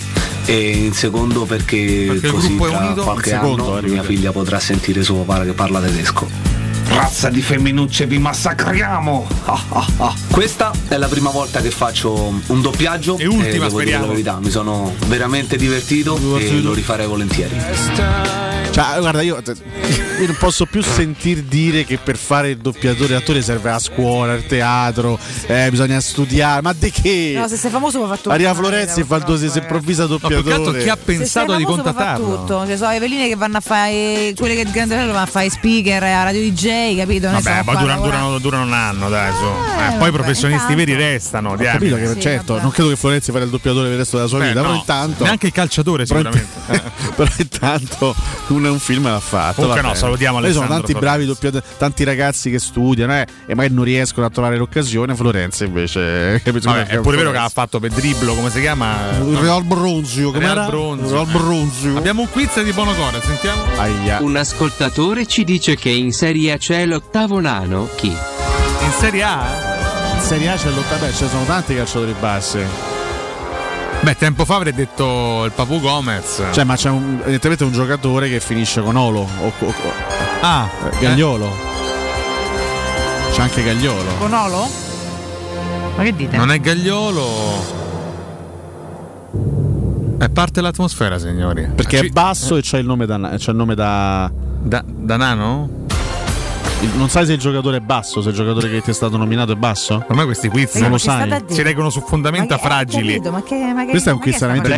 e in secondo perché così tra qualche anno mia figlia potrà sentire suo padre che parla tedesco. Razza di femminucce, vi massacriamo! Questa è la prima volta che faccio un doppiaggio e ultima, devo dire la verità, mi sono veramente divertito e lo rifarei volentieri. Cioè, guarda, io non posso più sentir dire che per fare il doppiatore attore serve la scuola, il teatro, bisogna studiare, ma di che? No, se sei famoso puoi fare tutto. Maria Florenzi fa il si improvvisa doppiatore. No, chi ha pensato di contattarlo? Tutto. Ci sono Eveline che vanno a fare, quelle che Grande Fratello vanno a fare speaker a Radio DJ, capito? Vabbè, ma durano un anno, dai, su. Poi i professionisti veri restano. Ho capito che certo, non credo che Florenzi farà il doppiatore per il resto della sua vita, però intanto neanche il calciatore sicuramente. Però intanto un film l'ha fatto. Comunque no, salutiamo Alessandro. Sono tanti bravi doppiatori, tanti ragazzi che studiano e magari non riescono a trovare l'occasione. Florenzi invece vabbè, è pure vero che ha fatto per dribblo, come si chiama? Il Real Bronzio. Real Bronzio. Abbiamo un quiz di Bonocore, sentiamo. Aia. Un ascoltatore ci dice che in Serie A c'è l'ottavo nano. Chi? In Serie A? In Serie A c'è l'ottavo, ci sono tanti calciatori bassi. Beh, tempo fa avrei detto il Papu Gomez. Cioè, ma c'è evidentemente un giocatore che finisce con Olo Gagliolo. C'è anche Gagliolo. Con Olo? Ma che dite? Non è Gagliolo. È parte dell'atmosfera, signori. Perché è basso e c'è il nome da nano? Non sai se il giocatore è basso, se il giocatore che ti è stato nominato è basso? Ormai questi quiz non lo sai. Si reggono su fondamenta fragili. Questo è un quiz veramente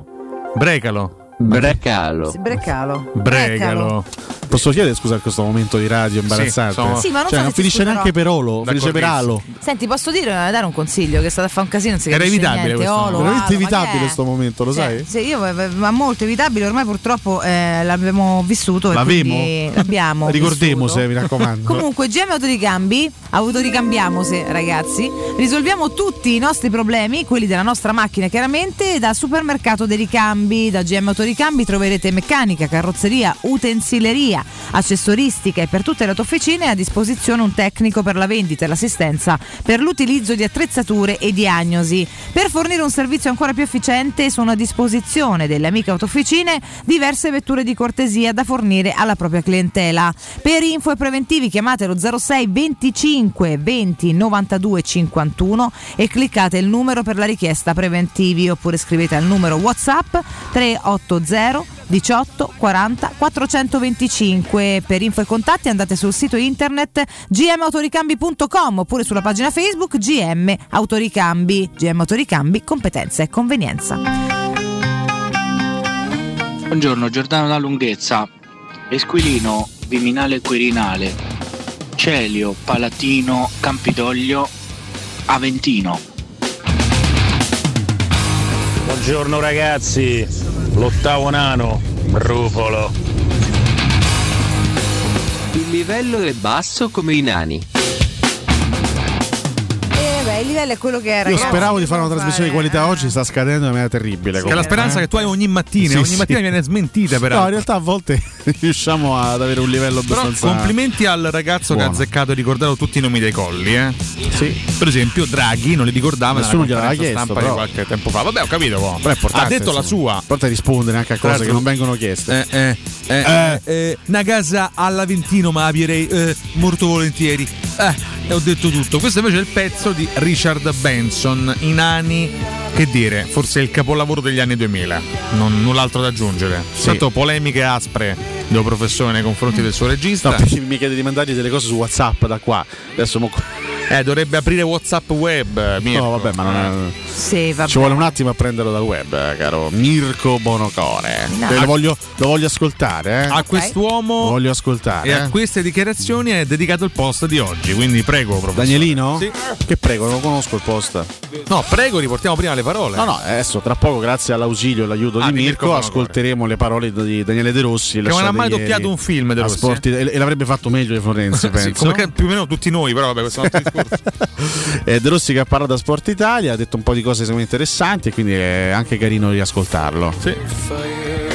Brecalo. Posso chiedere scusa per questo momento di radio imbarazzante? Sì, ma non finisce neanche per Olo, finisce per Alo. Senti, posso dare un consiglio? Che è stato a fare un casino, non si era evitabile niente. Olo, veramente evitabile questo momento, lo sai? Sì, ma molto evitabile, ormai purtroppo l'abbiamo vissuto. L'abbiamo ricordiamo se mi raccomando. Comunque GM Autoricambiamo ragazzi, risolviamo tutti i nostri problemi, quelli della nostra macchina chiaramente, dal supermercato dei ricambi. Da GM Autoricambi troverete meccanica, carrozzeria, utensileria, accessoristica e per tutte le officine è a disposizione un tecnico per la vendita e l'assistenza per l'utilizzo di attrezzature e diagnosi. Per fornire un servizio ancora più efficiente sono a disposizione delle amiche autofficine diverse vetture di cortesia da fornire alla propria clientela. Per info e preventivi chiamate lo 06 25 20 92 51 e cliccate il numero per la richiesta preventivi, oppure scrivete al numero WhatsApp 380 18 40 425. Per info e contatti andate sul sito internet gmautoricambi.com oppure sulla pagina Facebook GM Autoricambi. GM Autoricambi, competenza e convenienza. Buongiorno, Giordano da Lunghezza. Esquilino, Viminale Quirinale, Celio, Palatino, Campidoglio, Aventino. Buongiorno ragazzi, l'ottavo nano, Brufolo. Il livello è basso come i nani. Il livello è quello che era. Io speravo di fare una trasmissione di qualità oggi, sta scadendo in maniera terribile. È la speranza che tu hai ogni mattina, mattina viene smentita però. No, in realtà a volte riusciamo ad avere un livello abbastanza. Però complimenti al ragazzo buono, che ha azzeccato e ricordato tutti i nomi dei colli, Sì. Per esempio Draghi non li ricordava, nessuno gliel'aveva chiesto stampa però di qualche tempo fa. Vabbè, ho capito, però è importante, ha detto la sua. Pronta a rispondere anche a cose che non vengono chieste. Una casa all'Aventino ma aprirei molto volentieri. E ho detto tutto. Questo invece è il pezzo di Richard Benson, I nani, che dire, forse il capolavoro degli anni 2000, null'alro da aggiungere. Tanto polemiche aspre del professore nei confronti del suo regista. No, mi chiede di mandargli delle cose su WhatsApp da qua. Adesso dovrebbe aprire WhatsApp web, Mirko. No, vabbè, ma non è. Sì, vabbè. Ci vuole un attimo a prenderlo dal web, caro Mirko Bonocore. No. Lo voglio ascoltare, A quest'uomo lo voglio ascoltare. E a queste dichiarazioni è dedicato il post di oggi, quindi prego, professore. Danielino? Sì. Che prego, non lo conosco il post. No, prego, riportiamo prima le parole. No, adesso tra poco, grazie all'ausilio e l'aiuto di Mirko, ascolteremo le parole di Daniele De Rossi. Che non ha mai doppiato un film De Rossi. E l'avrebbe fatto meglio di Florenzi, penso. Come più o meno tutti noi, però vabbè, questo è un altro discorso. De Rossi che ha parlato da Sport Italia, ha detto un po' di cose secondo me interessanti e quindi è anche carino riascoltarlo. Sì.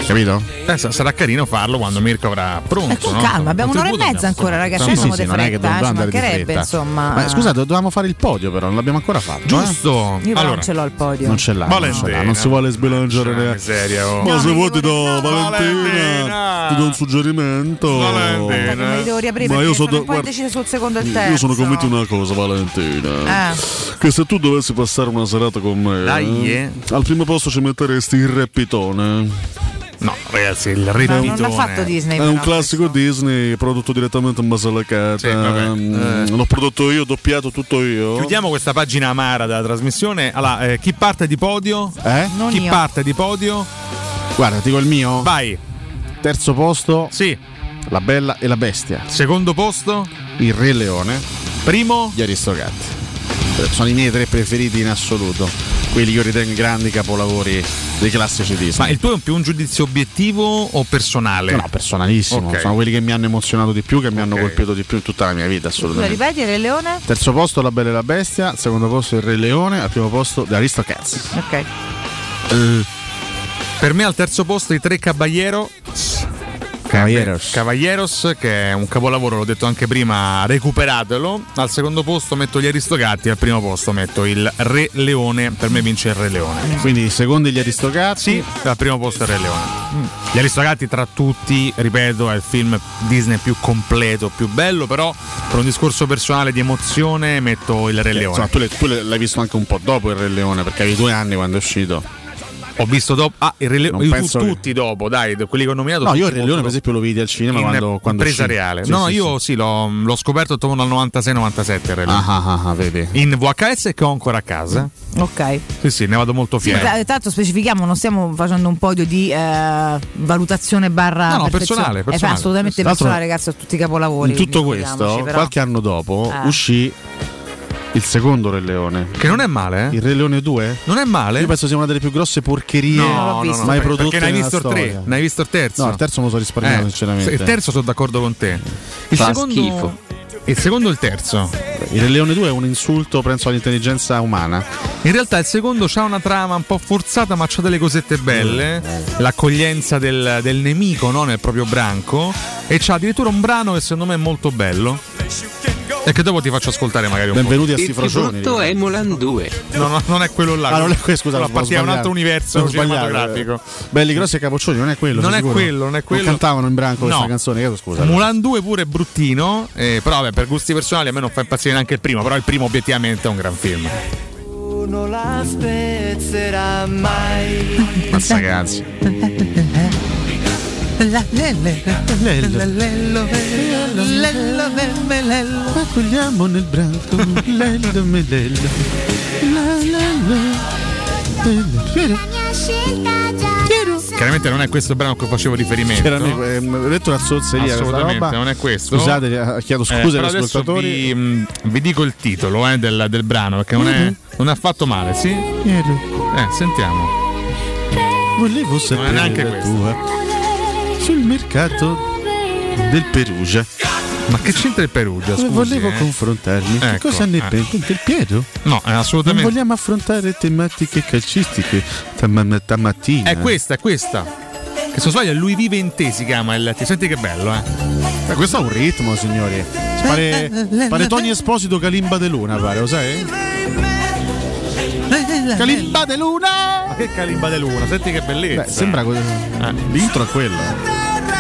Capito? Sarà carino farlo quando Mirko avrà pronto. Con calma, abbiamo un'ora e mezza ancora, ragazzi. Sì, di non è che dobbiamo andare di fretta. Insomma. Ma scusate, dovevamo fare il podio, però non l'abbiamo ancora fatto. Giusto. Io non ce l'ho il podio. Non ce l'ha. Non si vuole sbilanciare neanche. Ma se vuoi ti do Valentina, ti do un suggerimento. Valentina. Mi devo riaprire perché sono un po' indecisa sul secondo e il terzo. Io sono convinto di una cosa, Valentina. Che se tu dovessi passare una serata con me, al primo posto ci metteresti il Repitone. No, ragazzi, il Repitone non l'ha fatto Disney. È un classico Disney prodotto direttamente in Basilicata. L'ho prodotto io, doppiato tutto io. Chiudiamo questa pagina amara della trasmissione. Allora, chi parte di podio? Non chi io. parte di podio? Guarda, dico il mio. Vai. Terzo posto. Sì. La Bella e la Bestia. Secondo posto. Il Re Leone. Primo. Gli Aristogatti. Sono i miei tre preferiti in assoluto. Quelli che io ritengo grandi capolavori dei classici Disney. Ma il tuo è più un giudizio obiettivo o personale? No, personalissimo. Okay. Sono quelli che mi hanno emozionato di più, che mi hanno colpito di più in tutta la mia vita, assolutamente. Scusa, ripeti, il Re Leone? Terzo posto La Bella e la Bestia, al secondo posto il Re Leone, al primo posto The Aristocats. Ok. Per me al terzo posto i Tre Caballeros, che è un capolavoro, l'ho detto anche prima, recuperatelo. Al secondo posto metto gli Aristocatti, al primo posto metto il Re Leone. Per me vince il Re Leone. Quindi secondo gli Aristocatti? Sì, al primo posto il Re Leone. Gli Aristocatti tra tutti, ripeto, è il film Disney più completo, più bello, però per un discorso personale di emozione metto il Re Leone. Insomma, tu l'hai visto anche un po' dopo il Re Leone, perché avevi 2 anni quando è uscito. Ho visto dopo. Il Re Leone. Tutti dopo, dai, quelli che ho nominato. No, io il Re Leone, per esempio, lo vidi al cinema quando presa reale. Sì, no, io l'ho scoperto attorno al 96-97. Vedi. In VHS che ho ancora a casa. Ok. Sì, ne vado molto fiero. Tra l'altro specifichiamo, non stiamo facendo un podio di valutazione barra personale. Assolutamente personale, ragazzi, a tutti i capolavori. In tutto questo, qualche anno dopo uscì il secondo Re Leone, che non è male, il Re Leone 2 non è male. Io penso sia una delle più grosse porcherie mai prodotte. Perché ne hai visto il 3, ne hai visto il terzo? No, il terzo me lo so risparmiato sinceramente. Il terzo sono d'accordo con te. Il secondo schifo. Il secondo e il terzo. Il Re Leone 2 è un insulto, penso, all'intelligenza umana. In realtà il secondo c'ha una trama un po' forzata, ma c'ha delle cosette belle. L'accoglienza del nemico, no, nel proprio branco. E c'ha addirittura un brano che secondo me è molto bello. E che dopo ti faccio ascoltare magari un Benvenuti po'. a Stifrocioni. Il è Mulan 2. No, non è quello là. Non è quello, scusa, appartiene a un altro universo cinematografico. Belli grossi e capoccioni, non è quello. Non è quello. Non cantavano in branco questa canzone, scusa. Mulan 2 pure è bruttino, però vabbè, per gusti personali a me non fa impazzire neanche il primo, però il primo obiettivamente è un gran film. Non la spezzerà mai. Mazza cazzo. Accogliamo nel branco. Chiaramente non è questo il brano a cui facevo riferimento. Ho detto una zozzeria. Assolutamente roba. Non è questo. Scusate, chiedo scusa agli ascoltatori. Vi dico il titolo del brano, perché non è affatto male, sì? Sentiamo. Volevo sapere neanche la tua sul mercato del Perugia. Ma che c'entra il Perugia? Scusi, volevo confrontarmi. Che cosa ne pensi del Piero? No, assolutamente. Non vogliamo affrontare tematiche calcistiche stamattina. È questa. Che se non sbaglio è Lui vive in te si chiama il. Senti che bello, questo è un ritmo, signori. Pare Tony Esposito Kalimba de Luna, pare, lo sai? Kalimba de Luna! Ma che Kalimba de Luna? Senti che bellezza. Beh, sembra l'intro è quello.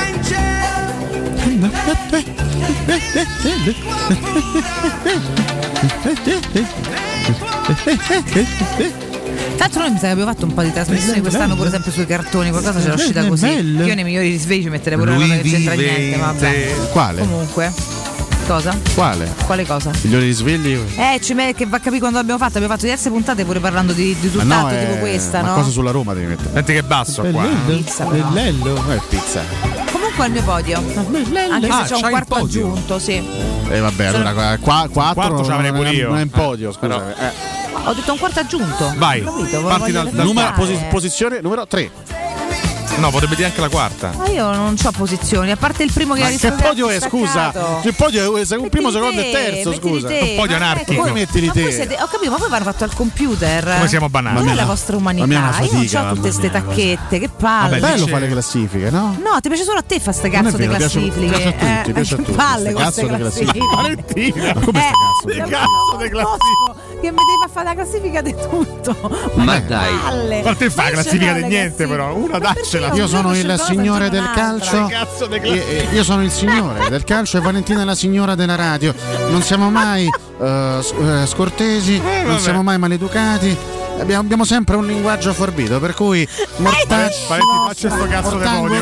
Tanto noi mi sa che abbiamo fatto un po' di trasmissioni quest'anno pure sempre sui cartoni, qualcosa c'era uscita così. Io nei migliori risvegli ci metterei pure una cosa che c'entra niente, ma vabbè. Quale? Comunque. Cosa? Quale? Quale cosa? Migliori risvegli? Che va a capire quando l'abbiamo fatto. Abbiamo fatto diverse puntate pure parlando di tutt'altro, tipo questa, no? Cosa sulla Roma devi mettere. Senti che basso qua. Pizza, bellello. Non è pizza. Comunque è il mio podio. Anche se c'è un quarto aggiunto, sì. Vabbè, allora 4 ce l'avrei pure io. Non è in podio, scusa. Ho detto un quarto aggiunto. Vai. Parti dal posizione numero 3. No, potrebbe dire anche la quarta. Ma io non ho posizioni, a parte il primo che ha risposto. Che podio è, scusa? Il podio è un primo, secondo e terzo, scusa. Un podio anarchico. Come mettili te? Ho capito, ma voi vanno fatto al computer. Come siamo banali? Qual è la vostra umanità? Io non ho tutte ste tacchette, che palle. È bello fare le classifiche, no? No, ti piace solo a te fare ste cazzo di classifiche. Piace a tutti. Palle queste classifiche. Valentina, come sta cazzo di classifiche? Che mi devi fare la classifica di tutto. Ma dai. A parte il fa la classifica di niente, però. Una daccela. Io sono il signore del calcio. Io sono il signore del calcio e Valentina è la signora della radio. Non siamo mai scortesi, non siamo mai maleducati. Abbiamo sempre un linguaggio forbito, per cui mortacci. Faccio sto cazzo di podio.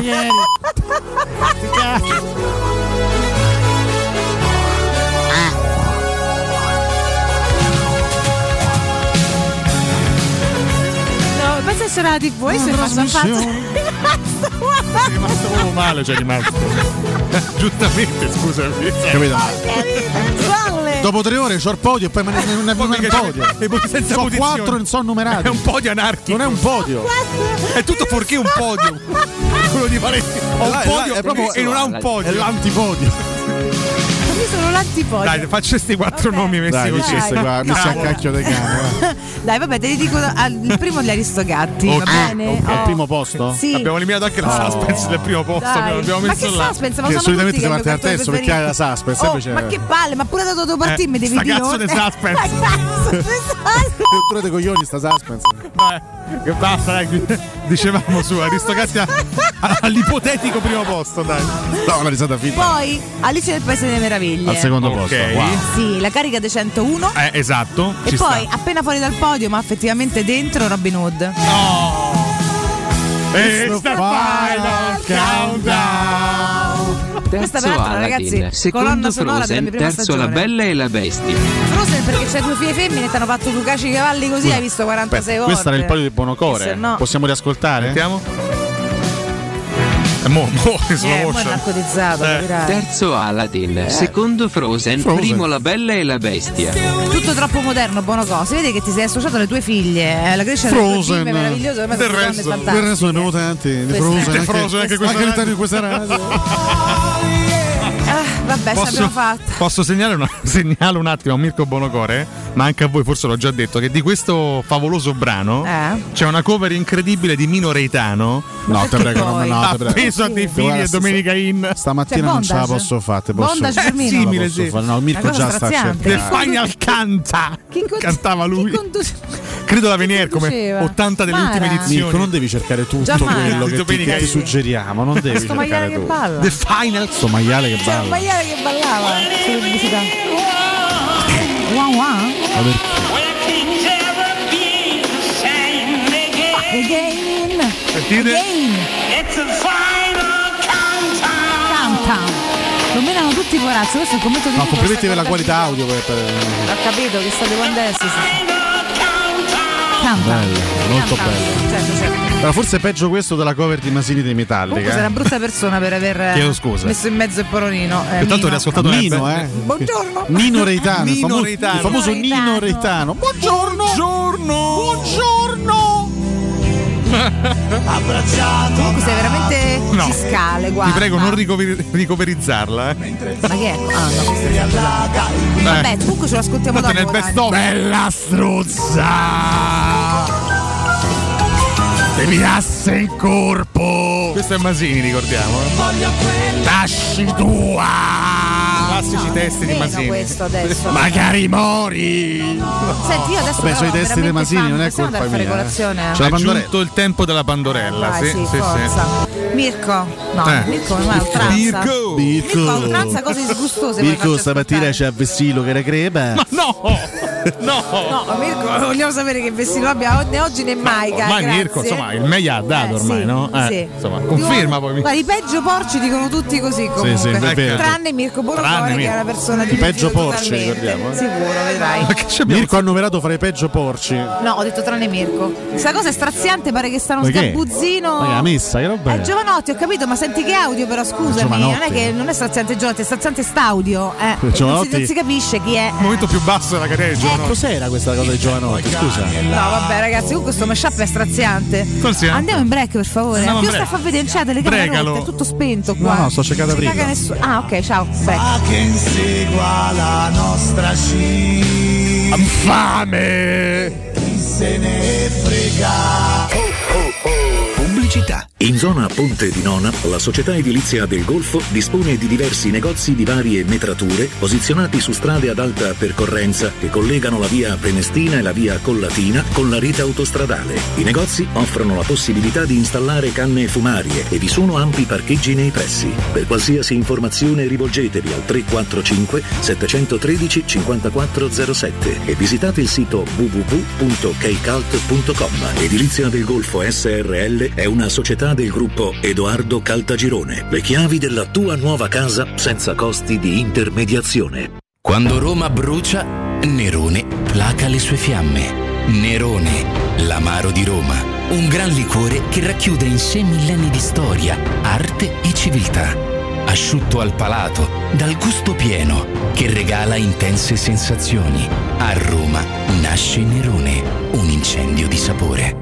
Pensa c'era la TV e sei rimasto proprio male, c'è rimasto. Giustamente, scusami. Capito? Dopo 3 ore c'ho il podio e poi non è un podio. E poi senza so 4 non sono numerati. È un podio anarchico. Non è un podio. È tutto fuorché un podio. Quello di Valentino. Ho un podio è proprio, e non ha un podio. È l'antipodio. Io sono l'antipodio. Dai, faccio questi 4 nomi messi così. Messi a cacchio dei cani. Dai, vabbè, te li dico il primo degli Aristogatti. Va bene? Al primo posto? Sì. Abbiamo eliminato anche la suspense del primo posto. Abbiamo messo là. Ma che suspense? Ma solitamente si parte al terzo perché hai la suspense. Ma che palle, ma pure da dove partire mi devi dire. Cazzo di suspense. Rottura dei coglioni sta suspense. Che basta, dai. Dicevamo su Aristogatti all'ipotetico primo posto, dai. No, una risata finta. Poi Alice nel Paese delle Meraviglie. Al secondo posto. Wow. Sì, la carica dei 101. Esatto. E poi appena fuori dal podio, ma effettivamente dentro, Robin Hood. It's the final countdown. Questa peraltro, ragazzi, secondo Frozen, terzo La Bella e la Bestia. Frozen perché c'è 2 figlie femmine e ti hanno fatto Lucaci cavalli così, hai visto 46 volte. Questo era il podio di Bonocore. No. Possiamo riascoltare? Sentiamo. Mo è narcotizzato, terzo Aladdin, secondo Frozen, primo La Bella e la Bestia. Tutto troppo moderno, Bonocore. Si vede che ti sei associato alle tue figlie. La crescita delle tue figlie è meravigliosa. Del resto ne abbiamo tanti. Di Frozen, anche all'interno di questa radio. Vabbè, abbiamo fatto. Posso segnalo un attimo a Mirko Bonocore, ma anche a voi forse l'ho già detto, che di questo favoloso brano c'è una cover incredibile di Nino Reitano. No, te prego, non appeso a dei figli e Domenica In. Stamattina non ce la posso fare. Simile, sì. No, Mirko già sta cercando. The Final Canta. Cantava lui. Credo la Venier come 80 delle ultime edizioni. Mirko, non devi cercare tutto quello che ti suggeriamo, non devi cercare tutto. The Final. Sto maiale che balla. Un maiale che ballava sulle pubblicità. Wow. Again. It's a final countdown. Lo menano tutti i corazzi. Questo è il commento di complimenti per la qualità audio. Ho capito che state quando essere. Bello, molto bello. Certo. Allora, forse è peggio questo della cover di Masini dei Metallica. Comunque sei una brutta persona per aver messo in mezzo il Poronino. Tanto ho riascoltato Nino, Buongiorno. Nino Reitano, il famoso Nino Reitano. Buongiorno. Abbracciato. Comunque sei veramente fiscale, guarda. Ti prego, non ricoverizzarla. Ma che è? Ah, no, questa è vabbè, comunque ce lo ascoltiamo dopo. Nel best of. Bella struzza. Te mi asse il corpo. Questo è Masini, ricordiamo. Tasci tua. Classici testi di Masini. Questo adesso. Magari mori. Senti, io adesso sono i testi di Masini, non è colpa mia. C'è giunto il tempo della Pandorella. Vai, sì, forza. Mirko. No, Mirko non è oltranza. Mirko oltranza, cose disgustose. Mirko stamattina c'è Vessilo che era crepa. Ma no, Mirko, vogliamo sapere che vestito abbia né oggi né mai. Ma Mirko, insomma, il meglio ha dato ormai, sì, no? Sì. Insomma, conferma poi. Ma i peggio porci dicono tutti così comunque. Sì, tranne Mirko Bonocore, che è una persona di peggio porci, ricordiamo. Sicuro, vedrai. Mirko ha numerato fra i peggio porci. No, ho detto tranne Mirko. Questa cosa è straziante, pare che sta uno sgabuzzino. Ma che la messa, che roba è? Giovanotti, ho capito, ma senti che audio però, scusami. Non è straziante Giovanotti, è straziante st'audio. Non si capisce chi è. Il momento più basso della carriera di Giovanotti. Cos'era questa cosa di Giovanotti? Scusa. No, vabbè, ragazzi, comunque questo mashup è straziante. Andiamo in break, per favore. Più sta a far vedere, c'è le camere rotte, è tutto spento qua. No, sto cercando prima. Ah, ok, ciao. Break. Che insegua la nostra scia. Fame! Chi se ne frega. Pubblicità. In zona Ponte di Nona, la società edilizia del Golfo dispone di diversi negozi di varie metrature posizionati su strade ad alta percorrenza che collegano la via Prenestina e la via Collatina con la rete autostradale. I negozi offrono la possibilità di installare canne fumarie e vi sono ampi parcheggi nei pressi. Per qualsiasi informazione rivolgetevi al 345 713 5407 e visitate il sito www.keicalt.com. Edilizia del Golfo SRL è una società del gruppo Edoardo Caltagirone. Le chiavi della tua nuova casa senza costi di intermediazione. Quando Roma brucia, Nerone placa le sue fiamme. Nerone, l'amaro di Roma. Un gran liquore che racchiude in sé millenni di storia, arte e civiltà. Asciutto al palato, dal gusto pieno, che regala intense sensazioni. A Roma nasce Nerone, un incendio di sapore.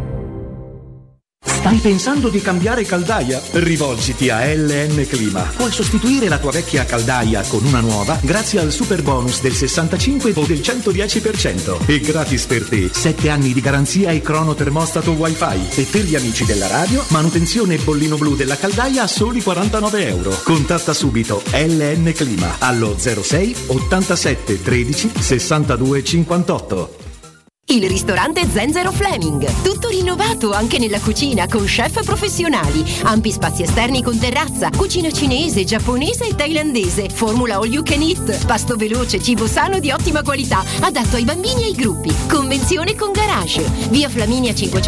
Stai pensando di cambiare caldaia? Rivolgiti a LN Clima. Puoi sostituire la tua vecchia caldaia con una nuova grazie al super bonus del 65 o del 110%. E gratis per te 7 anni di garanzia e cronotermostato wifi. E per gli amici della radio, manutenzione bollino blu della caldaia a soli €49. Contatta subito LN Clima allo 06 87 13 62 58. Il ristorante Zenzero Fleming, tutto rinnovato anche nella cucina con chef professionali, ampi spazi esterni con terrazza, cucina cinese, giapponese e thailandese, formula all you can eat, pasto veloce, cibo sano di ottima qualità, adatto ai bambini e ai gruppi, convenzione con garage, via Flaminia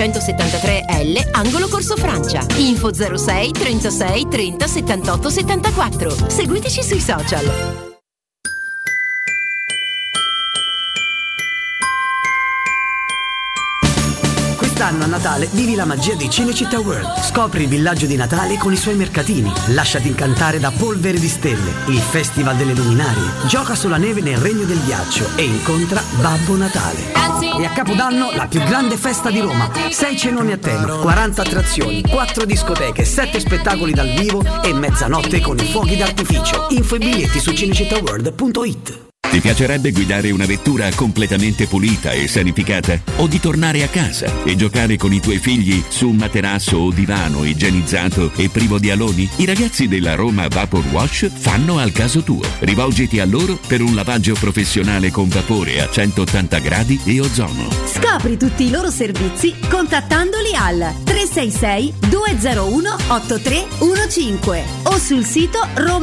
573L, angolo Corso Francia, info 06 36 30 78 74, seguiteci sui social. Quest'anno a Natale vivi la magia di Cinecittà World. Scopri il villaggio di Natale con i suoi mercatini. Lasciati incantare da Polvere di Stelle, il festival delle luminarie. Gioca sulla neve nel regno del ghiaccio e incontra Babbo Natale. E a Capodanno la più grande festa di Roma. 6 cenoni a tema, 40 attrazioni, 4 discoteche, 7 spettacoli dal vivo e mezzanotte con i fuochi d'artificio. Info e biglietti su cinecittàworld.it. Ti piacerebbe guidare una vettura completamente pulita e sanificata? O di tornare a casa e giocare con i tuoi figli su un materasso o divano igienizzato e privo di aloni? I ragazzi della Roma Vapor Wash fanno al caso tuo. Rivolgiti a loro per un lavaggio professionale con vapore a 180 gradi e ozono. Scopri tutti i loro servizi contattandoli al 366 201 8315 o sul sito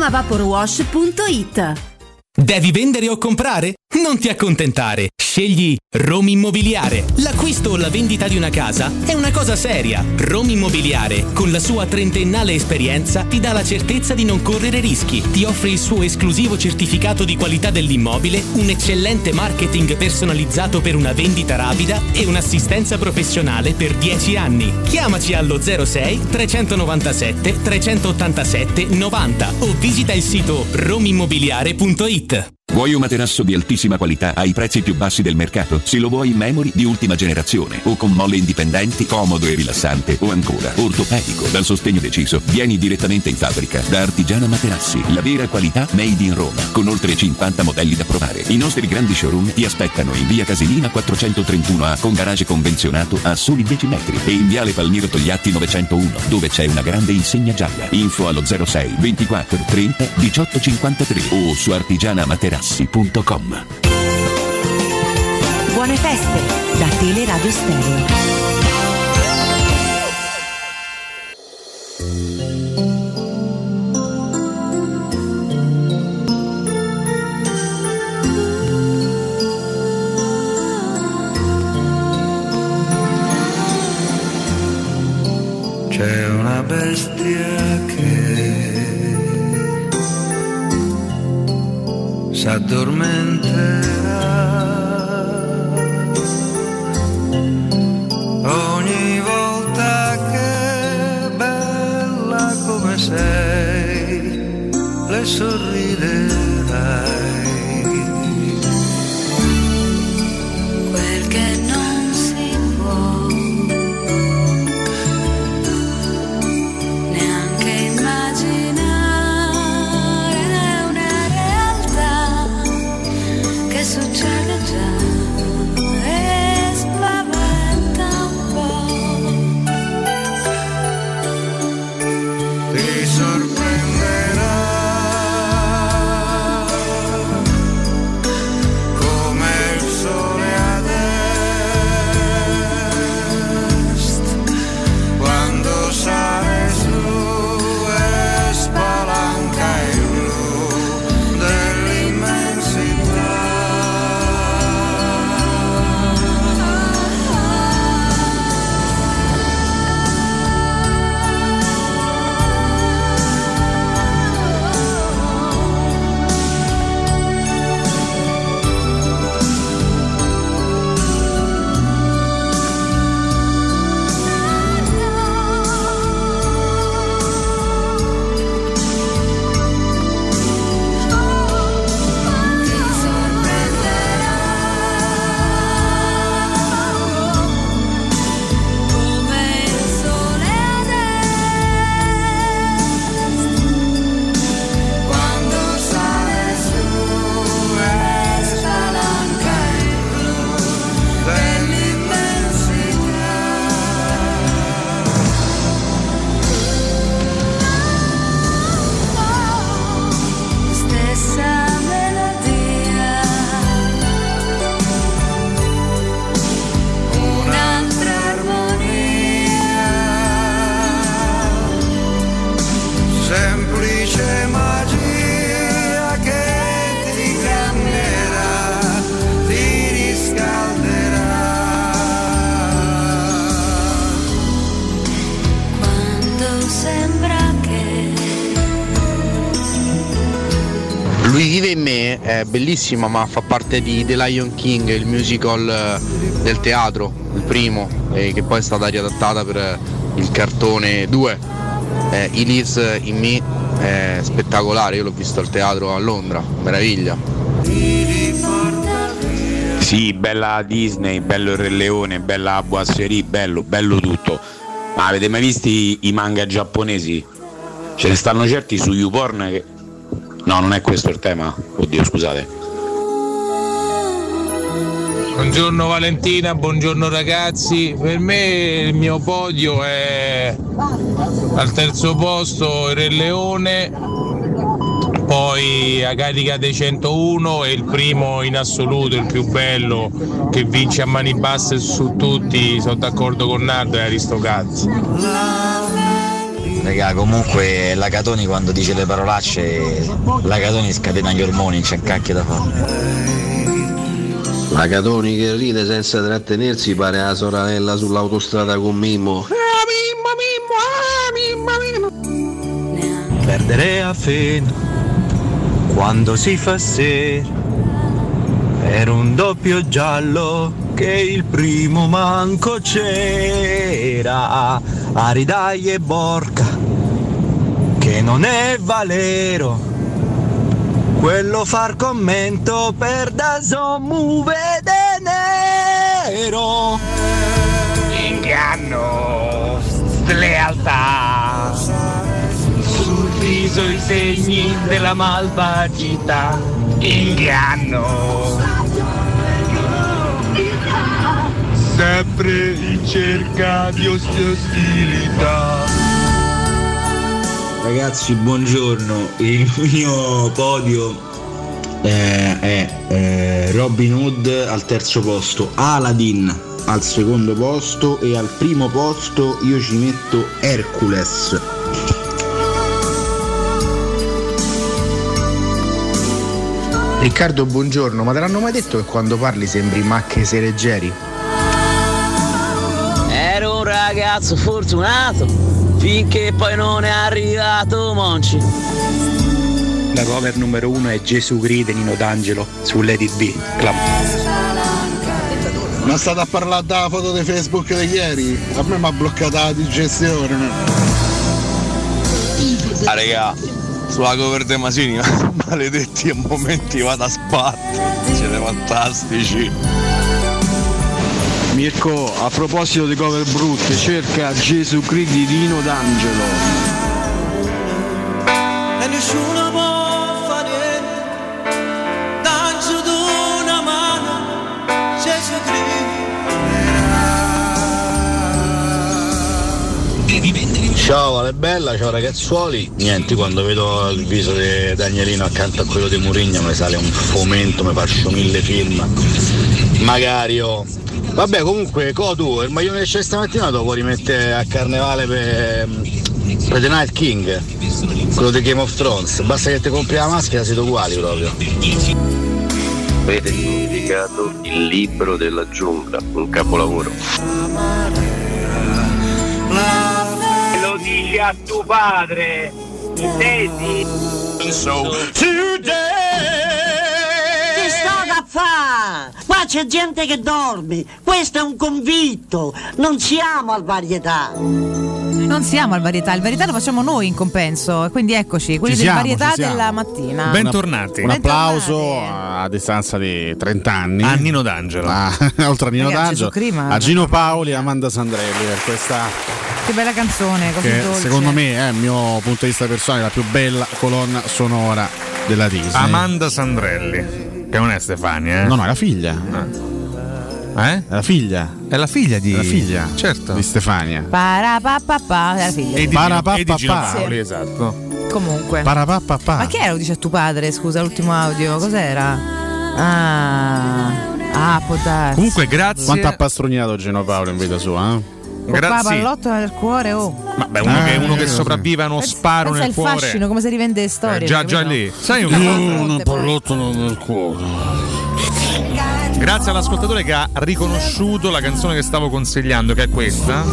romavaporwash.it. Devi vendere o comprare? Non ti accontentare. Scegli Romi Immobiliare. L'acquisto o la vendita di una casa è una cosa seria. Romi Immobiliare, con la sua trentennale esperienza, ti dà la certezza di non correre rischi. Ti offre il suo esclusivo certificato di qualità dell'immobile, un eccellente marketing personalizzato per una vendita rapida e un'assistenza professionale per 10 anni. Chiamaci allo 06 397 387 90 o visita il sito romimmobiliare.it. Vuoi un materasso di altissima qualità ai prezzi più bassi del mercato? Se lo vuoi in memory di ultima generazione o con molle indipendenti, comodo e rilassante o ancora ortopedico dal sostegno deciso, vieni direttamente in fabbrica da Artigiana Materassi, la vera qualità made in Roma, con oltre 50 modelli da provare. I nostri grandi showroom ti aspettano in via Casilina 431A con garage convenzionato a soli 10 metri e in viale Palmiro Togliatti 901 dove c'è una grande insegna gialla. Info allo 06 24 30 18 53 o su artigianamaterassi.com. Buone feste da Teleradio Stereo. C'è una bestia che s'addormenterà ogni volta che bella come sei le sorriderai. è bellissima, ma fa parte di The Lion King, il musical del teatro, il primo, che poi è stata riadattata per il cartone 2. He Lives in Me è spettacolare, io l'ho visto al teatro a Londra, meraviglia. Sì, bella Disney, bello il Re Leone, bella Boisserie, bello tutto. Ma avete mai visto i manga giapponesi? Ce ne stanno certi su YouPorn che... No, non è questo il tema. Oddio, scusate. Buongiorno Valentina, buongiorno ragazzi. Per me il mio podio è al terzo posto il Re Leone, poi a carica dei 101 e il primo in assoluto, il più bello, che vince a mani basse su tutti, sono d'accordo con Nardo, è Aristocazzi. Raga, comunque la Catoni quando dice le parolacce, la Catoni scatena gli ormoni, non c'è cacchio da fare. La Catoni che ride senza trattenersi pare la sorella sull'autostrada con Mimmo. Perdere a fine quando si fa sera per un doppio giallo che il primo manco c'era. Aridai e Borca che non è Valero, quello far commento per DAZN muove de nero. Inganno, slealtà, sul viso i segni della malvagità. Inganno, sempre in cerca di ostilità. Ragazzi, buongiorno. Il mio podio è Robin Hood al terzo posto, Aladdin al secondo posto e al primo posto io ci metto Hercules. Riccardo, buongiorno, ma te l'hanno mai detto che quando parli sembri Macchese Leggeri? Ero un ragazzo fortunato finché poi non è arrivato Monci. La cover numero 1 è Gesù grida Nino D'Angelo su Let It Be. Ma state a parlare della foto di Facebook di ieri? A me mi ha bloccata la digestione. Ah regà, sulla cover dei Masini, maledetti a momenti vado a sbattere. Siete fantastici. Mirko, a proposito di cover brutte, cerca Gesù Cristo di Nino D'Angelo. E nessuno può fare niente, danzo d'una mano, Gesù Cristo. Ciao Ale Bella, ciao ragazzuoli. Niente, quando vedo il viso di Danielino accanto a quello di Murigno mi sale un fomento, mi faccio 1000 film. Magari Vabbè, comunque, tu, il maglione che c'è stamattina lo puoi rimettere a carnevale per The Night King, quello di Game of Thrones. Basta che ti compri la maschera, siete uguali proprio. Avete dimenticato il libro della giungla, un capolavoro. Lo dici a tuo padre, intendi? Che sto da fare? Qua c'è gente che dorme, questo è un convitto, non siamo al varietà. Non siamo al varietà, il varietà lo facciamo noi in compenso, quindi eccoci, quelli del varietà della mattina. Bentornati. Un applauso a distanza di 30 anni a Nino D'Angelo, oltre a Nino D'Angelo, a Gino Paoli e Amanda Sandrelli per questa. Che bella canzone, così che dolce. Secondo me è, il mio punto di vista personale, la più bella colonna sonora della Disney. Amanda Sandrelli, che non è Stefania, No, è la figlia. È la figlia. È la figlia di. La figlia, certo. Di Stefania. Parapapapà, è la figlia. E di Gino Paoli, esatto. Comunque. Parapapapà. Ma che era? Lo dice a tuo padre, scusa, l'ultimo audio, cos'era? Può darsi. Comunque, grazie. Quanto ha pastrugnato Gino Paolo in vita sua, Grazie. Pallottola del cuore, Ma beh, uno che sopravvive a uno sparo nel il cuore. Fascino, come si rivende storie. Già lì. Sai una pallottola nel cuore. Grazie all'ascoltatore che ha riconosciuto la canzone che stavo consigliando, che è questa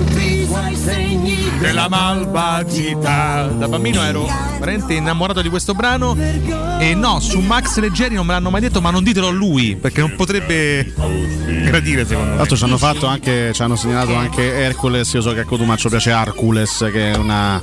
della malvagità. Da bambino ero veramente innamorato di questo brano e no, su Max Leggeri non me l'hanno mai detto, ma non ditelo a lui perché non potrebbe gradire, secondo me. Tra l'altro ci hanno segnalato anche Hercules. Io so che a Cotumaccio piace Hercules, che è una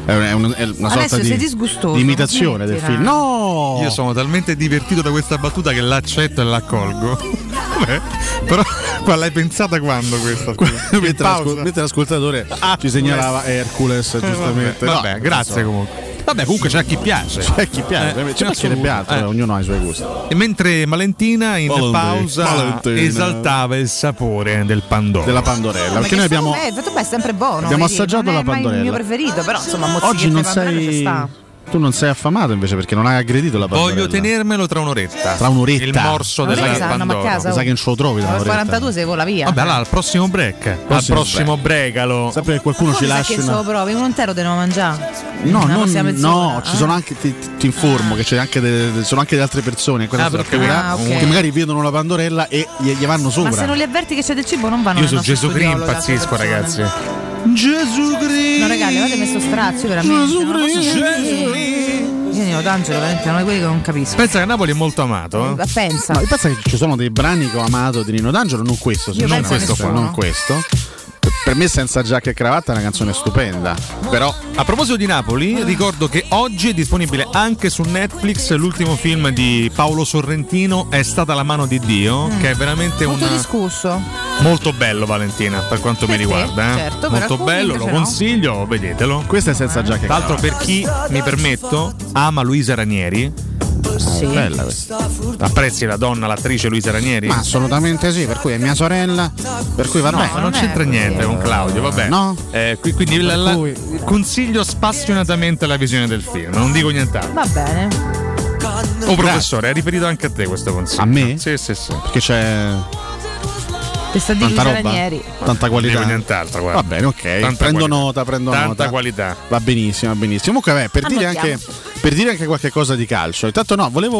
sorta di imitazione del film. No! Io sono talmente divertito da questa battuta che l'accetto e l'accolgo. Vabbè, però ma l'hai pensata quando questa? Mentre l'ascoltatore ci segnalava Hercules, giustamente. Vabbè, grazie comunque. Vabbè, comunque c'è chi piace. C'è chi piace, ci mancherebbe altro, ognuno ha i suoi gusti. E mentre Valentina in pausa esaltava il sapore del Pandoro. Della Pandorella. Perché noi abbiamo. È sempre buono. Abbiamo assaggiato la Pandorella. Non è il mio preferito, però insomma, oggi non sei. Tu non sei affamato invece perché non hai aggredito la Pandorella. Voglio tenermelo tra un'oretta. Tra un'oretta. Il morso della Pandora. Mi sa che non ce lo trovi tra un'oretta. 42 se vola via. Vabbè, allora al prossimo break. Al prossimo bregalo. Sempre che qualcuno ci lasci. Che se lo provi, uno intero devo mangiare. No, ci sono anche. Ti informo che c'è anche sono anche altre persone che magari vedono la Pandorella e gli vanno sopra. Ma se non li avverti che c'è del cibo non vanno. Io su Gesù Cristo impazzisco, ragazzi. Gesù Cristo. No, ragazzi, avete messo strazio veramente. Gesù Cristo. Io Nino D'Angelo veramente non è quello che non capisco. Pensa che Napoli è molto amato. Pensa. No, pensa che ci sono dei brani che ho amato di Nino D'Angelo, non questo, non questo qua. Non questo. Per me Senza giacca e cravatta è una canzone stupenda. Però a proposito di Napoli, ricordo che oggi è disponibile anche su Netflix l'ultimo film di Paolo Sorrentino, È stata la mano di Dio, che è veramente molto discusso. Molto bello, Valentina, per quanto mi riguarda. Certo, molto bello, lo consiglio, vedetelo. Questo è Senza giacca e cravatta. Tra l'altro, per chi, mi permetto, ama Luisa Ranieri. Sì. Bella questa. Apprezzi la donna, l'attrice Luisa Ranieri? Ma assolutamente sì, per cui è mia sorella, per cui va bene. No, non c'entra niente con Claudio, vabbè. No? Quindi consiglio spassionatamente la visione del film, non dico nient'altro. Va bene. Oh professore, è riferito anche a te questo consiglio? A me? Sì. Perché c'è questa tanta roba, Ranieri. Tanta qualità. Non nient'altro, guarda. Va bene, ok. Prendo nota. Tanta qualità. Va benissimo. Comunque, per dire anche qualche cosa di calcio. Intanto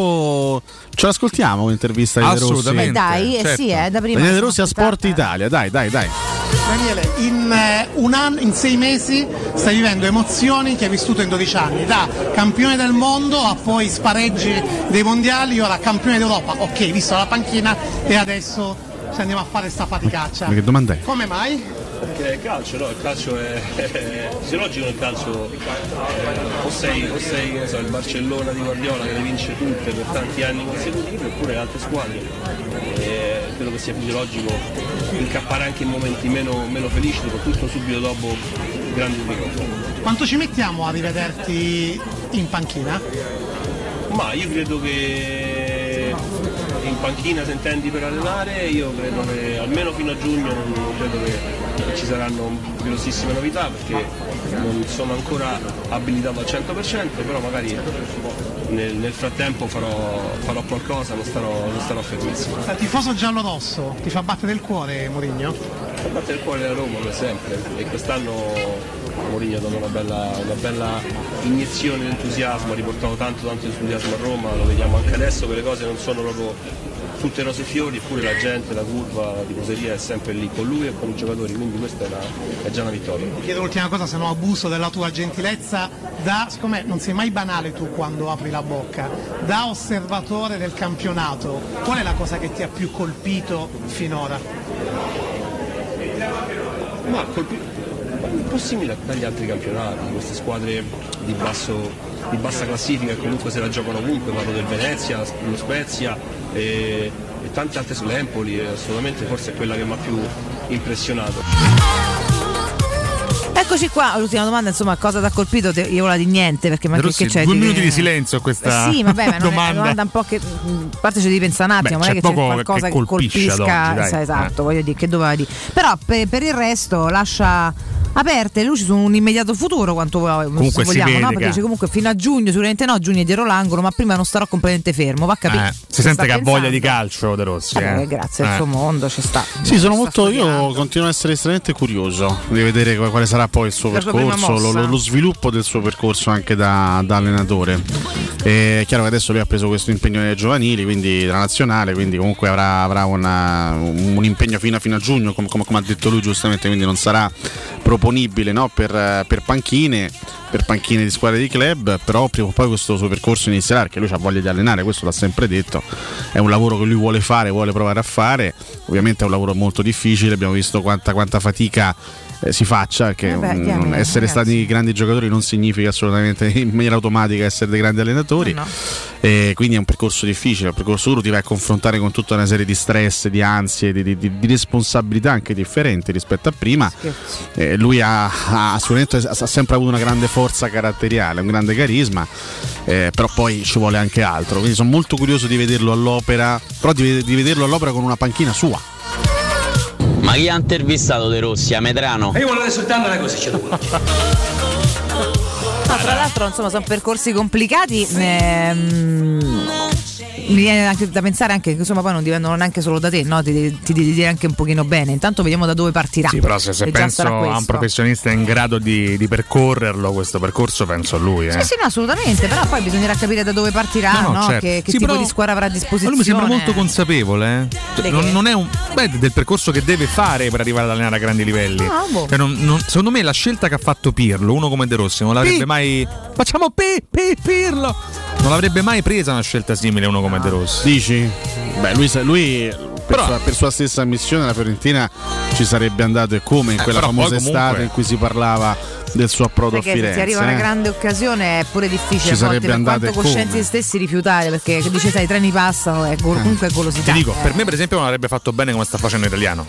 ce l'ascoltiamo l'intervista di De Rossi. Assolutamente. Dai, certo. Sì, da prima. Daniele De Rossi a Sport Italia. Dai. Daniele, in un anno, in 6 mesi stai vivendo emozioni che hai vissuto in 12 anni, da campione del mondo a poi spareggi dei mondiali, ora campione d'Europa, ok, visto la panchina, e adesso ci andiamo a fare sta faticaccia. Ma che domanda è? Come mai? Perché il calcio è fisiologico. Nel calcio o sei il Barcellona di Guardiola che le vince tutte per tanti anni consecutivi, oppure altre squadre. Credo che sia fisiologico incappare anche in momenti meno felici, soprattutto subito dopo grandi difficoltà. Quanto ci mettiamo a rivederti in panchina? Ma io credo che in panchina, se intendi per allenare, io credo che almeno fino a giugno non credo che ci saranno grossissime novità, perché non sono ancora abilitato al 100%, però magari nel frattempo farò qualcosa, non starò fermissimo. Tifoso giallo-rosso, ti fa battere il cuore Mourinho? Fa battere il cuore della Roma come sempre, e quest'anno Mourinho ha dato una bella iniezione di entusiasmo, ha riportato tanto entusiasmo a Roma, lo vediamo anche adesso che le cose non sono proprio tutte rose e fiori, eppure la gente, la curva, la tifoseria è sempre lì con lui e con i giocatori, quindi questa è già una vittoria. Ti chiedo l'ultima cosa, se non abuso della tua gentilezza, siccome non sei mai banale tu quando apri la bocca, da osservatore del campionato, qual è la cosa che ti ha più colpito finora? Ma un po' simile agli altri campionati, queste squadre di bassa classifica che comunque se la giocano ovunque, parlo del Venezia, lo Spezia e tante altre sull'Empoli, assolutamente forse è quella che mi ha più impressionato. Eccoci qua, l'ultima domanda, insomma, cosa ti ha colpito? Io vola di niente, perché ma Rossi, che c'è? 2 minuti di silenzio a questa sì, vabbè, ma domanda. È una domanda un po' che a parte ci devi pensare un attimo, non è che c'è qualcosa che colpisca, oggi, esatto, voglio dire, che doveva dire. Però per il resto lascia aperte le luci su un immediato futuro, quanto comunque vogliamo, si vede, no? Perché dice comunque fino a giugno, sicuramente no, giugno è dietro l'angolo, ma prima non starò completamente fermo, va a capire. Si sente che ha voglia di calcio De Rossi. Grazie al suo mondo ci sta. Sì, sono molto, io continuo ad essere estremamente curioso di vedere quale sarà poi il suo percorso, lo sviluppo del suo percorso anche da allenatore. È chiaro che adesso lui ha preso questo impegno nei giovanili, quindi della nazionale, quindi comunque avrà un impegno fino a giugno, come ha detto lui giustamente, quindi non sarà proponibile, no, per panchine di squadre di club, però prima o poi questo suo percorso inizierà, perché lui ha voglia di allenare, questo l'ha sempre detto, è un lavoro che lui vuole fare, vuole provare a fare, ovviamente è un lavoro molto difficile, abbiamo visto quanta fatica si faccia, che essere stati grandi giocatori non significa assolutamente in maniera automatica essere dei grandi allenatori, no. Quindi è un percorso difficile, un percorso duro, ti vai a confrontare con tutta una serie di stress, di ansie, di responsabilità anche differenti rispetto a prima. Lui ha sempre avuto una grande forza caratteriale, un grande carisma, però poi ci vuole anche altro, quindi sono molto curioso di vederlo all'opera, però di vederlo all'opera con una panchina sua. Ma chi ha intervistato De Rossi? A Medrano? Io volevo soltanto una cosa, c'è dovuto. Tra l'altro, insomma, sono percorsi complicati. Mi viene anche da pensare anche che insomma poi non dipendono neanche solo da te, no? Ti devi dire anche un pochino bene. Intanto vediamo da dove partirà. Sì, però se penso a un professionista in grado di percorrerlo questo percorso, penso a lui. Sì, no, assolutamente. Però poi bisognerà capire da dove partirà, no? Certo. Che tipo di squadra avrà a disposizione. Lui mi sembra molto consapevole. Non è del percorso che deve fare per arrivare ad allenare a grandi livelli. Secondo me la scelta che ha fatto Pirlo, uno come De Rossi, non l'avrebbe mai. Facciamo Pirlo! Non l'avrebbe mai presa una scelta simile uno come De Rossi. Dici? Beh, lui per sua stessa ammissione la Fiorentina ci sarebbe andato, e come in quella famosa estate in cui si parlava del suo approdo a Firenze. Se ti arriva una grande occasione è pure difficile ci a volte, sarebbe andato, per quanto coscienzi stessi rifiutare, perché dice sai, i treni passano e comunque è golosità. Ti dico, per me per esempio non avrebbe fatto bene come sta facendo Italiano.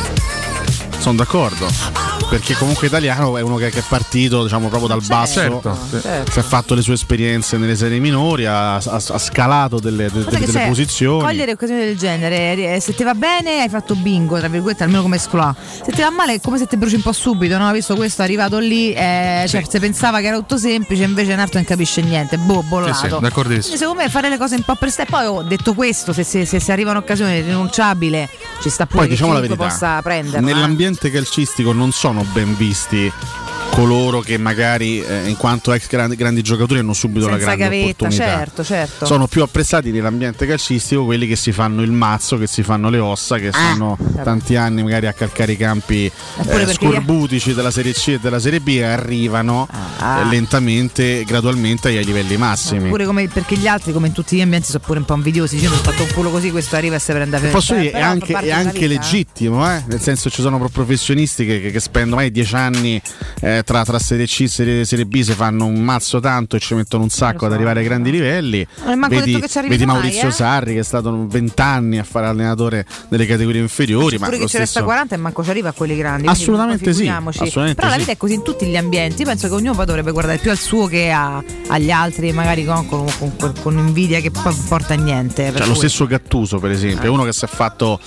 Sono d'accordo, perché comunque Italiano è uno che è partito, diciamo, proprio dal basso, certo. Si è fatto le sue esperienze nelle serie minori, ha scalato delle posizioni. Cogliere occasioni del genere, se ti va bene hai fatto bingo, tra virgolette, almeno come escloa. Se ti va male è come se ti bruci un po' subito, no? Visto questo è arrivato lì, cioè se pensava che era tutto semplice, invece un altro non capisce niente, bollato. Sì, d'accordissimo. Quindi secondo me fare le cose un po' per sé. Poi ho detto questo, se arriva un'occasione rinunciabile, ci sta pure, poi diciamo la verità, possa prenderla. Nell'ambiente calcistico non sono ben visti coloro che magari in quanto ex grandi giocatori hanno subito senza la grande opportunità. Certo. Sono più apprezzati nell'ambiente calcistico quelli che si fanno il mazzo, che si fanno le ossa, che stanno tanti anni magari a calcare i campi scorbutici della Serie C e della Serie B e arrivano lentamente, gradualmente ai livelli massimi. Pure come, perché gli altri, come in tutti gli ambienti, sono pure un po' invidiosi. Io non ho fatto un culo così, questo arriva e si prende a fare. Posso dire, è anche legittimo, nel senso ci sono professionisti che spendono mai 10 anni tra Serie C e Serie B, si fanno un mazzo tanto e ci mettono un sacco ad arrivare ai grandi livelli. Vedi Maurizio Sarri, che è stato 20 anni a fare allenatore delle categorie inferiori, ma pure che ce resta 40 e manco ci arriva a quelli grandi. Assolutamente sì. Però la vita è così in tutti gli ambienti. Io penso che ognuno poi dovrebbe guardare più al suo che agli altri, magari con invidia che poi porta a niente. Lo stesso Gattuso, per esempio, è uno che si è fatto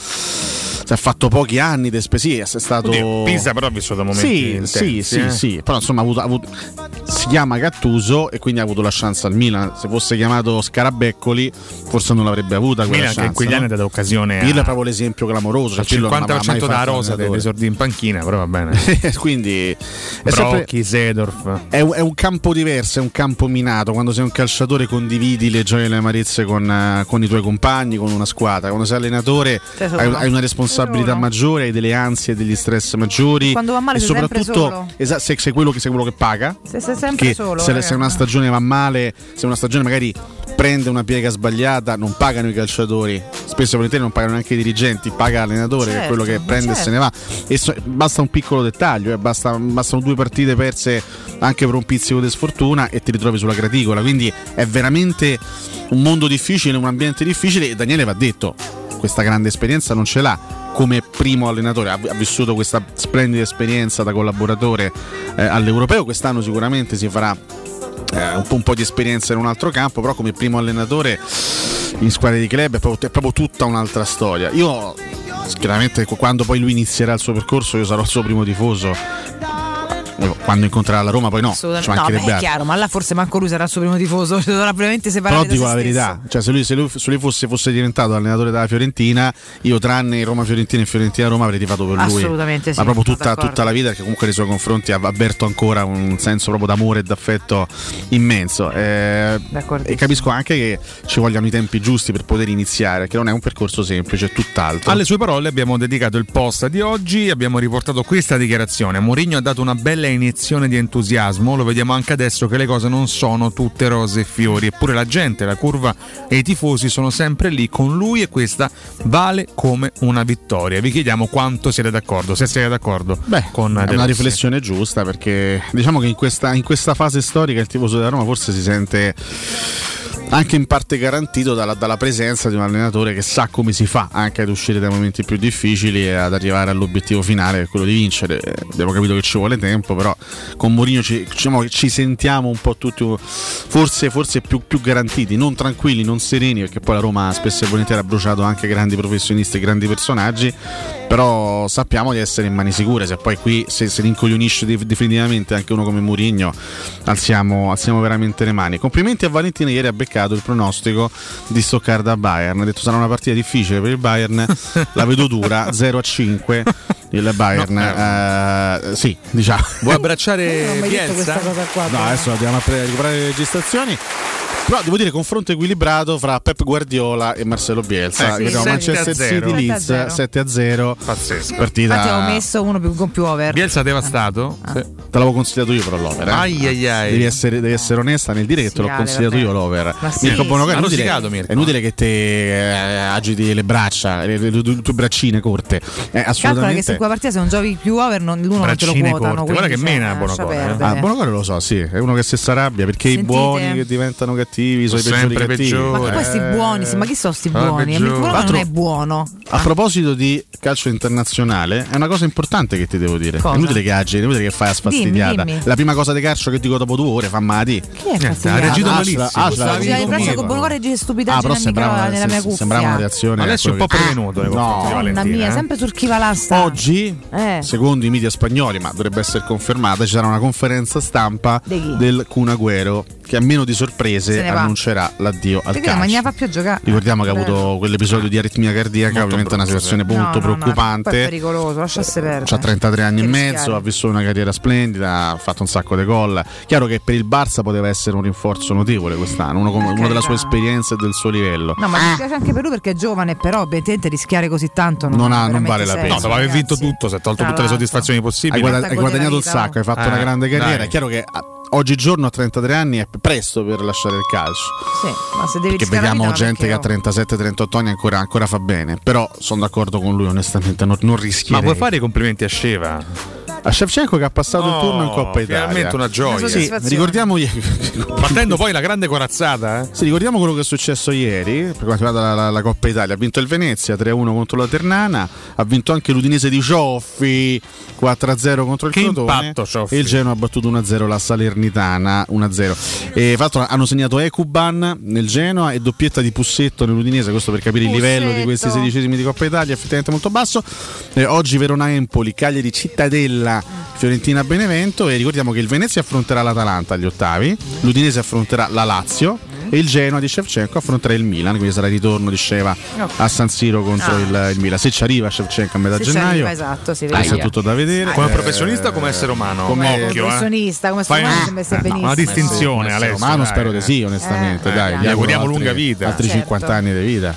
pochi anni è stato. Pisa però ha vissuto momenti intensi, sì, però insomma si chiama Gattuso e quindi ha avuto la chance al Milan. Se fosse chiamato Scarabeccoli forse non l'avrebbe avuta quella Milan, chance, che in quegli anni ha dato occasione Pirlo è proprio l'esempio clamoroso, il 50% della rosa dei esordi in panchina, però va bene. Quindi Brocchi, Seedorf è un campo diverso, è un campo minato. Quando sei un calciatore condividi le gioie e le amarezze con i tuoi compagni, con una squadra. Quando sei allenatore hai una responsabilità maggiore, hai delle ansie e degli stress maggiori. Quando va male e sei soprattutto sei quello che paga. Sei sempre solo. Se una stagione va male, se una stagione magari prende una piega sbagliata, non pagano i calciatori, spesso e volentieri non pagano neanche i dirigenti, paga l'allenatore, che è quello che prende e se ne va. E basta un piccolo dettaglio, bastano 2 partite perse anche per un pizzico di sfortuna e ti ritrovi sulla graticola. Quindi è veramente un mondo difficile, un ambiente difficile, e Daniele, va detto, questa grande esperienza non ce l'ha come primo allenatore, ha vissuto questa splendida esperienza da collaboratore all'Europeo. Quest'anno sicuramente si farà un po' di esperienza in un altro campo, però come primo allenatore in squadre di club è proprio tutta un'altra storia. Io chiaramente quando poi lui inizierà il suo percorso io sarò il suo primo tifoso, quando incontrerà la Roma poi no, no, beh, è chiaro, ma là forse manco lui sarà il suo primo tifoso, si dovrà veramente separare. Però dico la verità, cioè se lui fosse diventato allenatore della Fiorentina, io tranne Roma-Fiorentina e Fiorentina-Roma avrei tifato per lui. Assolutamente sì. Ma proprio tutta la vita, perché comunque nei suoi confronti avverto ancora un senso proprio d'amore e d'affetto immenso. E capisco anche che ci vogliano i tempi giusti per poter iniziare, perché non è un percorso semplice, è tutt'altro. Alle sue parole abbiamo dedicato il post di oggi, abbiamo riportato questa dichiarazione: Mourinho ha dato una bella iniezione di entusiasmo, lo vediamo anche adesso che le cose non sono tutte rose e fiori, eppure la gente, la curva e i tifosi sono sempre lì con lui e questa vale come una vittoria. Vi chiediamo quanto siete d'accordo, se siete d'accordo. Con è una riflessione giusta, perché diciamo che in questa fase storica il tifoso della Roma forse si sente anche in parte garantito dalla presenza di un allenatore che sa come si fa anche ad uscire dai momenti più difficili e ad arrivare all'obiettivo finale, che è quello di vincere. Abbiamo capito che ci vuole tempo, però con Mourinho ci sentiamo un po' tutti forse più garantiti, non tranquilli, non sereni, perché poi la Roma spesso e volentieri ha bruciato anche grandi professionisti e grandi personaggi, però sappiamo di essere in mani sicure. Se poi qui se rincoglionisce definitivamente anche uno come Mourinho, alziamo veramente le mani. Complimenti a Valentina, ieri ha beccato il pronostico di Stoccarda-Bayern, ha detto sarà una partita difficile per il Bayern, la vedo dura, 0-5 il Bayern. Sì, diciamo. Vuoi abbracciare Bielsa? No, adesso andiamo a recuperare le registrazioni. Però devo dire confronto equilibrato fra Pep Guardiola e Marcelo Bielsa. Manchester City Leeds 7-0. Pazzesco. Partita. Infatti ho messo uno con più over. Bielsa devastato? Sì. Te l'avevo consigliato io però l'over. Devi essere onesta nel dire che te l'ho consigliato io l'over. Mirko Bonocore, è inutile che te agiti le braccia, le tue braccine corte. Assolutamente. Calcola che se quella partita se non giochi più over l'uno non te lo quotano. Guarda che mena Bonocore. Bonocore lo so, sì, è uno che si s'arrabbia perché i buoni che diventano cattivi sono sempre peggiori. Ma poi sti buoni, ma chi sono sti buoni? Non è buono. A proposito di calcio internazionale, è una cosa importante che ti devo dire. È inutile che agi, è inutile che fai a sfastidiata. Dimmi. La prima cosa di calcio che dico dopo 2 ore fa male. Chi è fastidiato? Ha reagito malissimo. Il braccio con Bonocore dice stupidaggine nella mia cuffia. Sembrava una reazione. Adesso è un po' prevenuto. Mamma mia, sempre sul chi va l'asta. Oggi, secondo i media spagnoli, ma dovrebbe essere confermata, ci sarà una conferenza stampa del Kun Agüero, che a meno di sorprese annuncerà l'addio al calcio. Ma ne fa più a giocare. Ricordiamo che ha avuto quell'episodio di aritmia cardiaca, ovviamente è una situazione molto preoccupante. È pericoloso, lasciasse perdere. Ha 33 anni e mezzo, ha vissuto una carriera splendida, ha fatto un sacco di gol. Chiaro che per il Barça poteva essere un rinforzo notevole quest'anno, uno della sua esperienza e del suo livello. No, ma mi piace anche per lui perché è giovane, però ovviamente rischiare così tanto non vale la pena. No, dopo aver vinto tutto, si è tolto tutte le soddisfazioni possibili. Hai guadagnato un sacco, hai fatto una grande carriera. È chiaro che oggigiorno a 33 anni è presto per lasciare il calcio. Sì, ma se devi perché vediamo gente che a 37-38 anni ancora fa bene. Però sono d'accordo con lui, onestamente non rischierei. Ma vuoi fare i complimenti a Sheva? A Shevchenko che ha passato il turno in Coppa Italia. Veramente una gioia. Sì, ricordiamo partendo poi la grande corazzata. Sì, ricordiamo quello che è successo ieri per quanto riguarda la Coppa Italia. Ha vinto il Venezia 3-1 contro la Ternana, ha vinto anche l'Udinese di Cioffi 4-0 contro il Crotone e il Genoa ha battuto 1-0 la Salernitana 1-0. E fra l'altro hanno segnato Ekuban nel Genoa e doppietta di Pussetto nell'Udinese, questo per capire il livello di questi 16esimi di Coppa Italia, effettivamente molto basso. Oggi Verona-Empoli, Cagliari Cittadella, Fiorentina Benevento, e ricordiamo che il Venezia affronterà l'Atalanta agli ottavi, l'Udinese affronterà la Lazio e il Genoa di Shevchenko affronterà il Milan, quindi sarà il ritorno di Sheva a San Siro contro il Milan. Se ci arriva Shevchenko a metà gennaio, esatto, questo è tutto da vedere. Come professionista o come essere umano? Come professionista, come essere umano sembra essere benissimo. Una distinzione, Alessio. Umano spero di sì, onestamente. Dai, gli auguriamo lunga vita. Altri 50 anni di vita.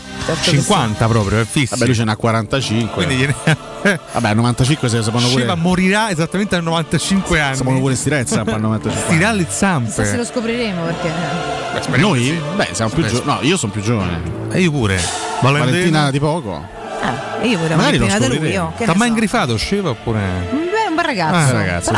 50 proprio, è fisso. Vabbè, lui ce n'ha 45. Quindi vabbè, a 95 se sapano pure. Sheva morirà esattamente a 95 anni. Sapano pure stirare il zampa a 95 anni. Stirare le zampe. Se lo scopriremo perché. Noi? Beh, siamo più giovani. No, io sono più giovane. E io pure. Valentina di poco. Io pure magari lo prima di lui. T'ha mai ingrifato Sheva oppure? Un bel ragazzo.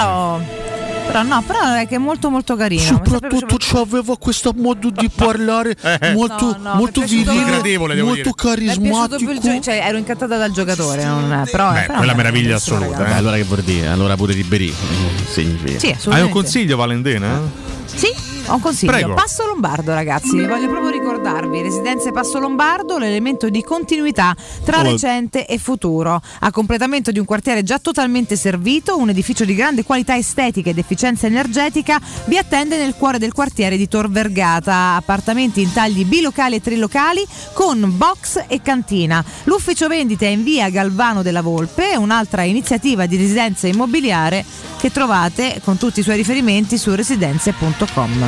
Però è che è molto molto carino. Soprattutto c'aveva questo modo di parlare molto virile, molto carismatico. Cioè, ero incantata dal giocatore, però quella meraviglia assoluta. Allora che vuol dire? Allora pure Ribéry significa. Sì, hai un consiglio, Valentina? Sì. Ho un consiglio. Prego. Passo Lombardo, ragazzi, vi voglio proprio ricordarvi. Residenze Passo Lombardo, l'elemento di continuità tra recente e futuro. A completamento di un quartiere già totalmente servito, un edificio di grande qualità estetica ed efficienza energetica vi attende nel cuore del quartiere di Tor Vergata. Appartamenti in tagli bilocali e trilocali con box e cantina. L'ufficio vendite è in via Galvano della Volpe, un'altra iniziativa di residenza immobiliare che trovate con tutti i suoi riferimenti su residenze.com.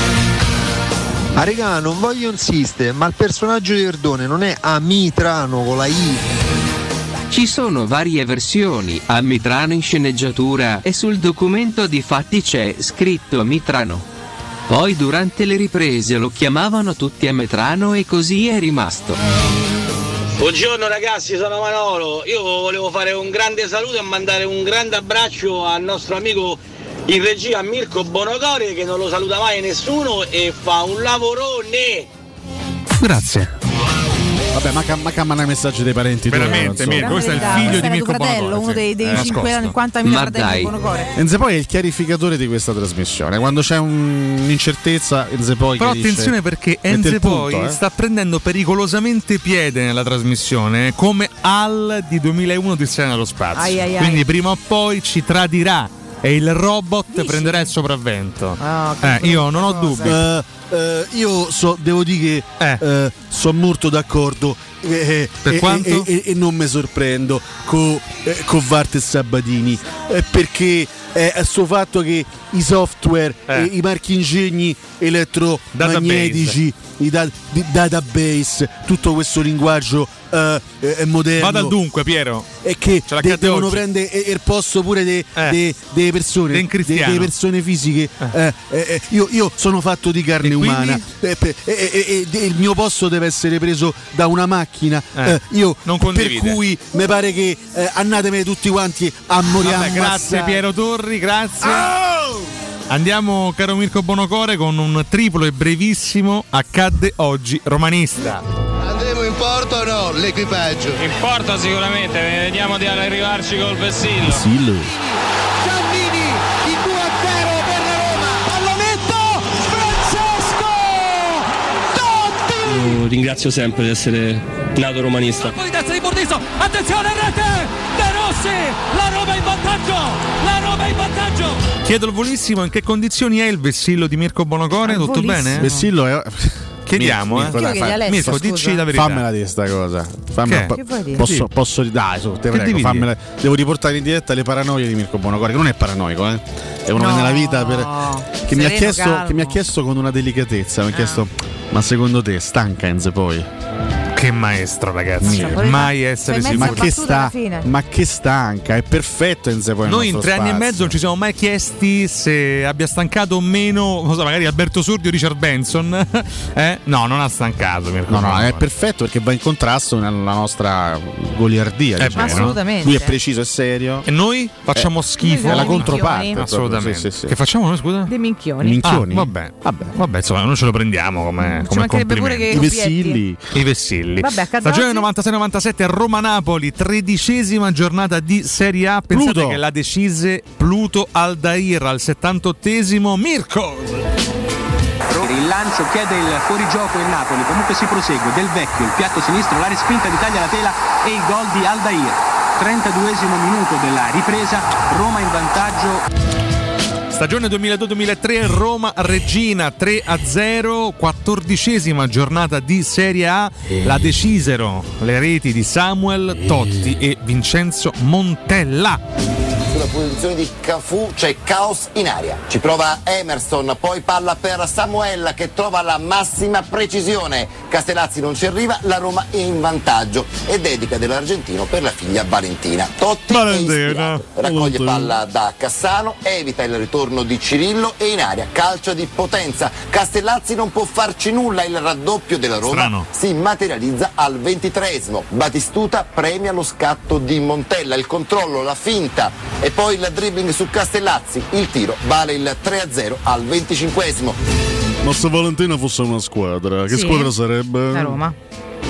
Ah regà, non voglio insistere, ma il personaggio di Verdone non è Amitrano con la I? Ci sono varie versioni, Amitrano in sceneggiatura e sul documento di fatti c'è scritto Amitrano. Poi durante le riprese lo chiamavano tutti Amitrano e così è rimasto. Buongiorno ragazzi, sono Manolo. Io volevo fare un grande saluto e mandare un grande abbraccio al nostro amico in regia Mirko Bonocore, che non lo saluta mai nessuno e fa un lavorone. Grazie. Vabbè, ma mandare messaggi dei parenti. Veramente, Mirko, questo è il figlio di Mirko fratello, uno dei 50.000 fratelli di Bonocore. Enze poi è il chiarificatore di questa trasmissione. Quando c'è un'incertezza, Enze poi. Però attenzione dice, perché Enze poi sta prendendo pericolosamente piede nella trasmissione come Al di 2001 di Odissea nello spazio. Quindi prima o poi ci tradirà e il robot prenderà il sopravvento. Io non ho dubbi. Io devo dire che sono molto d'accordo per quanto? E non mi sorprendo con Vart e Sabatini perché è suo fatto che i software, i marchi ingegni elettromagnetici, i database, tutto questo linguaggio è moderno. Vada al dunque, Piero. E che devono prendere il posto pure delle persone, delle persone fisiche. Io sono fatto di carne umana e il mio posto deve essere preso da una macchina. Io non per cui mi pare che andatemi tutti quanti a morire. Grazie Piero Torri, grazie. Andiamo, caro Mirko Bonocore, con un triplo e brevissimo. Accadde oggi romanista. Andremo in porto o no? L'equipaggio? In porto sicuramente, vediamo di arrivarci col Vessillo. Giannini, il 2-0 per la Roma. Pallonetto, Francesco Totti. Ringrazio sempre di essere nato romanista. Poi destra di Bordiso, attenzione rete, De Rossi, la Roma in vantaggio, la Roma in vantaggio. Chiedo al volissimo in che condizioni è il Vessillo di Mirko Bonocore, tutto bene? Vessillo è... Chiediamo, Mirko, dici la verità. Fammela dire sta cosa. Che vuoi dire? Posso dai, te prego, fammela. Devo riportare in diretta le paranoie di Mirko Bonocore, che non è paranoico, è uno nella vita che mi ha chiesto con una delicatezza, mi ha chiesto: ma secondo te stanca Enze poi? Che maestro, ragazzi, mai essere sicuro. Ma che stanca, è perfetto Enze poi. Noi in 3 anni e mezzo non ci siamo mai chiesti se abbia stancato o meno, non so, magari Alberto Sordi o Richard Benson. No, non ha stancato Mirko. No, è perfetto perché va in contrasto nella nostra goliardia, diciamo, assolutamente. Lui è preciso e serio. E noi facciamo schifo. È la controparte. Assolutamente. Sì. Che facciamo noi, scusa? Dei minchioni. Minchioni? Vabbè, insomma, non ce lo prendiamo come complimento. I Vessilli. Vabbè, stagione 96-97 Roma-Napoli, 13ª giornata di Serie A. Pensate Pluto, che la decise Pluto Aldair al 78esimo. Mirko! Il lancio chiede il fuorigioco il Napoli, comunque si prosegue. Del Vecchio, il piatto sinistro, la respinta di taglia la tela e il gol di Aldair. 32esimo minuto della ripresa, Roma in vantaggio. Stagione 2002-2003 Roma-Reggina 3-0, 14ª giornata di Serie A. La decisero le reti di Samuel Totti e Vincenzo Montella. Sulla posizione di Cafu c'è caos in aria, ci prova Emerson, poi palla per Samuel che trova la massima precisione. Castellazzi non ci arriva, la Roma è in vantaggio e dedica dell'argentino per la figlia Valentina. Totti è ispirato, raccoglie palla da Cassano, evita il ritorno di Cirillo e in aria calcio di potenza. Castellazzi non può farci nulla, il raddoppio della Roma si materializza al 23esimo. Batistuta premia lo scatto di Montella, il controllo, la finta e poi il dribbling su Castellazzi, il tiro vale il 3-0 al 25esimo. Ma se Valentina fosse una squadra, che squadra sarebbe? La Roma.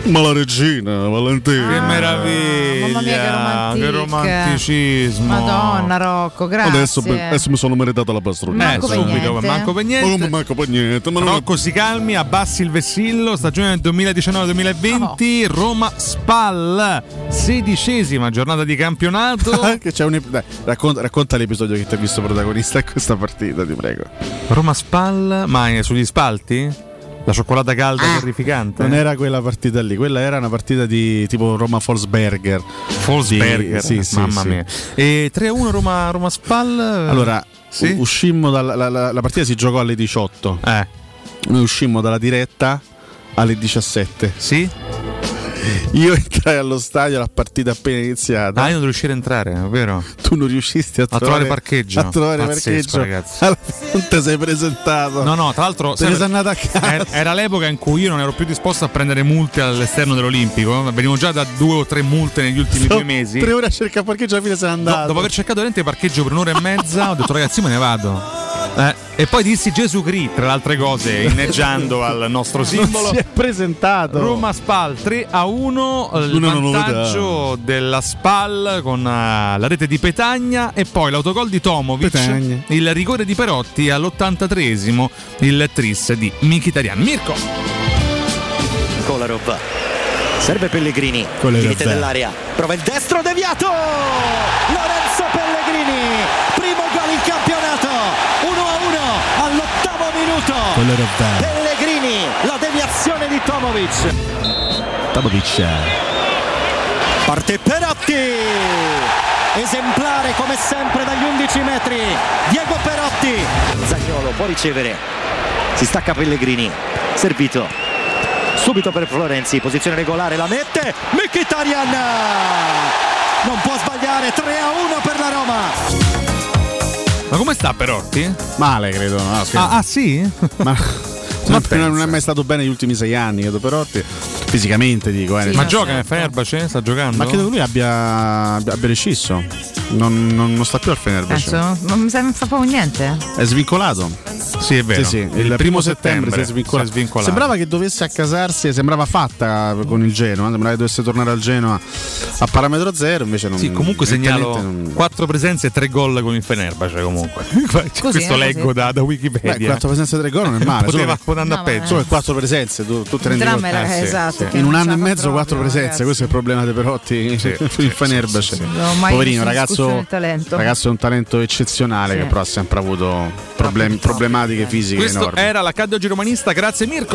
Ma la regina, Valentina. Che meraviglia. Mamma mia, che romanticismo. Madonna, Rocco, grazie. Adesso mi sono meritata la pastrugna. Subito, manco per niente. Ma come manco per niente? Ma Rocco si calmi, abbassi il vessillo. Stagione 2019-2020. Roma Spal, 16ª giornata di campionato. Che c'è racconta l'episodio che ti ha visto protagonista in questa partita, ti prego. Roma Spal, ma sugli spalti? La cioccolata calda terrificante? Non era quella partita lì, quella era una partita di tipo Roma-Folsberger. Sì, mamma mia. E 3-1 Roma Spal. Allora, uscimmo la partita si giocò alle 18. Noi uscimmo dalla diretta alle 17. Sì. Io entrai allo stadio, la partita appena iniziata. Io non riuscii a entrare, vero? Tu non riuscisti a trovare parcheggio. Pazzesco, ragazzi. Non ti sei presentato. No, tra l'altro sei andato a casa. Era l'epoca in cui io non ero più disposto a prendere multe all'esterno dell'Olimpico. Venivo già da 2 o 3 multe negli ultimi 2 mesi. 3 ore a cercare parcheggio, alla fine sei andato. Dopo aver cercato veramente parcheggio per un'ora e mezza, ho detto ragazzi, io me ne vado. E poi dissi Gesù Cristo, tra le altre cose, inneggiando al nostro simbolo. Non si è presentato. Roma Spal 3-1, il vantaggio della Spal con la rete di Petagna e poi l'autogol di Tomovic, il rigore di Perotti all'83esimo, il tris di Mkhitaryan. Mirko Kolarov, serve Pellegrini, limite dell'area, prova il destro deviato, Lorenzo Pellegrini, primo gol in campionato, 1-1 all'8° minuto. Pellegrini, la deviazione di Tomovic. Parte Perotti, esemplare come sempre dagli 11 metri, Diego Perotti. Zaniolo può ricevere, si stacca Pellegrini, servito subito per Florenzi, posizione regolare, la mette Mkhitaryan, non può sbagliare, 3-1 per la Roma. Ma come sta Perotti? Male, credo. No, sì? Non è mai stato bene negli ultimi 6 anni, credo Perotti. Fisicamente dico. Ma gioca nel Fenerbahce? Sta giocando? Ma credo che lui abbia rescisso. Non sta più al Fenerbahce. Non mi fa proprio niente. È svincolato. Sì, è vero. Sì. Il primo settembre si è svincolato. Sembrava che dovesse accasarsi, sembrava fatta con il Genoa, sembrava che dovesse tornare al Genoa a parametro zero, invece non. Sì, comunque segnalo 4 presenze e 3 gol con il Fenerbahce comunque. Questo leggo da Wikipedia. 4 presenze e 3 gol non è male. Poteva andare a peggio. Solo 4 presenze, tu te rendi conto. Esatto. In un anno e mezzo 4 presenze, ragazzi. Questo è il problema dei Perotti il Fenerbahce. Poverino, ragazzo è un talento eccezionale che però ha sempre avuto problematiche fisiche questo enormi. Era l'accadio giromanista, grazie Mirko.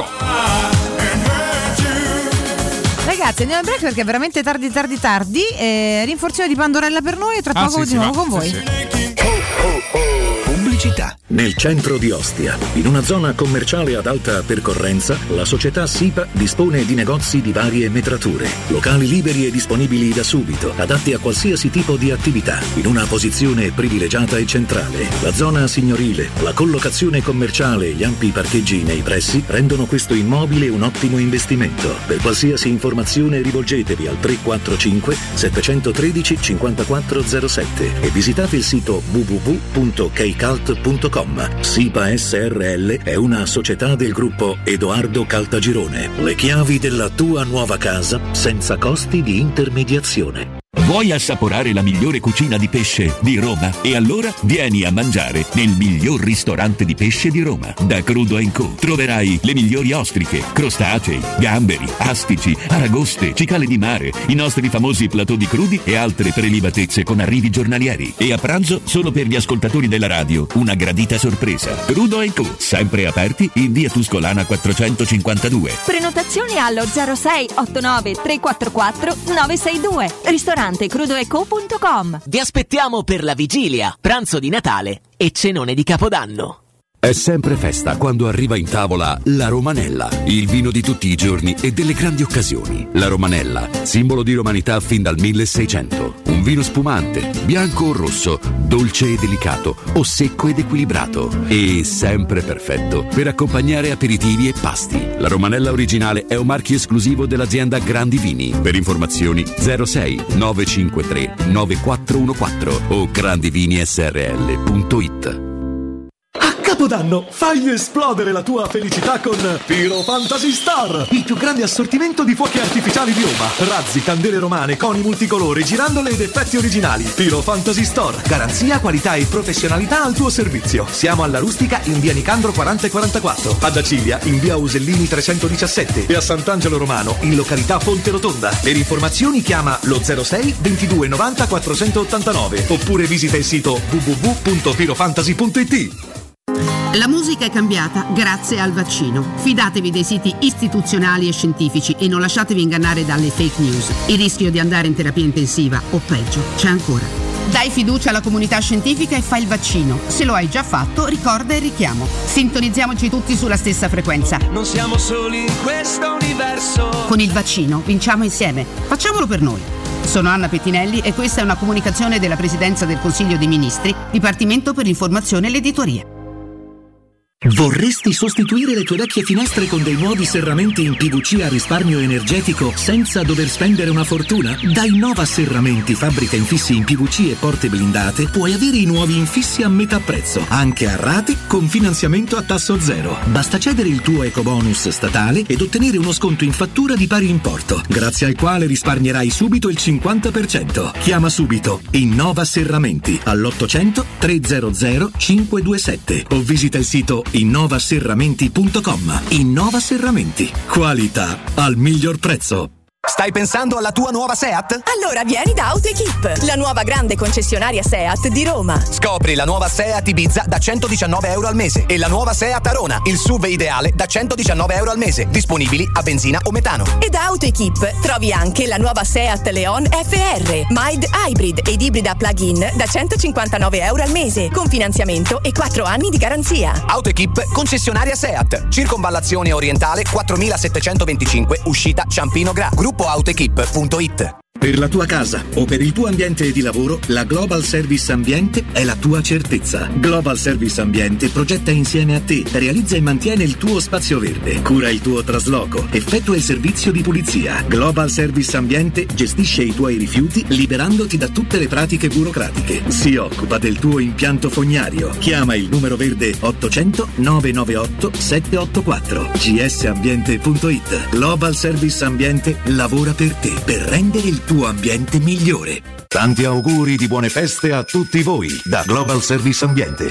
Ragazzi, andiamo in break perché è veramente tardi. Rinforzione di Pandorella per noi e tra poco di nuovo con voi. Pubblicità. Nel centro di Ostia, in una zona commerciale ad alta percorrenza, la società SIPA dispone di negozi di varie metrature, locali liberi e disponibili da subito, adatti a qualsiasi tipo di attività, in una posizione privilegiata e centrale. La zona signorile, la collocazione commerciale e gli ampi parcheggi nei pressi rendono questo immobile un ottimo investimento. Per qualsiasi informazione rivolgetevi al 345 713 5407 e visitate il sito www.kcalt.com. SIPA SRL è una società del gruppo Edoardo Caltagirone. Le chiavi della tua nuova casa senza costi di intermediazione. Vuoi assaporare la migliore cucina di pesce di Roma? E allora vieni a mangiare nel miglior ristorante di pesce di Roma. Da Crudo & Co. troverai le migliori ostriche, crostacei, gamberi, astici, aragoste, cicale di mare, i nostri famosi plateau di crudi e altre prelibatezze con arrivi giornalieri. E a pranzo, solo per gli ascoltatori della radio, una gradita sorpresa. Crudo & Co. Sempre aperti in via Tuscolana 452. Prenotazioni allo 06 89 344 962. Ristorante crudoeco.com. Vi aspettiamo per la vigilia, pranzo di Natale e cenone di Capodanno. È sempre festa quando arriva in tavola la Romanella, il vino di tutti i giorni e delle grandi occasioni. La Romanella, simbolo di romanità fin dal 1600. Un vino spumante, bianco o rosso, dolce e delicato o secco ed equilibrato. E sempre perfetto per accompagnare aperitivi e pasti. La Romanella originale è un marchio esclusivo dell'azienda Grandi Vini. Per informazioni 06 953 9414 o grandivinisrl.it. Capodanno, fai esplodere la tua felicità con Piro Fantasy Star, il più grande assortimento di fuochi artificiali di Roma. Razzi, candele romane, coni multicolori, girandole ed effetti originali. Piro Fantasy Store, garanzia, qualità e professionalità al tuo servizio. Siamo alla Rustica in via Nicandro 40 e 44, ad Acilia in via Usellini 317 e a Sant'Angelo Romano in località Ponte Rotonda. Per informazioni chiama lo 06 22 90 489 oppure visita il sito www.pirofantasy.it. La musica è cambiata grazie al vaccino. Fidatevi dei siti istituzionali e scientifici e non lasciatevi ingannare dalle fake news. Il rischio di andare in terapia intensiva o peggio c'è ancora. Dai fiducia alla comunità scientifica e fai il vaccino. Se lo hai già fatto, ricorda il richiamo. Sintonizziamoci tutti sulla stessa frequenza. Non siamo soli in questo universo. Con il vaccino vinciamo insieme. Facciamolo per noi. Sono Anna Pettinelli e questa è una comunicazione della Presidenza del Consiglio dei Ministri, Dipartimento per l'Informazione e l'Editoria. Vorresti sostituire le tue vecchie finestre con dei nuovi serramenti in PVC a risparmio energetico senza dover spendere una fortuna? Da Innova Serramenti, fabbrica infissi in PVC e porte blindate, puoi avere i nuovi infissi a metà prezzo, anche a rate con finanziamento a tasso zero. Basta cedere il tuo ecobonus statale ed ottenere uno sconto in fattura di pari importo, grazie al quale risparmierai subito il 50%. Chiama subito Innova Serramenti all'800 300 527 o visita il sito innovaserramenti.com. Innova Serramenti. Qualità al miglior prezzo. Stai pensando alla tua nuova Seat? Allora vieni da AutoEquip, la nuova grande concessionaria Seat di Roma. Scopri la nuova Seat Ibiza da €119 al mese e la nuova Seat Arona, il SUV ideale da €119 al mese, disponibili a benzina o metano. E da AutoEquip trovi anche la nuova Seat Leon FR, mild hybrid ed ibrida plug-in da €159 al mese, con finanziamento e 4 anni di garanzia. AutoEquip, concessionaria Seat, circonvallazione orientale 4725, uscita Ciampino Gra. Gruppo autoequip.it. Per la tua casa o per il tuo ambiente di lavoro, la Global Service Ambiente è la tua certezza. Global Service Ambiente progetta insieme a te, realizza e mantiene il tuo spazio verde, cura il tuo trasloco, effettua il servizio di pulizia. Global Service Ambiente gestisce i tuoi rifiuti liberandoti da tutte le pratiche burocratiche. Si occupa del tuo impianto fognario. Chiama il numero verde 800 998 784. gsambiente.it. Global Service Ambiente lavora per te, per rendere il tuo ambiente migliore. Tanti auguri di buone feste a tutti voi da Global Service Ambiente.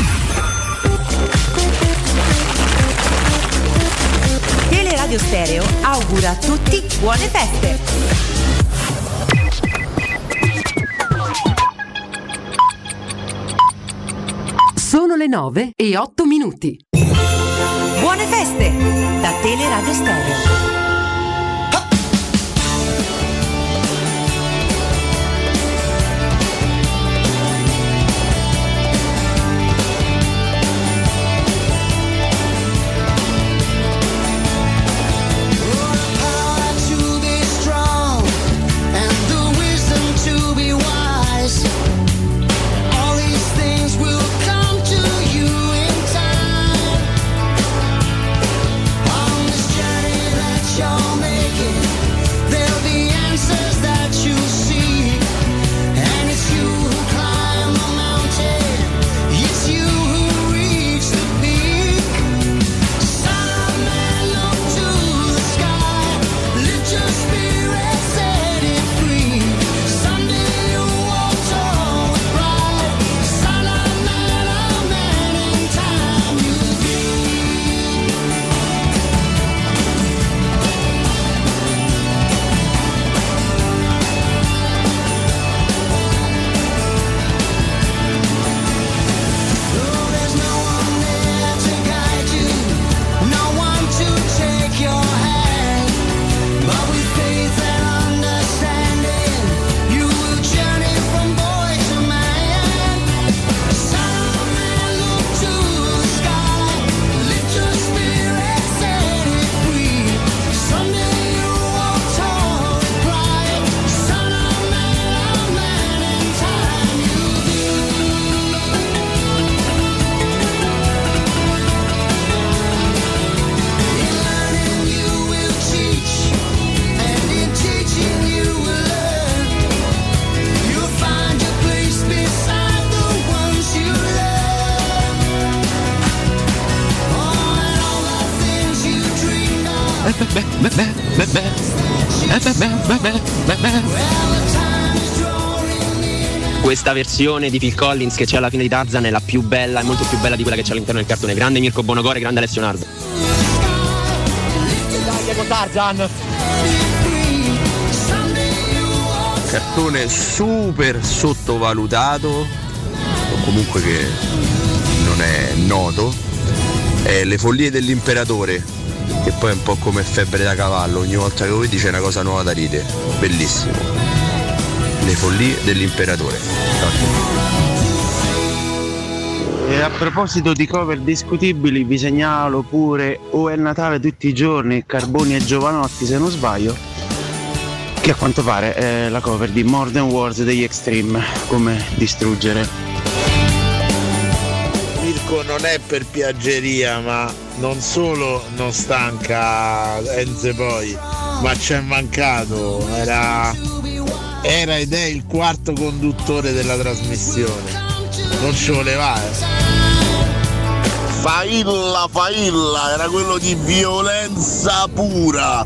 Teleradio Stereo augura a tutti buone feste. Sono le 9:08. Buone feste da Teleradio Stereo. On this journey that Questa versione di Phil Collins che c'è alla fine di Tarzan è la più bella, è molto più bella di quella che c'è all'interno del cartone. Grande Mirko Bonocore, grande Alessio Nardo. Tarzan. Cartone super sottovalutato, o comunque che non è noto, è Le follie dell'imperatore, che poi è un po' come Febbre da cavallo, ogni volta che lo vedi c'è una cosa nuova da ridere, bellissimo. Le follie dell'imperatore. E a proposito di cover discutibili, vi segnalo pure O è Natale tutti i giorni, Carboni e Giovanotti se non sbaglio, che a quanto pare è la cover di Modern Wars degli Extreme, come distruggere. Mirko non è per piaggeria, ma non solo non stanca Enze poi, ma c'è mancato, era ed è il quarto conduttore della trasmissione, non ci voleva. Failla, era quello di violenza pura.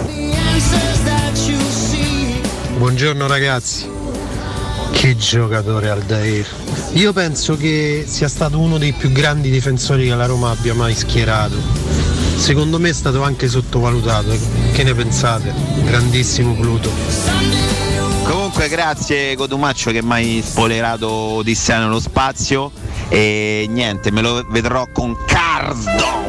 Buongiorno ragazzi, che giocatore Aldair. Io penso che sia stato uno dei più grandi difensori che la Roma abbia mai schierato. Secondo me è stato anche sottovalutato. Che ne pensate? Grandissimo Pluto. Comunque grazie Cotumaccio che mi hai spoilerato Odissea nello spazio e niente, me lo vedrò con Cardo.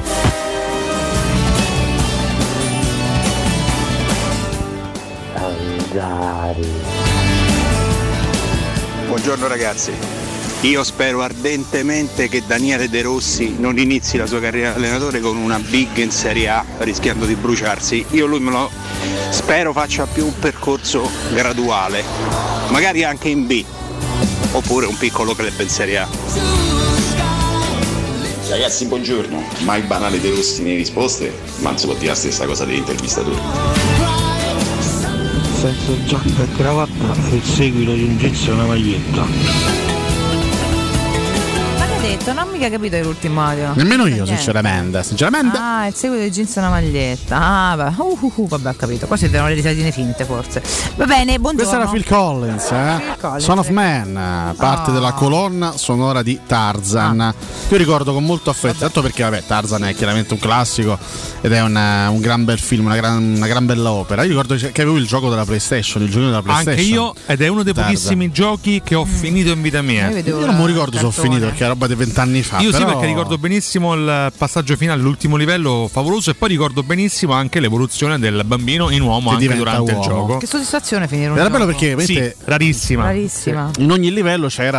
Buongiorno ragazzi, io spero ardentemente che Daniele De Rossi non inizi la sua carriera da allenatore con una big in Serie A rischiando di bruciarsi. Io lui me lo spero faccia più un percorso graduale, magari anche in B, oppure un piccolo club in Serie A. Ragazzi buongiorno, mai banale De Rossi nelle risposte, ma non si può dire la stessa cosa degli intervistatori. Senza giacca e cravatta il seguito di un jeans e una maglietta. Non ho mica capito l'ultimo audio. Nemmeno io, sinceramente. Ah, il seguito di jeans e una maglietta. Ah, vabbè, ho capito. Qua si vedono le risaltine finte, forse. Va bene, buongiorno. Questo era Phil Collins, Phil Collins, Son of Man, parte della colonna sonora di Tarzan. Io ricordo con molto affetto, tanto perché vabbè, Tarzan è chiaramente un classico ed è un gran bel film, una gran bella opera. Io ricordo che avevo il gioco della PlayStation, il giochino della PlayStation. Anche io, ed è uno dei pochissimi giochi che ho finito in vita mia. Io non mi ricordo se ho finito perché è roba di 20 anni fa. Io però... sì, perché ricordo benissimo il passaggio finale, l'ultimo livello favoloso, e poi ricordo benissimo anche l'evoluzione del bambino in uomo che anche durante uomo. il gioco. Che soddisfazione finire un Era gioco. bello perché sì, rarissima. In ogni livello c'era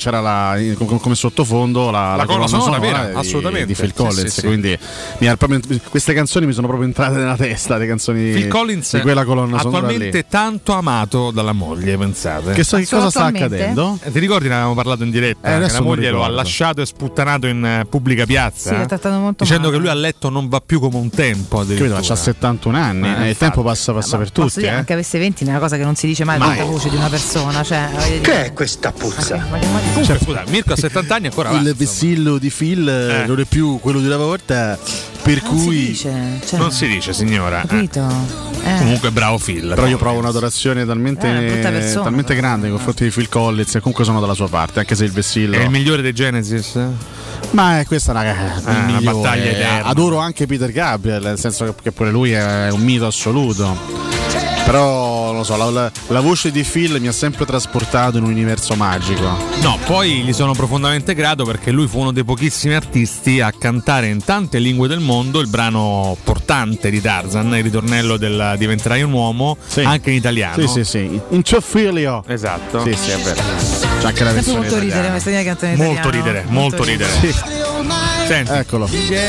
come sottofondo la colonna sonora vera, assolutamente di Phil Collins, sì. Quindi queste canzoni mi sono proprio entrate nella testa, le canzoni Phil Collins di quella colonna sonora attualmente lì. Tanto amato dalla moglie, pensate. Che cosa sta accadendo? Ti ricordi, ne avevamo parlato in diretta, che la moglie lo ha lasciato e sputtanato in pubblica piazza, sì, è trattato molto dicendo male. che lui a letto non va più come un tempo, ma c'ha 71 anni, il tempo passa per tutti, dire, anche avesse 20 è una cosa che non si dice mai con la voce di una persona, cioè, che è questa puzza? Comunque, scusa, Mirko ha 70 anni ancora il vessillo di Phil non è più quello di una volta, per non cui si dice, cioè, non si dice, signora, capito? Comunque bravo Phil, però io provo un'adorazione talmente grande nei confronti di Phil Collins, e comunque sono dalla sua parte, anche se il vessillo è il migliore dei Genesis. Ma questa è una battaglia eterna. Adoro anche Peter Gabriel, nel senso che pure lui è un mito assoluto. Però non lo so, la voce di Phil mi ha sempre trasportato in un universo magico. No, poi gli sono profondamente grato perché lui fu uno dei pochissimi artisti a cantare in tante lingue del mondo il brano portante di Tarzan, il ritornello del Diventerai un uomo, anche in italiano. Sì. In tuo figlio. Esatto. Sì, è vero. C'è anche la versione molto ridere, questa mia cantata in italiano. Molto ridere. Sì. Senti. Eccolo.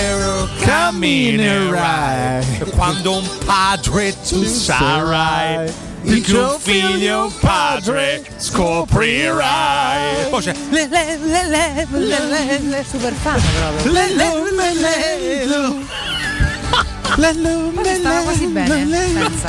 Quando un padre tu sarai, il tuo figlio padre scoprirai. Poi c'è super fan proprio. Stava quasi bene, pensa.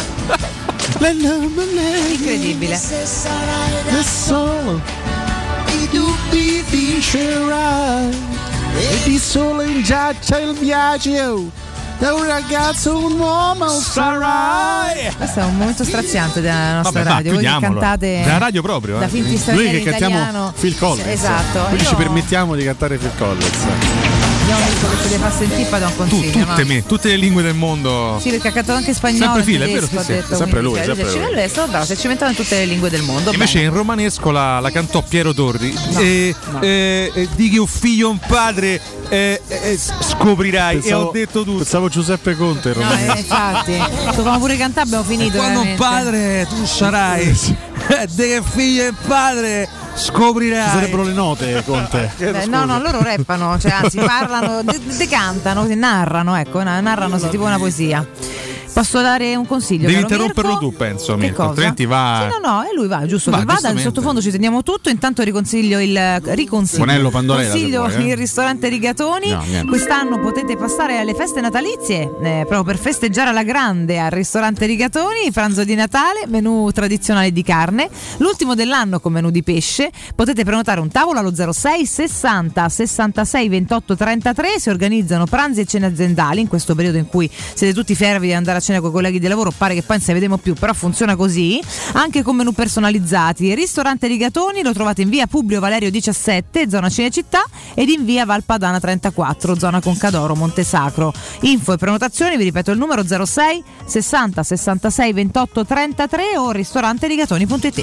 Incredibile. Solo i dubbi vincerai e di solo in giaccia il viaggio è un ragazzo, un uomo, sarai. Questo è un momento straziante della nostra radio. Voi che cantate da radio proprio. Da finti stranieri. Noi che cantiamo Phil Collins. Esatto. Quindi ci permettiamo di cantare Phil Collins. Abbiamo detto che se le fa sentire poi da un consiglio. Tutte le lingue del mondo. Sì, perché ha cantato anche spagnolo. Sempre Phil, tedesco, è vero, ha detto, sempre lui. Sempre lui. È stato bravo, si è cimentato in tutte le lingue del mondo. Invece in romanesco la cantò Piero Torri. Di che un figlio un padre scoprirai. E ho detto tutto. Pensavo Giuseppe Conte in romanesco. Infatti, dovevamo pure cantare, abbiamo finito. Quando un padre tu sarai. Di che figlio e padre scoprirai. Sarebbero le note, Conte. No, loro rappano, cioè anzi parlano, decantano, narrano, ecco, narrano tipo una poesia. Posso dare un consiglio? Devi interromperlo tu, penso, Mirko, altrimenti va. Sì, no, e lui va, giusto che vada. In sottofondo ci teniamo tutto. Intanto riconsiglio Bonello Pandorella. Consiglio il ristorante Rigatoni. Quest'anno potete passare alle feste natalizie, proprio per festeggiare alla grande al ristorante Rigatoni. Pranzo di Natale, menù tradizionale di carne. L'ultimo dell'anno con menù di pesce. Potete prenotare un tavolo allo 06 60 66 28 33. Si organizzano pranzi e cene aziendali in questo periodo in cui siete tutti fervi di andare a cena con i colleghi di lavoro, pare che poi non se ne vediamo più, però funziona così, anche con menù personalizzati. Il ristorante Rigatoni lo trovate in via Publio Valerio 17, zona Cinecittà, ed in via Valpadana 34, zona Concadoro, Montesacro. Info e prenotazioni, vi ripeto il numero 06 60 66 28 33 o ristoranterigatoni.it.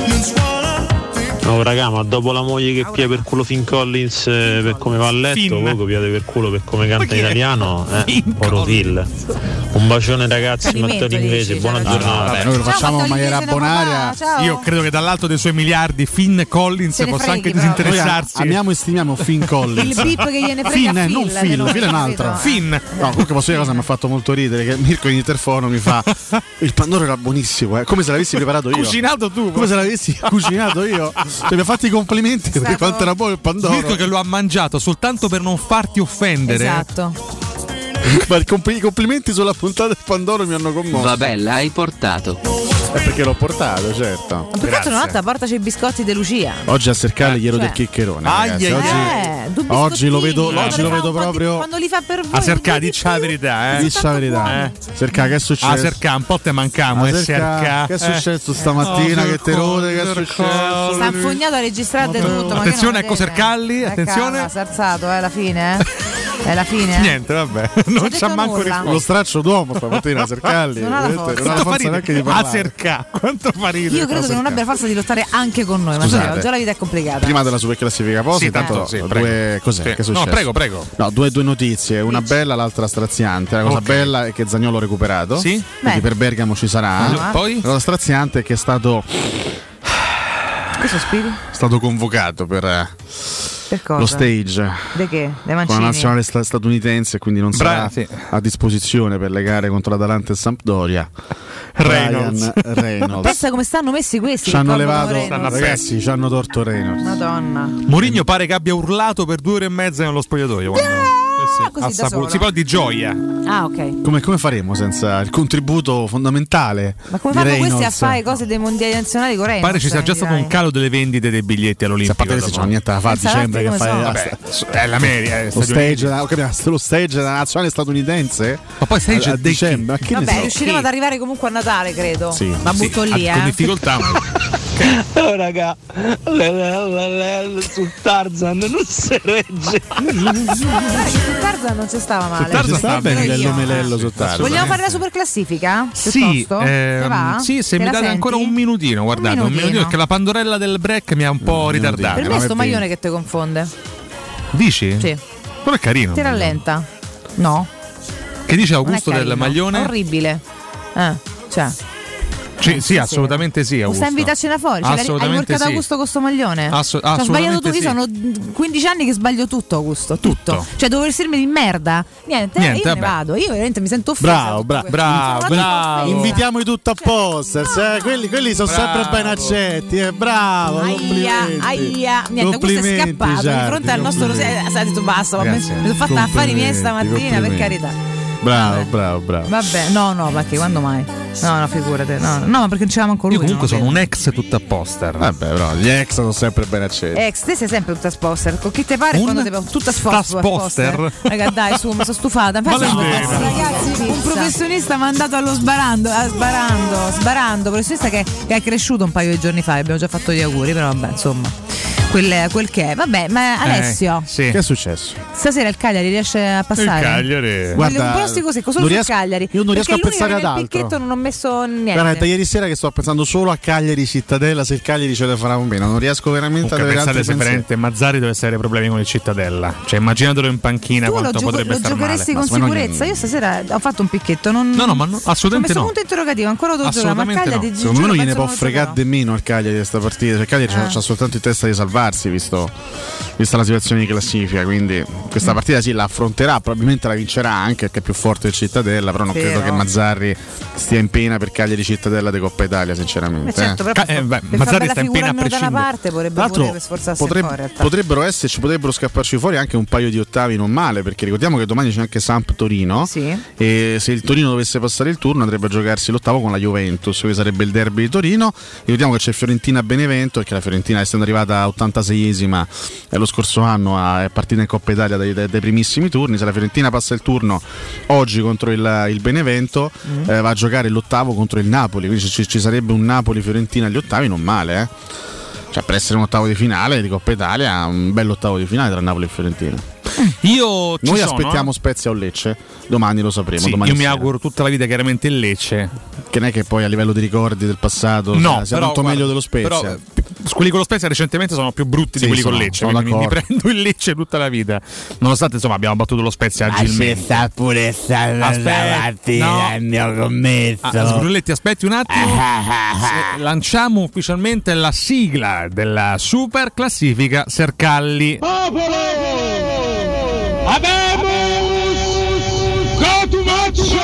No raga, ma dopo la moglie che pia per culo Phil Collins per come va a letto, voi copiate per culo per come canta in italiano, oro Phil. Un bacione ragazzi, Matteo Inglese, buona giornata. Vabbè, noi lo facciamo in maniera bonaria. Io credo che dall'altro dei suoi miliardi Phil Collins possa anche disinteressarsi. Amiamo e stimiamo Phil Collins. Il beep che gliene frega non Phil è un altro. Finn. No, comunque posso dire cosa mi ha fatto molto ridere, che Mirko in interfono mi fa il pandoro era buonissimo, come se l'avessi preparato io. Cucinato tu. Come se l'avessi cucinato io. Mi ha fatto i complimenti perché quanto era buono il pandoro. Mirko che lo ha mangiato soltanto per non farti offendere. Esatto. Ma i complimenti sulla puntata del pandoro mi hanno commosso. Vabbè, l'hai portato. Perché l'ho portato, certo. Ma perché non ha portaci i biscotti di Lucia? Oggi a Sercale gli ero del chiccherone. Oggi lo vedo proprio. Quando li fa per voi. A Sercale, dici la verità, Dici la verità. Sercale, che è successo? A Sercale, un po' te mancamo, Che è successo stamattina? Che te rode? Che è successo? Sta infognato a registrare tutto. Attenzione, ecco Sercalli, attenzione. Si è alzato, è la fine, È la fine? Niente, vabbè. Non c'ha manco risposto. Lo straccio d'uomo stamattina a Sercalli. Non ha la forza neanche di parlare. A Sercale. Quanto fa ridere. Io credo che non abbia forza di lottare anche con noi. Ma oggi la vita è complicata. Prima della super classifica post, intanto due cos'è? Che è successo? No, prego. No, due notizie, una bella, l'altra straziante. La cosa bella è che Zaniolo ha recuperato. Sì. Quindi per Bergamo ci sarà. Poi? La cosa straziante è che è stato. Che sospiri? È stato convocato per cosa? Lo stage. Di che? Con la nazionale statunitense, quindi non sarà a disposizione per le gare contro l'Atalanta e Sampdoria. Reynolds. Pensa come stanno messi questi. Ci hanno levato, ragazzi, ci hanno torto Reynolds. Madonna. Mourinho pare che abbia urlato per 2 ore e mezza nello spogliatoio. Così da solo. Si parla di gioia. Ah, ok. Come faremo senza il contributo fondamentale? Ma come fanno questi a fare cose dei mondiali nazionali con Reynolds? Pare ci sia già stato un calo delle vendite dei biglietti all'Olimpico. A parte che c'è niente da fare a dicembre che fai. È l'America. Lo stage della nazionale statunitense. Ma poi stage a dicembre. Vabbè, riusciremo ad arrivare comunque a Natale, credo. Sì. Ma butto lì, con difficoltà. Oh raga, su Tarzan non si regge. Su Tarzan non ci stava male. Tarzan stava bene melello su Tarzan. Vogliamo fare la super classifica? Sì, se mi date ancora un minutino, guardate, un minutino, che la pandorella del break mi ha un po' ritardato. Per me è sto maglione che ti confonde. Dici? Sì. Quello è carino. Ti rallenta? No. Che dice Augusto del maglione? È orribile. Cioè. Sì, assolutamente sì. Augusto. Sta invita a cena fuori. Hai marcato Augusto con sto maglione? Ho sbagliato tutto. Io sono 15 anni che sbaglio tutto, Augusto. Tutto. Cioè, devo vestirmi di merda. Niente, io me ne vado. Io veramente mi sento offesa. Bravo. Invitiamo tutto apposta. Quelli sono sempre ben accetti. Bravo. Aia. Niente, questo è scappato di fronte al nostro. Ha detto basta. Mi sono fatta affari miei stamattina, per carità. Bravo. Vabbè, no, ma che quando mai? No, figurate. No, ma perché non c'era manco lui. Io comunque sono un ex tutta poster. Vabbè, però gli ex sono sempre ben accesi. Ex, te sei sempre tutta sposter. Con chi te pare quando te tutta sposter? Raga, dai, su, mi sono stufata. Ragazzi, un professionista mandato allo sbarando, professionista che è cresciuto un paio di giorni fa, abbiamo già fatto gli auguri, però vabbè, insomma. Quel che è. Vabbè, ma Alessio, sì. Che è successo? Stasera il Cagliari riesce a passare? Il Cagliari. Guarda, un pronostico secco solo sul Cagliari. Io non riesco a pensare ad altro. Nel picchetto non ho messo niente. Guarda, ieri sera che sto pensando solo a Cagliari Cittadella, se il Cagliari ce la farà un bene. Non riesco veramente ad avere altri pensieri. Veramente Mazzarri dovesse avere problemi con il Cittadella. Cioè, immaginatelo in panchina quanto potrebbe stare male. Lo giocheresti con sicurezza. Io stasera ho fatto un picchetto. No, ma assolutamente no. Ho messo punto interrogativo, ancora devo giocare, ma Cagliari secondo me non gliene può fregare di meno al Cagliari di questa partita. Cioè, il Cagliari c'ha soltanto in testa di salvarsi, vista la situazione di classifica, quindi questa partita sì la affronterà, probabilmente la vincerà anche perché è più forte del Cittadella, però non credo che Mazzarri stia in pena per Cagliari Cittadella di Coppa Italia, sinceramente. Certo, Mazzarri sta in pena a prescindere. Potrebbero scapparci fuori anche un paio di ottavi non male, perché ricordiamo che domani c'è anche Samp-Torino, e se il Torino dovesse passare il turno andrebbe a giocarsi l'ottavo con la Juventus, che sarebbe il derby di Torino. Ricordiamo che c'è Fiorentina-Benevento, perché la Fiorentina, essendo arrivata a 86esima lo scorso anno, è partita in Coppa Italia dai primissimi turni. Se la Fiorentina passa il turno oggi contro il Benevento, va a giocare l'ottavo contro il Napoli, quindi ci sarebbe un Napoli-Fiorentina agli ottavi non male, cioè per essere un ottavo di finale di Coppa Italia, un bello ottavo di finale tra Napoli e Fiorentina. Noi aspettiamo Spezia o Lecce, domani lo sapremo. Sì, domani io mi auguro tutta la vita chiaramente il Lecce, che non è che poi a livello di ricordi del passato sia tanto meglio dello Spezia. Però quelli con lo Spezia recentemente sono più brutti di quelli con Lecce, quindi mi prendo il Lecce tutta la vita, nonostante insomma abbiamo battuto lo Spezia agilmente. Sta pure il mio commesso. Sgrulletti, aspetti un attimo. Lanciamo ufficialmente la sigla della super classifica Sercalli. Habemus Cotumaccio!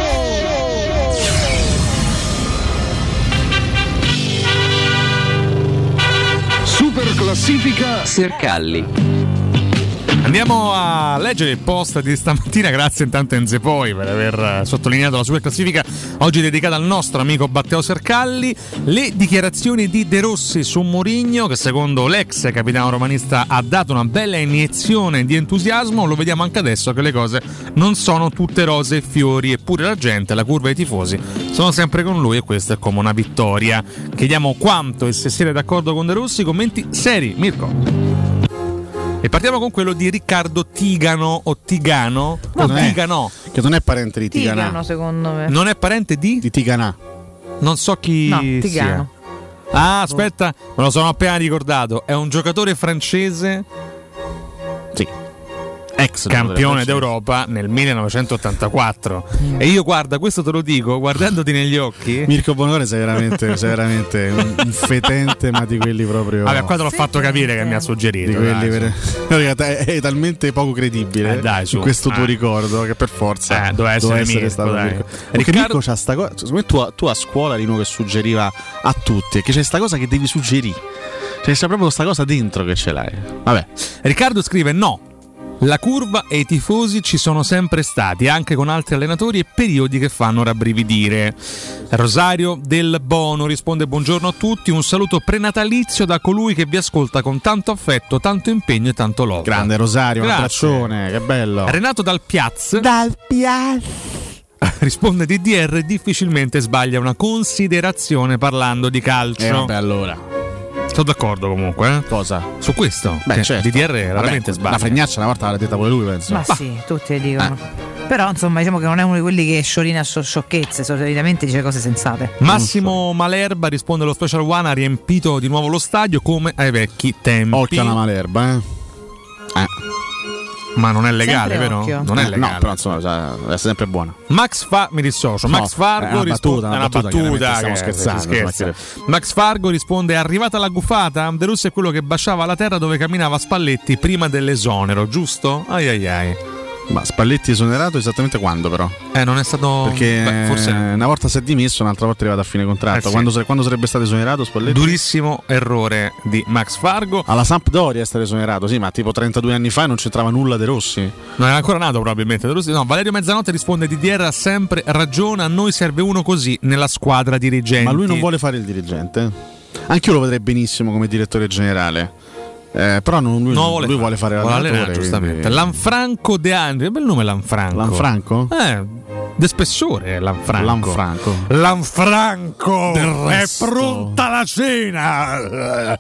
Super classifica Sercalli. Andiamo a leggere il post di stamattina, grazie intanto a Enze Poi per aver sottolineato la super classifica oggi dedicata al nostro amico Matteo Sercalli. Le dichiarazioni di De Rossi su Mourinho, che secondo l'ex capitano romanista ha dato una bella iniezione di entusiasmo. Lo vediamo anche adesso che le cose non sono tutte rose e fiori, eppure la gente, la curva dei tifosi sono sempre con lui, e questa è come una vittoria. Chiediamo quanto e se siete d'accordo con De Rossi, commenti seri, Mirko. E partiamo con quello di Riccardo Tigano o Tigano o Tigano, che non è parente di Tigana. Tigano, secondo me. Non è parente di Tigana. Non so chi Tigano. Sia. Ah, aspetta, me lo sono appena ricordato. È un giocatore francese. Sì. Ex campione d'Europa nel 1984. E io, guarda, questo te lo dico guardandoti negli occhi. Mirko Bonore, sei veramente un fetente, ma di quelli proprio. Vabbè, qua te l'ho fatto capire che mi ha suggerito. Di quelli è talmente poco credibile questo tuo ricordo che per forza doveva essere stato Mirko. Perché Mirko c'ha sta cosa. Secondo me tu a scuola eri uno che suggeriva a tutti, che c'è sta cosa che devi suggerire. Cioè c'è proprio sta cosa dentro che ce l'hai. Vabbè. Riccardo scrive: no, la curva e i tifosi ci sono sempre stati, anche con altri allenatori e periodi che fanno rabbrividire. Rosario del Bono risponde: buongiorno a tutti, un saluto prenatalizio da colui che vi ascolta con tanto affetto, tanto impegno e tanto love. Grande Rosario, un abbraccione, che bello. Renato Dal Piaz risponde: DDR difficilmente sbaglia una considerazione parlando di calcio. Vabbè, allora sono d'accordo comunque. Cosa? Su questo? Certo. DDR raramente sbaglia. La fregnaccia una volta l'ha detta pure lui, penso. Ma sì, tutti dicono. Però insomma diciamo che non è uno di quelli che sciorina sciocchezze, solitamente dice cose sensate. Massimo Malerba risponde: lo Special One ha riempito di nuovo lo stadio come ai vecchi tempi. Occhio alla Malerba, Ma non è legale, sempre vero? Occhio. Non è legale. No, però insomma è sempre buona. Mi dissocio. Max Fargo risponde: è una battuta, stiamo scherzando. Max Fargo risponde: è arrivata la gufata? De Rossi è quello che baciava la terra dove camminava Spalletti prima dell'esonero, giusto? Ai. Ma Spalletti esonerato esattamente quando però? Non è stato... Perché forse una volta si è dimesso, un'altra volta è arrivato a fine contratto. Sì. Quando sarebbe stato esonerato Spalletti? Durissimo errore di Max Fargo. Alla Sampdoria è stato esonerato, sì, ma tipo 32 anni fa non c'entrava nulla De Rossi. Non era ancora nato probabilmente De Rossi. No, Valerio Mezzanotte risponde: Didier ha sempre ragione, a noi serve uno così nella squadra dirigente. Ma lui non vuole fare il dirigente? Anch'io lo vedrei benissimo come direttore generale. Però lui vuole fare l'allenatore, giustamente. Quindi... Lanfranco De Andri, bel nome Lanfranco. Lanfranco? De spessore Lanfranco. Lanfranco è pronta la cena.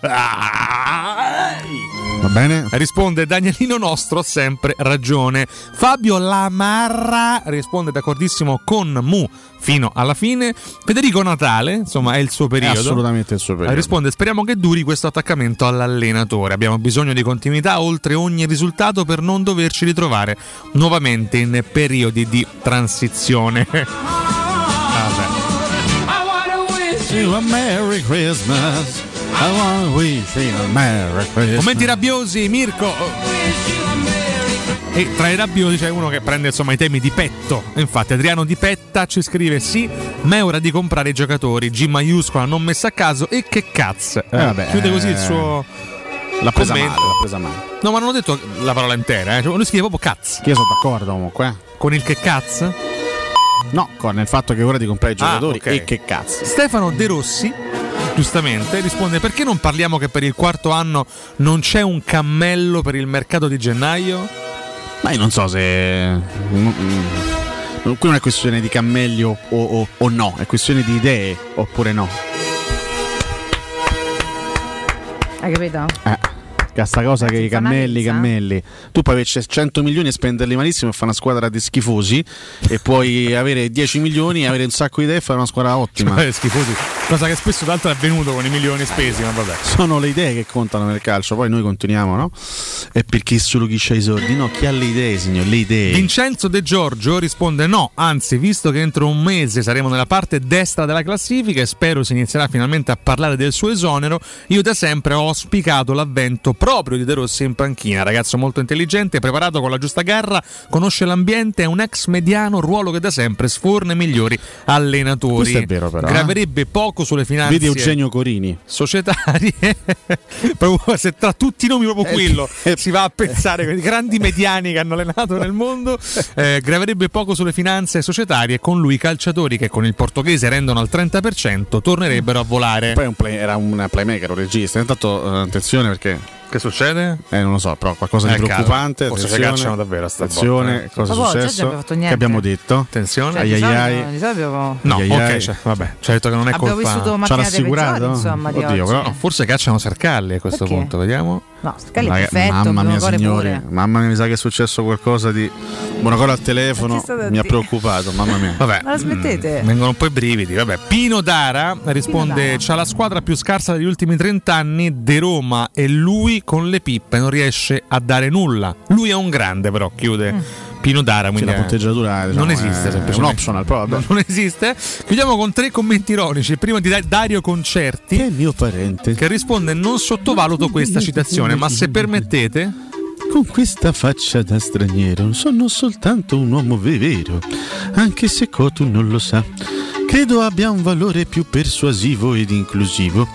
Va bene? Risponde Danielino Nostro, sempre ragione. Fabio Lamarra risponde d'accordissimo con Mu fino alla fine. Federico Natale, insomma, è il suo periodo. È assolutamente il suo periodo. Risponde: speriamo che duri questo attaccamento all'allenatore. Abbiamo bisogno di continuità oltre ogni risultato per non doverci ritrovare nuovamente in periodi di transizione. Vabbè. Merry Christmas. I wanna wish you a Merry Christmas. Commenti rabbiosi, Mirko. E tra i rabbiosi c'è uno che prende insomma i temi di petto. Infatti Adriano Di Petta ci scrive: sì, ma è ora di comprare i giocatori, G maiuscola non messa a caso, e che cazzo. Chiude così il suo l'ha presa commento. male. No, ma non ho detto la parola intera, Cioè, lui scrive proprio cazzo. Io sono d'accordo comunque. Con il che cazzo? No, con il fatto che è ora di comprare i giocatori, okay. E che cazzo. Stefano De Rossi giustamente risponde: perché non parliamo che per il quarto anno non c'è un cammello per il mercato di gennaio? Ma io non so se qui non è questione di cammelli o no, è questione di idee oppure no. Hai capito? Sta cosa che i cammelli tu puoi averci 100 milioni e spenderli malissimo e fare una squadra di schifosi, e puoi avere 10 milioni, avere un sacco di idee e fare una squadra ottima. Schifosi, cosa che spesso d'altro è avvenuto con i milioni spesi, ma vabbè. Sono le idee che contano nel calcio, poi noi continuiamo, no? E perché solo chi c'ha i soldi? No, chi ha le idee, signor, le idee. Vincenzo De Giorgio risponde: no, anzi, visto che entro un mese saremo nella parte destra della classifica e spero si inizierà finalmente a parlare del suo esonero, io da sempre ho auspicato l'avvento proprio di De Rossi in panchina. Ragazzo molto intelligente, preparato con la giusta garra, conosce l'ambiente, è un ex mediano, ruolo che da sempre sforna i migliori allenatori. Questo è vero, però graverebbe poco sulle finanze. Vedi Eugenio Corini, societarie. Se tra tutti i nomi proprio quello si va a pensare ai grandi mediani che hanno allenato nel mondo, graverebbe poco sulle finanze societarie. Con lui i calciatori che con il portoghese rendono al 30% tornerebbero a volare. Poi era un playmaker, un regista. Intanto attenzione, perché che succede? Non lo so, però qualcosa di preoccupante. Forse si cacciano davvero a sta attenzione, cosa è successo? Che abbiamo detto? Attenzione. No, ok, vabbè, ci ha detto che non è abbiamo colpa. Vissuto ci ha rassicurato? Insomma, oddio, però forse cacciano Sercalli a questo punto, vediamo. No, Sercalli è perfetto. Mamma mia, signori, mamma mia, mi sa che è successo qualcosa di Buonacore al telefono, mi ha preoccupato, mamma mia. Vabbè, ma la smettete? Vengono un po' i brividi. Vabbè, Pino Dara risponde: c'ha la squadra più scarsa degli ultimi 30 anni, De Roma, e lui con le pippe non riesce a dare nulla. Lui è un grande, però chiude Pino Dara, quindi la punteggiatura non esiste, è un optional, però non esiste. Chiudiamo con 3 commenti ironici. Il primo di Dario Concerti, che è il mio parente, che risponde: non sottovaluto questa citazione, ma se permettete, con questa faccia da straniero sono soltanto un uomo vero, anche se Cotu non lo sa. Credo abbia un valore più persuasivo ed inclusivo.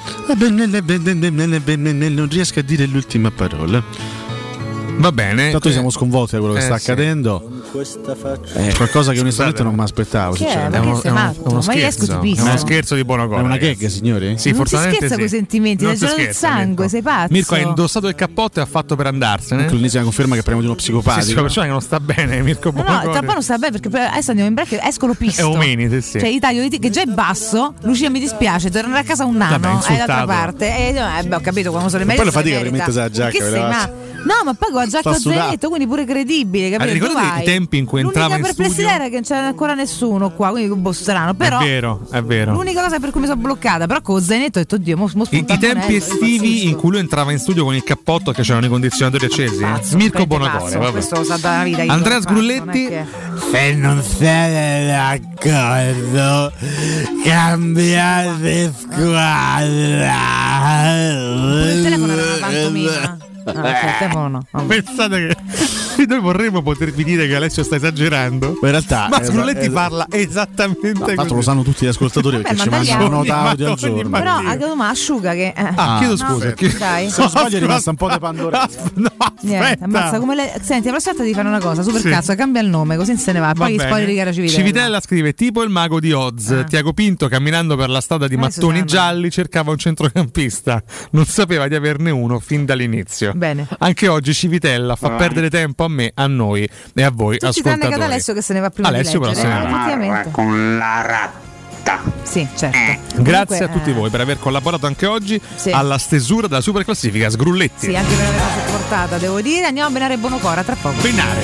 Non riesco a dire l'ultima parola. Va bene. Tanto siamo sconvolti da quello che sta accadendo. È qualcosa che onestamente non mi aspettavo. È uno scherzo. È uno scherzo di Buonacore. È una gag, signori? Sì, non si scherza con i sentimenti, è giorno del sangue, sei pazzo. Mirko ha indossato il cappotto e ha fatto per andarsene. L'ennesima conferma che parliamo di uno psicopatico. Sì, una persona che non sta bene, Mirko Buonacore. No, tra poco non sta bene, perché adesso andiamo in break, escono pisto. È omenite, sì. Cioè Italia che già è basso. Lucia, mi dispiace, tornerà a casa un anno, è d'altra parte. Ho capito quando sono le medie. Poi lo fatica per mettere la giacca. No, ma poi con la giacca zainetto, quindi pure credibile, capito? Ricordate i tempi in cui entrava in studio? L'unica perplessità era che non c'era ancora nessuno qua, quindi un po' strano, però è vero. L'unica cosa per cui mi sono bloccata, però con zainetto ho detto oddio, i tempi estivi in cui lui entrava in studio con il cappotto che c'erano i condizionatori accesi. Mirko Buonacore, questo sa dalla vita. Andrea Sgrulletti, se non siete d'accordo, cambiate squadra. Il telefono era una pantomima. No. Pensate che noi vorremmo potervi dire che Alessio sta esagerando. Ma in realtà Sgrulletti parla esattamente così. Tanto lo sanno tutti gli ascoltatori perché ci mandano nota audio al giorno. Però ma asciuga che chiedo scusa. Dai. Se non sbaglio è rimasta un po' di Pandora. Niente, ammazza come senti, la prossima volta di fare una cosa, super cazzo, cambia il nome, così se ne va. Poi gli spoileri che era Civitella. Civitella scrive: tipo il mago di Oz. Tiago Pinto, camminando per la strada di mattoni gialli, cercava un centrocampista. Non sapeva di averne uno fin dall'inizio. Bene. Anche oggi Civitella fa perdere tempo a me, a noi e a voi tutti ascoltatori. Tranne che ad Alessio che se ne va prima Alessio di leggere. però se ne va. Effettivamente. Con la ratta. Sì, certo. Grazie a tutti voi per aver collaborato anche oggi alla stesura della super classifica Sgrulletti. Sì, anche per averla supportata, devo dire. Andiamo a Benare Bonocora tra poco.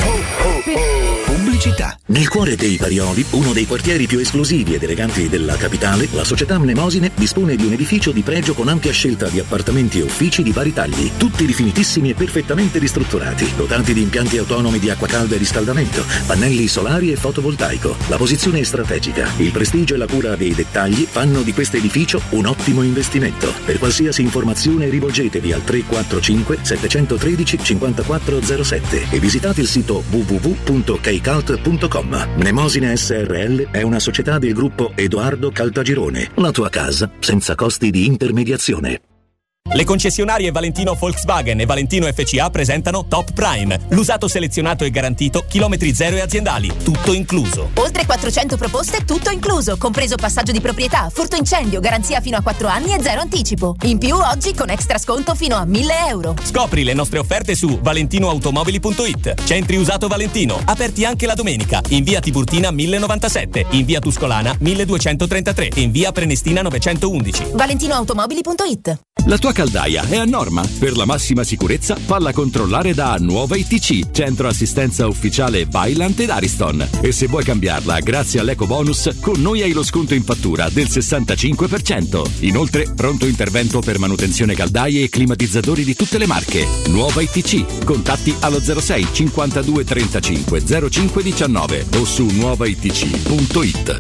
Pubblicità. Nel cuore dei Parioli, uno dei quartieri più esclusivi ed eleganti della capitale, la società Mnemosine dispone di un edificio di pregio con ampia scelta di appartamenti e uffici di vari tagli, tutti rifinitissimi e perfettamente ristrutturati, dotati di impianti autonomi di acqua calda e riscaldamento, pannelli solari e fotovoltaico. La posizione è strategica, il prestigio e la cura dei dettagli fanno di questo edificio un ottimo investimento. Per qualsiasi informazione rivolgetevi al 345 713 5407 e visitate il sito www.kcult.com. Mnemosine SRL è una società del gruppo Edoardo Caltagirone. La tua casa senza costi di intermediazione. Le concessionarie Valentino Volkswagen e Valentino FCA presentano Top Prime, l'usato selezionato e garantito, chilometri zero e aziendali, tutto incluso. Oltre 400 proposte, tutto incluso, compreso passaggio di proprietà, furto incendio, garanzia fino a 4 anni e zero anticipo. In più oggi con extra sconto fino a 1.000 euro. Scopri le nostre offerte su valentinoautomobili.it. Centri usato Valentino, aperti anche la domenica, in via Tiburtina 1097, in via Tuscolana 1233 e in via Prenestina 911. valentinoautomobili.it. La tua caldaia è a norma. Per la massima sicurezza, falla controllare da Nuova ITC, centro assistenza ufficiale Vaillant ed Ariston. E se vuoi cambiarla grazie all'eco bonus, con noi hai lo sconto in fattura del 65%. Inoltre, pronto intervento per manutenzione caldaie e climatizzatori di tutte le marche. Nuova ITC. Contatti allo 06 52 35 05 19 o su nuovaitc.it.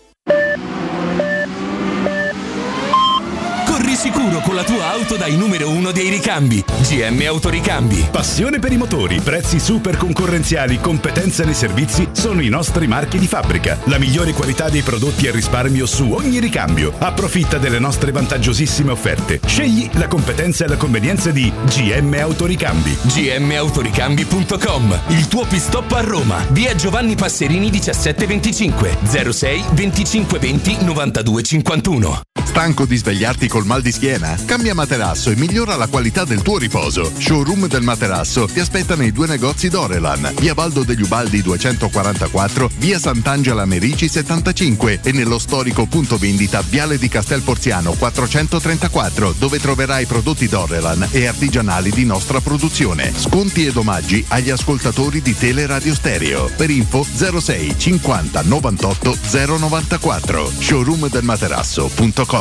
Sicuro con la tua auto dai numero 1 dei ricambi. GM Autoricambi. Passione per i motori, prezzi super concorrenziali, competenza nei servizi sono i nostri marchi di fabbrica. La migliore qualità dei prodotti e risparmio su ogni ricambio. Approfitta delle nostre vantaggiosissime offerte. Scegli la competenza e la convenienza di GM Autoricambi. gmautoricambi.com. Il tuo pit-stop a Roma. Via Giovanni Passerini 1725 06 25 20 92 51. Stanco di svegliarti col mal di schiena? Cambia materasso e migliora la qualità del tuo riposo. Showroom del Materasso ti aspetta nei 2 negozi Dorelan, via Baldo degli Ubaldi 244, via Sant'Angela Merici 75 e nello storico punto vendita Viale di Castel Porziano 434, dove troverai prodotti Dorelan e artigianali di nostra produzione. Sconti ed omaggi agli ascoltatori di Teleradio Stereo. Per info 06 50 98 094. showroomdelmaterasso.com.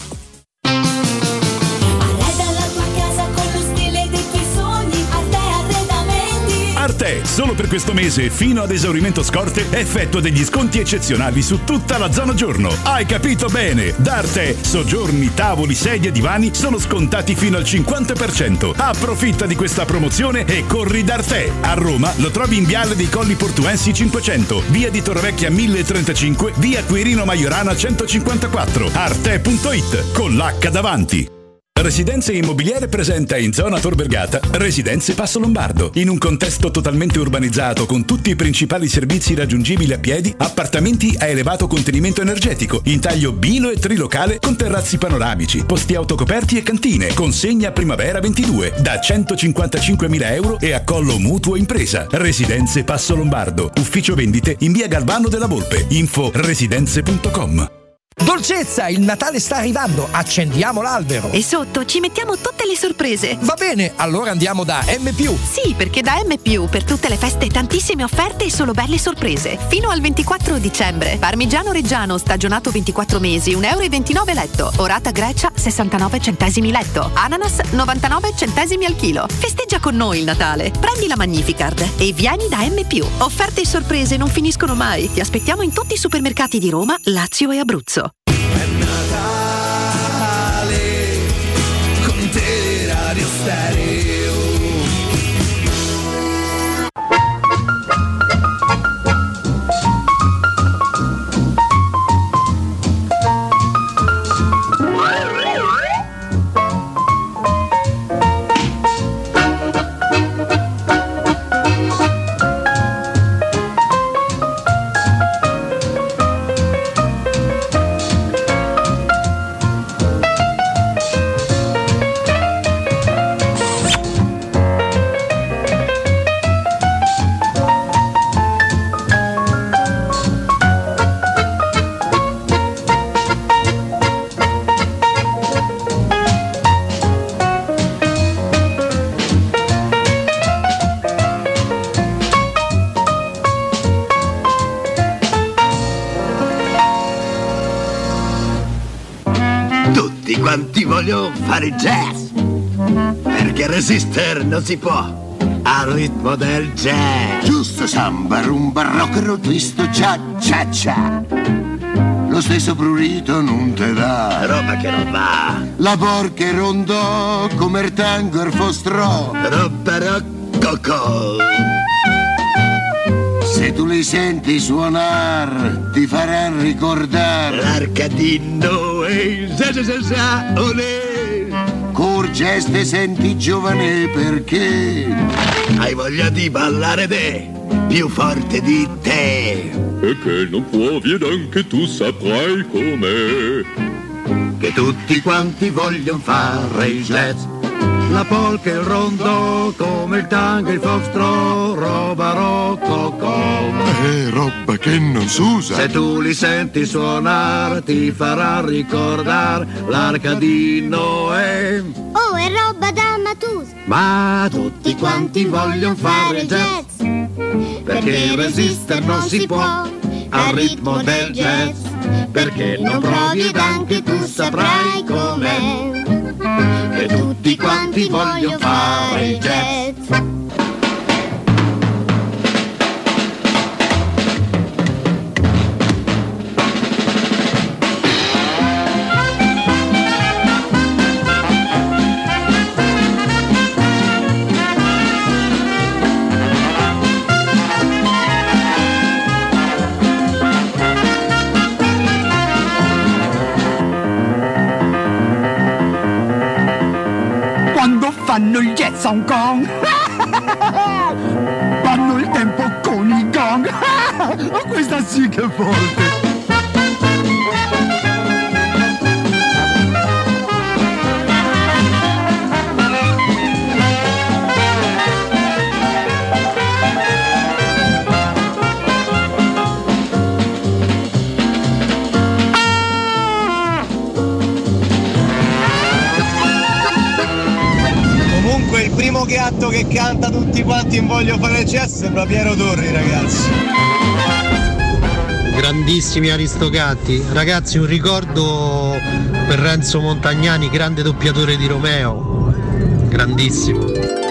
Arte, solo per questo mese fino ad esaurimento scorte effettua degli sconti eccezionali su tutta la zona giorno. Hai capito bene? Da Arte, soggiorni, tavoli, sedie, divani sono scontati fino al 50%. Approfitta di questa promozione e corri da Arte. A Roma lo trovi in Viale dei Colli Portuensi 500, via di Torrevecchia 1035, via Quirino Maiorana 154. Arte.it con l'H davanti. Residenze Immobiliare presenta in zona Tor Vergata Residenze Passo Lombardo. In un contesto totalmente urbanizzato con tutti i principali servizi raggiungibili a piedi, appartamenti a elevato contenimento energetico, in taglio bilo e trilocale con terrazzi panoramici, posti autocoperti e cantine. Consegna primavera 22 da 155.000 euro e accollo mutuo impresa. Residenze Passo Lombardo. Ufficio vendite in via Galvano della Volpe. Info residenze.com. Dolcezza, il Natale sta arrivando, accendiamo l'albero. E sotto ci mettiamo tutte le sorprese. Va bene, allora andiamo da M+. Sì, perché da M+, per tutte le feste tantissime offerte e solo belle sorprese. Fino al 24 dicembre. Parmigiano Reggiano, stagionato 24 mesi, 1,29 euro letto. Orata Grecia, 69 centesimi letto. Ananas, 99 centesimi al chilo. Festeggia con noi il Natale. Prendi la Magnificard e vieni da M+. Offerte e sorprese non finiscono mai. Ti aspettiamo in tutti i supermercati di Roma, Lazio e Abruzzo. Con Teleradio Stereo. voglio fare jazz, perché resistere non si può al ritmo del jazz. Giusto samba, rumba, rock and roll, twist, cia cia cia. Lo stesso prurito non te dà roba che non va. La porca e rondò come il tango e il fostrò. Roba roccocò. Se tu li senti suonar ti faranno ricordare l'Arcadino e il olè. Col jazz te senti giovane perché hai voglia di ballare te, più forte di te. E che non puoi ed anche tu saprai com'è. Che tutti quanti vogliono fare il jazz, la polka e il rondò, come il tango e il foxtrot, roba rococò. Roba che non s'usa. Se tu li senti suonare ti farà ricordare l'Arcadino e... Oh, è roba da Matusa. Ma tutti quanti vogliono fare jazz, perché resistere non si può al ritmo del jazz. Perché non provi ed anche tu saprai com'è. Che tutti quanti vogliono fare il jazz. Fanno il jazz a Hong Kong. Fanno il tempo con i gong. Oh, questa sì che è forte. Il primo gatto che canta tutti quanti in Voglio fare jazz sembra Piero Torri, ragazzi. Grandissimi Aristogatti, ragazzi, un ricordo per Renzo Montagnani, grande doppiatore di Romeo, grandissimo.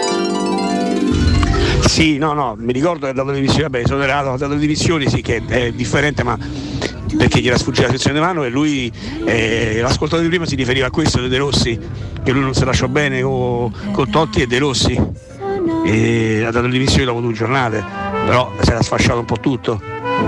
Sì, no, mi ricordo che da televisione, vabbè, esonerato da televisione, sì, che è differente, ma perché gli era sfuggita la sezione di mano e lui, l'ascoltatore di prima si riferiva a questo, De Rossi, che lui non si lasciò bene con Totti e De Rossi, e ha dato le dimissioni dopo 2 giornate, però si era sfasciato un po' tutto.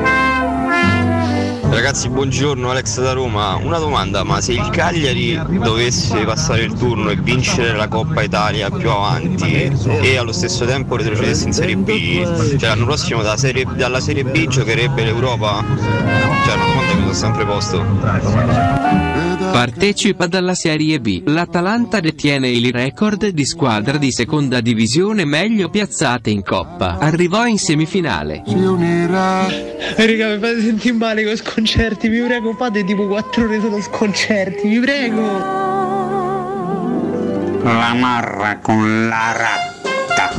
Ragazzi, buongiorno, Alex da Roma. Una domanda, ma se il Cagliari dovesse passare il turno e vincere la Coppa Italia più avanti e allo stesso tempo retrocedesse in Serie B, cioè l'anno prossimo dalla Serie B giocherebbe l'Europa? Cioè una domanda che mi sono sempre posto. Partecipa dalla Serie B. L'Atalanta detiene il record di squadra di seconda divisione meglio piazzate in Coppa. Arrivò in semifinale. Raga, mi fate sentire male con sconcerti, vi prego, fate tipo 4 ore solo sconcerti, vi prego. La marra con la ratta.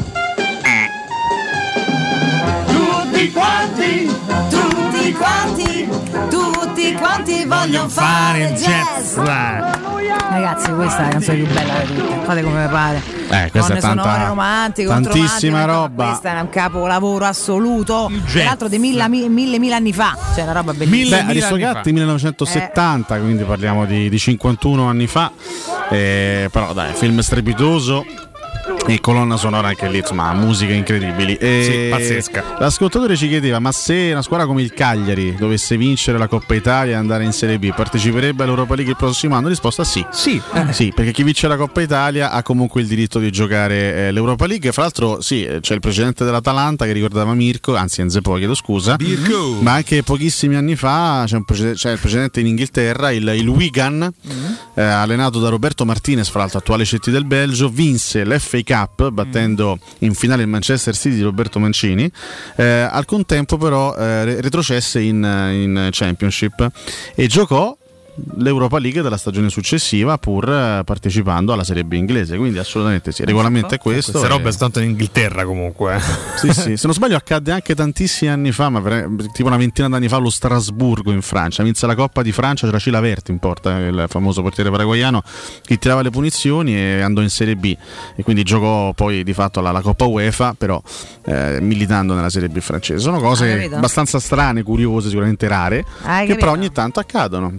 Tutti quanti vogliono fare jazz. Ragazzi, questa è la canzone più bella di tutte. Fate come pare. Questa è sonore romantico, tantissima roba. Questa è un capolavoro assoluto. Tra l'altro di mille anni fa. Cioè una roba bellissima. Aristogatti 1970, quindi parliamo di 51 anni fa. Però dai, film strepitoso. E colonna sonora anche lì, insomma, musiche incredibili. Sì, pazzesca. L'ascoltatore ci chiedeva: ma se una squadra come il Cagliari dovesse vincere la Coppa Italia e andare in Serie B, parteciperebbe all'Europa League il prossimo anno? Risposta sì. Sì, perché chi vince la Coppa Italia ha comunque il diritto di giocare l'Europa League. Fra l'altro, sì, c'è il precedente dell'Atalanta che ricordava Mirko, anzi Enze poi, chiedo scusa. Mirko. Ma anche pochissimi anni fa c'è il precedente in Inghilterra, il Wigan, allenato da Roberto Martinez, fra l'altro attuale CT del Belgio, vinse l'FA Cup battendo in finale il Manchester City di Roberto Mancini, al contempo però retrocesse in Championship e giocò l'Europa League della stagione successiva, pur partecipando alla Serie B inglese, quindi assolutamente sì, il regolamento è questo. Queste robe sono tanto in Inghilterra comunque. Sì, se non sbaglio accadde anche tantissimi anni fa, ma tipo una ventina d'anni fa, allo Strasburgo in Francia, vinse la Coppa di Francia, c'era Chilavert in porta, il famoso portiere paraguaiano che tirava le punizioni e andò in Serie B e quindi giocò poi di fatto la Coppa UEFA, però militando nella Serie B francese. Sono cose abbastanza strane, curiose, sicuramente rare, che però ogni tanto accadono.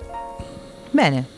Bene.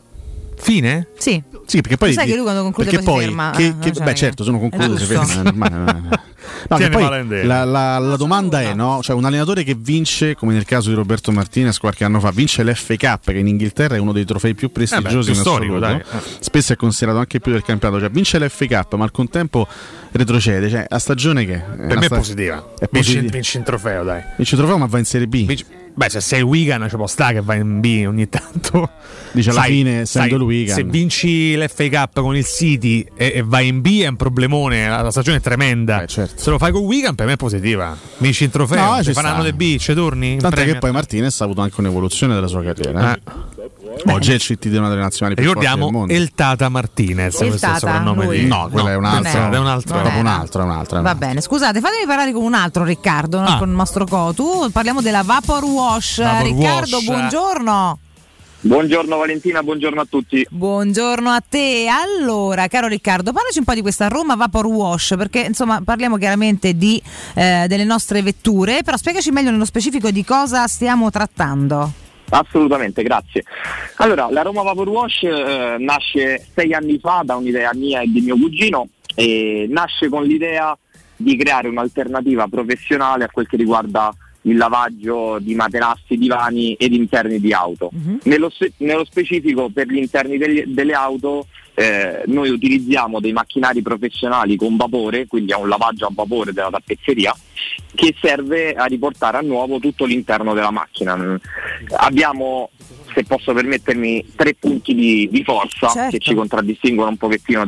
Fine? Sì. Sì, perché poi sai che lui quando conclude perché poi si ferma. Beh, certo, sono concluso, si ferma, è normale. No, che poi la domanda è, no? Cioè, un allenatore che vince, come nel caso di Roberto Martinez qualche anno fa, vince l'FA Cup, che in Inghilterra è uno dei trofei più prestigiosi in assoluto, spesso è considerato anche più del campionato. Cioè, vince l'FA Cup, ma al contempo retrocede. Cioè, la stagione che per me è positiva. Vince il trofeo, dai. Vince il trofeo, ma va in Serie B. Beh, se sei il Wigan, ci può stare che vai in B ogni tanto. Dice alla fine, essendo il Wigan. Se vinci l'FA Cup con il City e vai in B è un problemone, la stagione è tremenda. Certo. Se lo fai con Wigan, per me è positiva. Vinci il trofeo, ti faranno le B, ci torni. Tanto che poi Martinez ha avuto anche un'evoluzione della sua carriera. Oggi è il CT di una delle nazionali più forti del mondo. Il Tata Martinez, questo è il soprannome di... No, quello è un altro. È un altro. Va bene, scusate, fatemi parlare con un altro Riccardo, con il nostro Cotu. Parliamo della Vapor Wash. Riccardo, buongiorno. Buongiorno Valentina, buongiorno a tutti. Buongiorno a te. Allora, caro Riccardo, parlaci un po' di questa Roma Vapor Wash, perché insomma parliamo chiaramente di delle nostre vetture, però spiegaci meglio nello specifico di cosa stiamo trattando. Assolutamente, grazie. Allora, la Roma Vapor Wash nasce 6 anni fa da un'idea mia e di mio cugino, e nasce con l'idea di creare un'alternativa professionale a quel che riguarda il lavaggio di materassi, divani ed interni di auto. Nello specifico, per gli interni delle auto noi utilizziamo dei macchinari professionali con vapore, quindi è un lavaggio a vapore della tappezzeria che serve a riportare a nuovo tutto l'interno della macchina. Abbiamo, se posso permettermi, 3 punti di forza, certo, che ci contraddistinguono un pochettino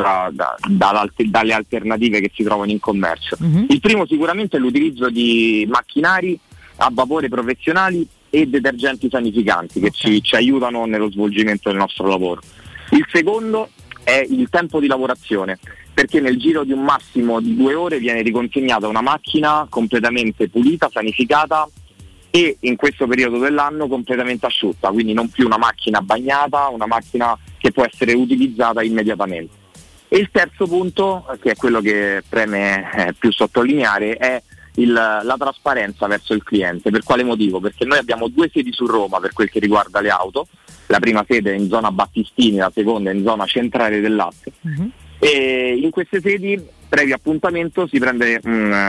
dalle alternative che si trovano in commercio. Il primo sicuramente è l'utilizzo di macchinari a vapore professionali e detergenti sanificanti che ci aiutano nello svolgimento del nostro lavoro. Il secondo è il tempo di lavorazione, perché nel giro di un massimo di 2 ore viene riconsegnata una macchina completamente pulita, sanificata e in questo periodo dell'anno completamente asciutta, quindi non più una macchina bagnata, una macchina che può essere utilizzata immediatamente. E il terzo punto, che è quello che preme più sottolineare, è la trasparenza verso il cliente. Per quale motivo? Perché noi abbiamo 2 sedi su Roma per quel che riguarda le auto, la prima sede è in zona Battistini, la seconda è in zona centrale del Lazio, e in queste sedi previo appuntamento si prende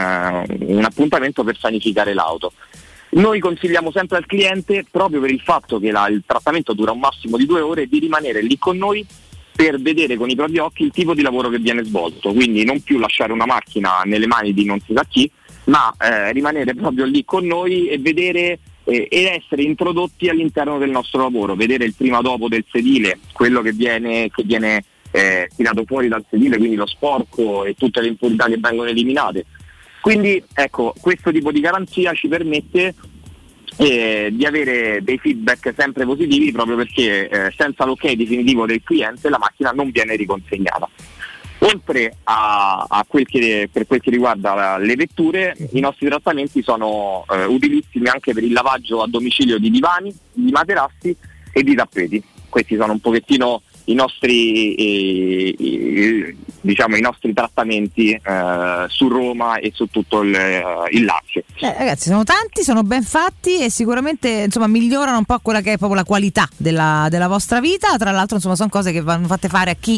un appuntamento per sanificare l'auto. Noi consigliamo sempre al cliente, proprio per il fatto che il trattamento dura un massimo di 2 ore, di rimanere lì con noi per vedere con i propri occhi il tipo di lavoro che viene svolto, quindi non più lasciare una macchina nelle mani di non si sa chi, ma rimanere proprio lì con noi e vedere ed essere introdotti all'interno del nostro lavoro, vedere il prima dopo del sedile, quello che viene tirato fuori dal sedile, quindi lo sporco e tutte le impurità che vengono eliminate. Quindi ecco, questo tipo di garanzia ci permette di avere dei feedback sempre positivi, proprio perché senza l'ok definitivo del cliente la macchina non viene riconsegnata. Oltre a per quel che riguarda le vetture, i nostri trattamenti sono utilissimi anche per il lavaggio a domicilio di divani, di materassi e di tappeti. Questi sono un pochettino i nostri trattamenti su Roma e su tutto il Lazio. Ragazzi, sono tanti, sono ben fatti e sicuramente insomma migliorano un po' quella che è proprio la qualità della vostra vita. Tra l'altro insomma sono cose che vanno fatte fare a chi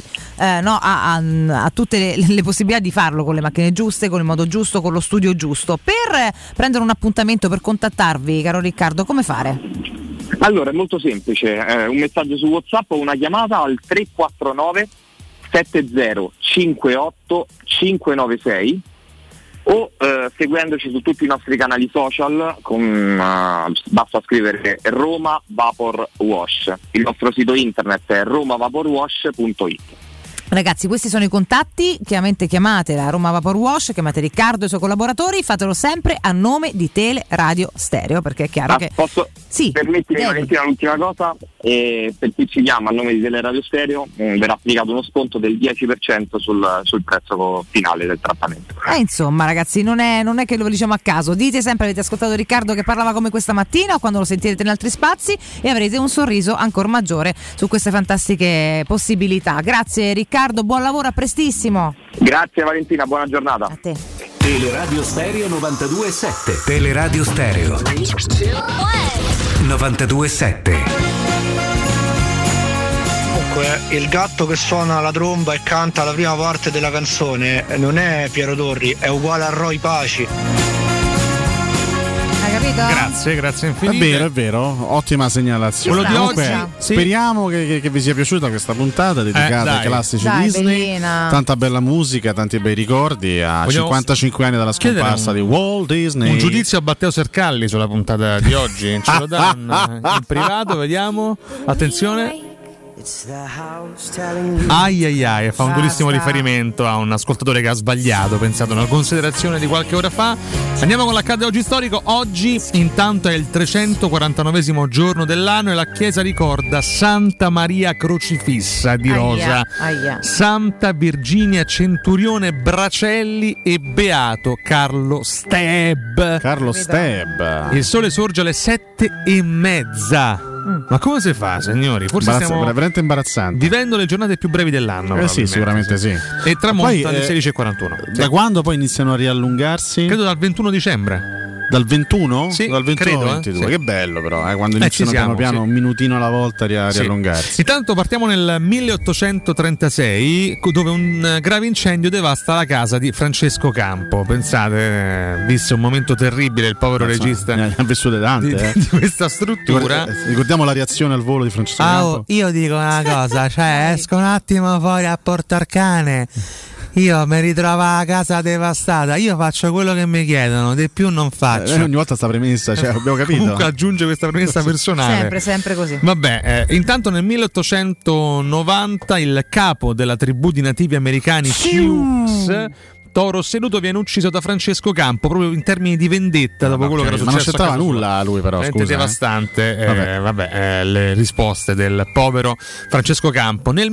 ha tutte le possibilità di farlo, con le macchine giuste, con il modo giusto, con lo studio giusto. Per prendere un appuntamento, per contattarvi, caro Riccardo, come fare? Allora, è molto semplice, un messaggio su WhatsApp o una chiamata al 349 70 58 596 o seguendoci su tutti i nostri canali social basta scrivere Roma Vapor Wash. Il nostro sito internet è romavaporwash.it. Ragazzi, questi sono i contatti, chiaramente chiamate la Roma Vapor Wash, chiamate Riccardo e i suoi collaboratori, fatelo sempre a nome di Tele Radio Stereo, perché è chiaro che... Posso permettermi, Valentina, l'ultima cosa? e per chi ci chiama a nome di Teleradio Stereo verrà applicato uno sconto del 10% sul prezzo finale del trattamento. Insomma ragazzi, non è che lo diciamo a caso, dite sempre avete ascoltato Riccardo che parlava come questa mattina o quando lo sentirete in altri spazi e avrete un sorriso ancora maggiore su queste fantastiche possibilità. Grazie Riccardo, buon lavoro, a prestissimo. Grazie Valentina, buona giornata. A te. Teleradio Stereo 92.7. Teleradio Stereo 92.7. Il gatto che suona la tromba e canta la prima parte della canzone non è Piero Torri, è uguale a Roy Paci. Hai capito? Grazie infinite. È vero, ottima segnalazione. Quello di oggi, speriamo che vi sia piaciuta questa puntata dedicata ai classici Disney. Bellina. Tanta bella musica, tanti bei ricordi a 55 anni dalla scomparsa di Walt Disney. Un giudizio a Matteo Sercalli sulla puntata di oggi, ce lo danno in privato, vediamo. Attenzione. Ai, fa un durissimo riferimento a un ascoltatore che ha sbagliato, pensato a una considerazione di qualche ora fa. Andiamo con l'accade oggi storico. Oggi intanto è il 349esimo giorno dell'anno e la chiesa ricorda Santa Maria Crocifissa di Rosa, Santa Virginia Centurione Bracelli e Beato Carlo Steb. Il sole sorge alle 7:30. Ma come si fa, signori? Forse stiamo veramente imbarazzante. vivendo le giornate più brevi dell'anno. Sì, sicuramente sì. E tramonta alle 16:41. Da quando poi iniziano a riallungarsi? Credo dal 21 dicembre. Dal 21? Sì, dal 21 credo, al 22. sì. Che bello però, quando iniziano piano un minutino alla volta a riallungarsi. Intanto partiamo nel 1836, dove un grave incendio devasta la casa di Francesco Campo. Pensate, visse un momento terribile il povero regista. Ne ha vissute tante di questa struttura. Ricordiamo la reazione al volo di Francesco Campo. Io dico una cosa, esco un attimo fuori a portar cane. Io mi ritrovo a casa devastata, io faccio quello che mi chiedono, di più non faccio. Ogni volta sta premessa, abbiamo capito. Comunque aggiunge questa premessa personale. Sempre così. Vabbè, intanto nel 1890 il capo della tribù di nativi americani Sioux, Toro Seduto, viene ucciso da Francesco Campo proprio in termini di vendetta dopo quello che era successo. Ma non c'entrava nulla lui però, scusa. Devastante le risposte del povero Francesco Campo. Nel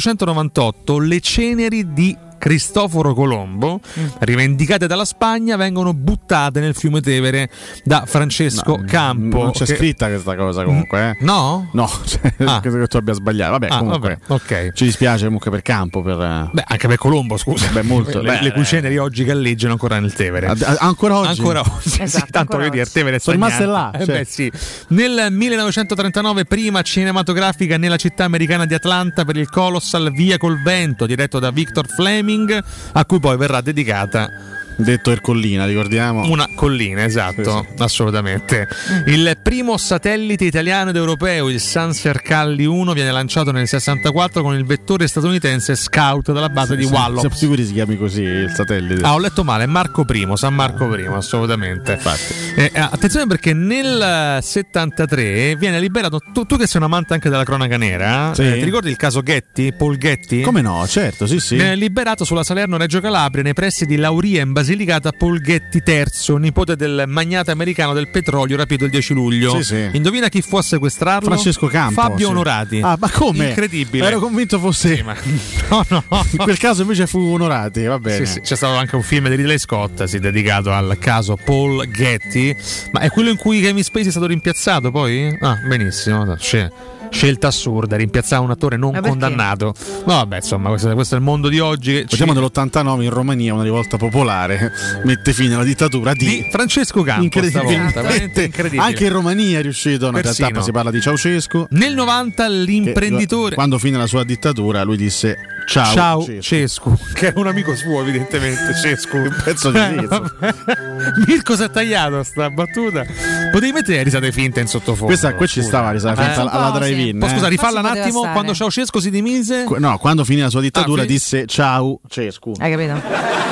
1898 le ceneri di Cristoforo Colombo, rivendicate dalla Spagna, vengono buttate nel fiume Tevere da Francesco Campo. Non c'è scritta questa cosa comunque, No? No, credo che tu abbia sbagliato. Vabbè, comunque okay. Ci dispiace comunque per Campo. Anche per Colombo, scusa. Molto. Le cui ceneri oggi galleggiano ancora nel Tevere. Ancora oggi? Esatto, sì, tanto voglio dire, Tevere sono rimaste là. Sì. Nel 1939 prima cinematografica nella città americana di Atlanta per il Colossal Via col Vento, diretto da Victor Fleming, a cui poi verrà dedicata, detto Ercollina, ricordiamo. Una collina, esatto, sì. Assolutamente. Il primo satellite italiano ed europeo, il Sancercalli 1, viene lanciato nel 64 con il vettore statunitense Scout dalla base di Wallops. Siamo sicuri si chiami così il satellite? Ho letto male, San Marco I, assolutamente. Attenzione perché nel 73 viene liberato, tu che sei un amante anche della cronaca nera, sì. Ti ricordi il caso Getty, Paul Getty? Come no, certo, sì. Viene liberato sulla Salerno-Reggio Calabria nei pressi di Lauria in Basilicata Paul Getty III, nipote del magnate americano del petrolio rapito il 10 luglio. Sì. Indovina chi fu a sequestrarlo? Francesco Campo. Fabio Onorati. Ah, ma come? Incredibile. Ero convinto fosse. Sì, ma... No. In quel caso invece fu Onorati, va bene. Sì. C'è stato anche un film di Ridley Scott dedicato al caso Paul Getty. Ma è quello in cui Kevin Spacey è stato rimpiazzato poi? Ah, benissimo. Scelta assurda, rimpiazzare un attore non condannato. No, vabbè, insomma, questo è il mondo di oggi. Parliamo dell'89 in Romania, una rivolta popolare mette fine alla dittatura di Francesco Campo. Incredibile. Anche in Romania è riuscito. In realtà si parla di Ceausescu. Nel 90 l'imprenditore, quando fine la sua dittatura, lui disse Ciao Cescu, che è un amico suo, evidentemente. Cescu, un pezzo di Mirko si è tagliato sta battuta. Potevi mettere risate finte in sottofondo. Questa qui ci stava risate finte alla drive-in. Ma scusa, rifalla un attimo. Quando Ceausescu si dimise? No, quando finì la sua dittatura disse ciao Cescu. Hai capito?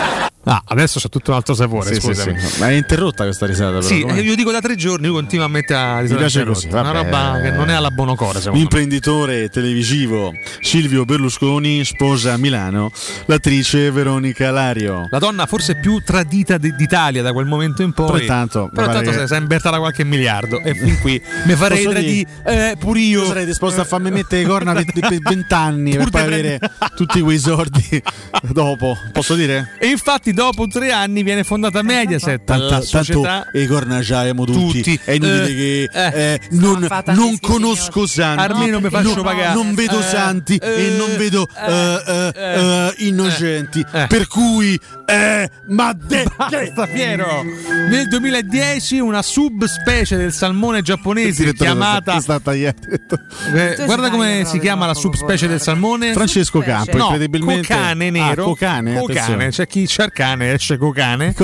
Adesso c'è tutto un altro sapore. Sì. Ma è interrotta questa risata. Sì, io dico da 3 giorni, lui continua a mettere a risata. Mi piace così. Una roba che non è alla Bonocore. L'imprenditore televisivo Silvio Berlusconi sposa a Milano l'attrice Veronica Lario. La donna forse più tradita d'Italia da quel momento in poi. Però tanto si è imbertata qualche miliardo. E fin qui mi farei tradire pure io. Sarei disposto a farmi mettere le corna per 20 anni per poi avere tutti quei soldi dopo. Posso dire? E infatti dopo 3 anni viene fondata Mediaset. Tanto le corna già abbiamo tutti. È inutile che non conosco santi. Almeno mi faccio pagare. Non vedo santi e non vedo innocenti. Per cui basta, Piero. Nel 2010 una subspecie del salmone giapponese chiamata guarda come si chiama la subspecie del salmone. Francesco Campo, incredibilmente. Cocane nero. Cocane. C'è chi c'è il cane, esce cocane.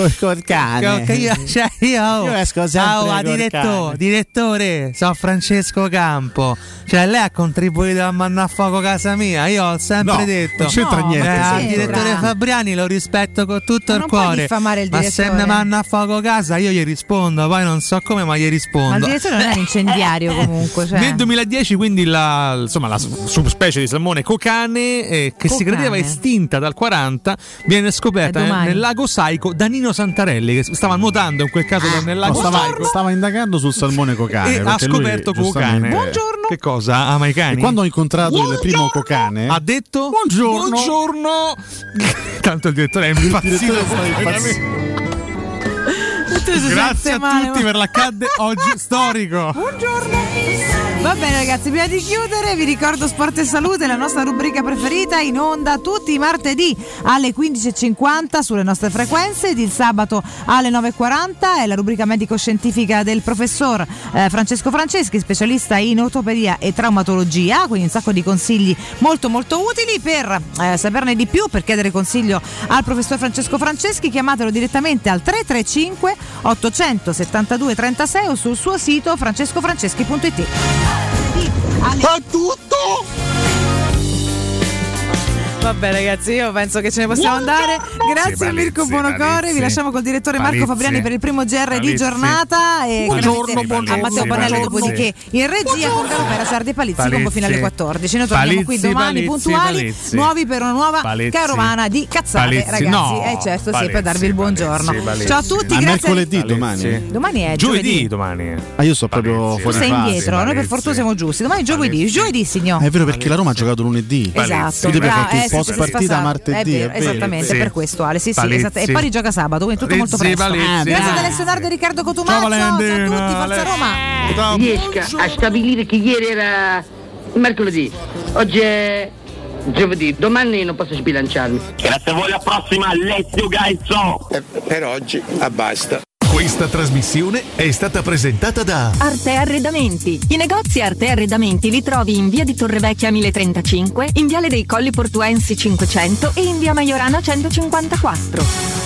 Io esco sempre. Direttore, sono Francesco Campo. Cioè lei ha contribuito a mandare a fuoco casa mia. Io ho sempre detto. Non c'entra niente. Il direttore Fabriani lo rispetto con tutto il cuore. Ma se mi manda a fuoco casa io gli rispondo. Poi non so come, ma gli rispondo. Ma il direttore non è un incendiario comunque. Nel 2010 quindi la subspecie di salmone cocane che si credeva estinta dal 40 viene scoperta nel lago Saico da Nino Santarelli, che stava nuotando in quel caso nel lago Saico. Stava indagando sul salmone cocane e ha scoperto cocane. Buongiorno. Che cosa? Ama i cani? E quando ho incontrato il primo cocane ha detto buongiorno. Tanto il direttore è impazzito. Grazie a tutti per l'accadde oggi storico. Buongiorno. Va bene ragazzi, prima di chiudere vi ricordo Sport e Salute, la nostra rubrica preferita, in onda tutti i martedì alle 15.50 sulle nostre frequenze ed il sabato alle 9.40 è la rubrica medico-scientifica del professor Francesco Franceschi, specialista in ortopedia e traumatologia, quindi un sacco di consigli molto molto utili. Per saperne di più, per chiedere consiglio al professor Francesco Franceschi, chiamatelo direttamente al 335 872 36 o sul suo sito francescofranceschi.it. È tutto! Vabbè ragazzi, io penso che ce ne possiamo andare. Grazie a Mirko Bonocore. Vi lasciamo col direttore Marco Fabriani per il primo GR di giornata. E buongiorno a Matteo Panello, dopodiché in regia con Galopera, Sardi e Palizzi con fino alle 14. Noi torniamo qui domani puntuali, nuovi per una nuova carovana di cazzate, ragazzi. Certo, sì, per darvi il buongiorno. Ciao a tutti, grazie. Mercoledì domani. Domani è giovedì. Io sto proprio fuori fase. Sei indietro, noi per fortuna siamo giusti. Domani è giovedì, signor. È vero, perché la Roma ha giocato lunedì. Esatto. Post partita martedì, esattamente, per questo Ale, sì, esatto. E poi gioca sabato, quindi tutto molto presto. Grazie ad Alessandro e Riccardo Cotumaccio. Ciao a tutti, forza Roma. Riesca a stabilire che ieri era mercoledì, oggi è giovedì, domani non posso sbilanciarmi. Grazie a voi, alla prossima, let's go guys. Per oggi basta. Questa trasmissione è stata presentata da Arte Arredamenti. I negozi Arte Arredamenti li trovi in via di Torrevecchia 1035, in viale dei Colli Portuensi 500 e in via Maiorana 154.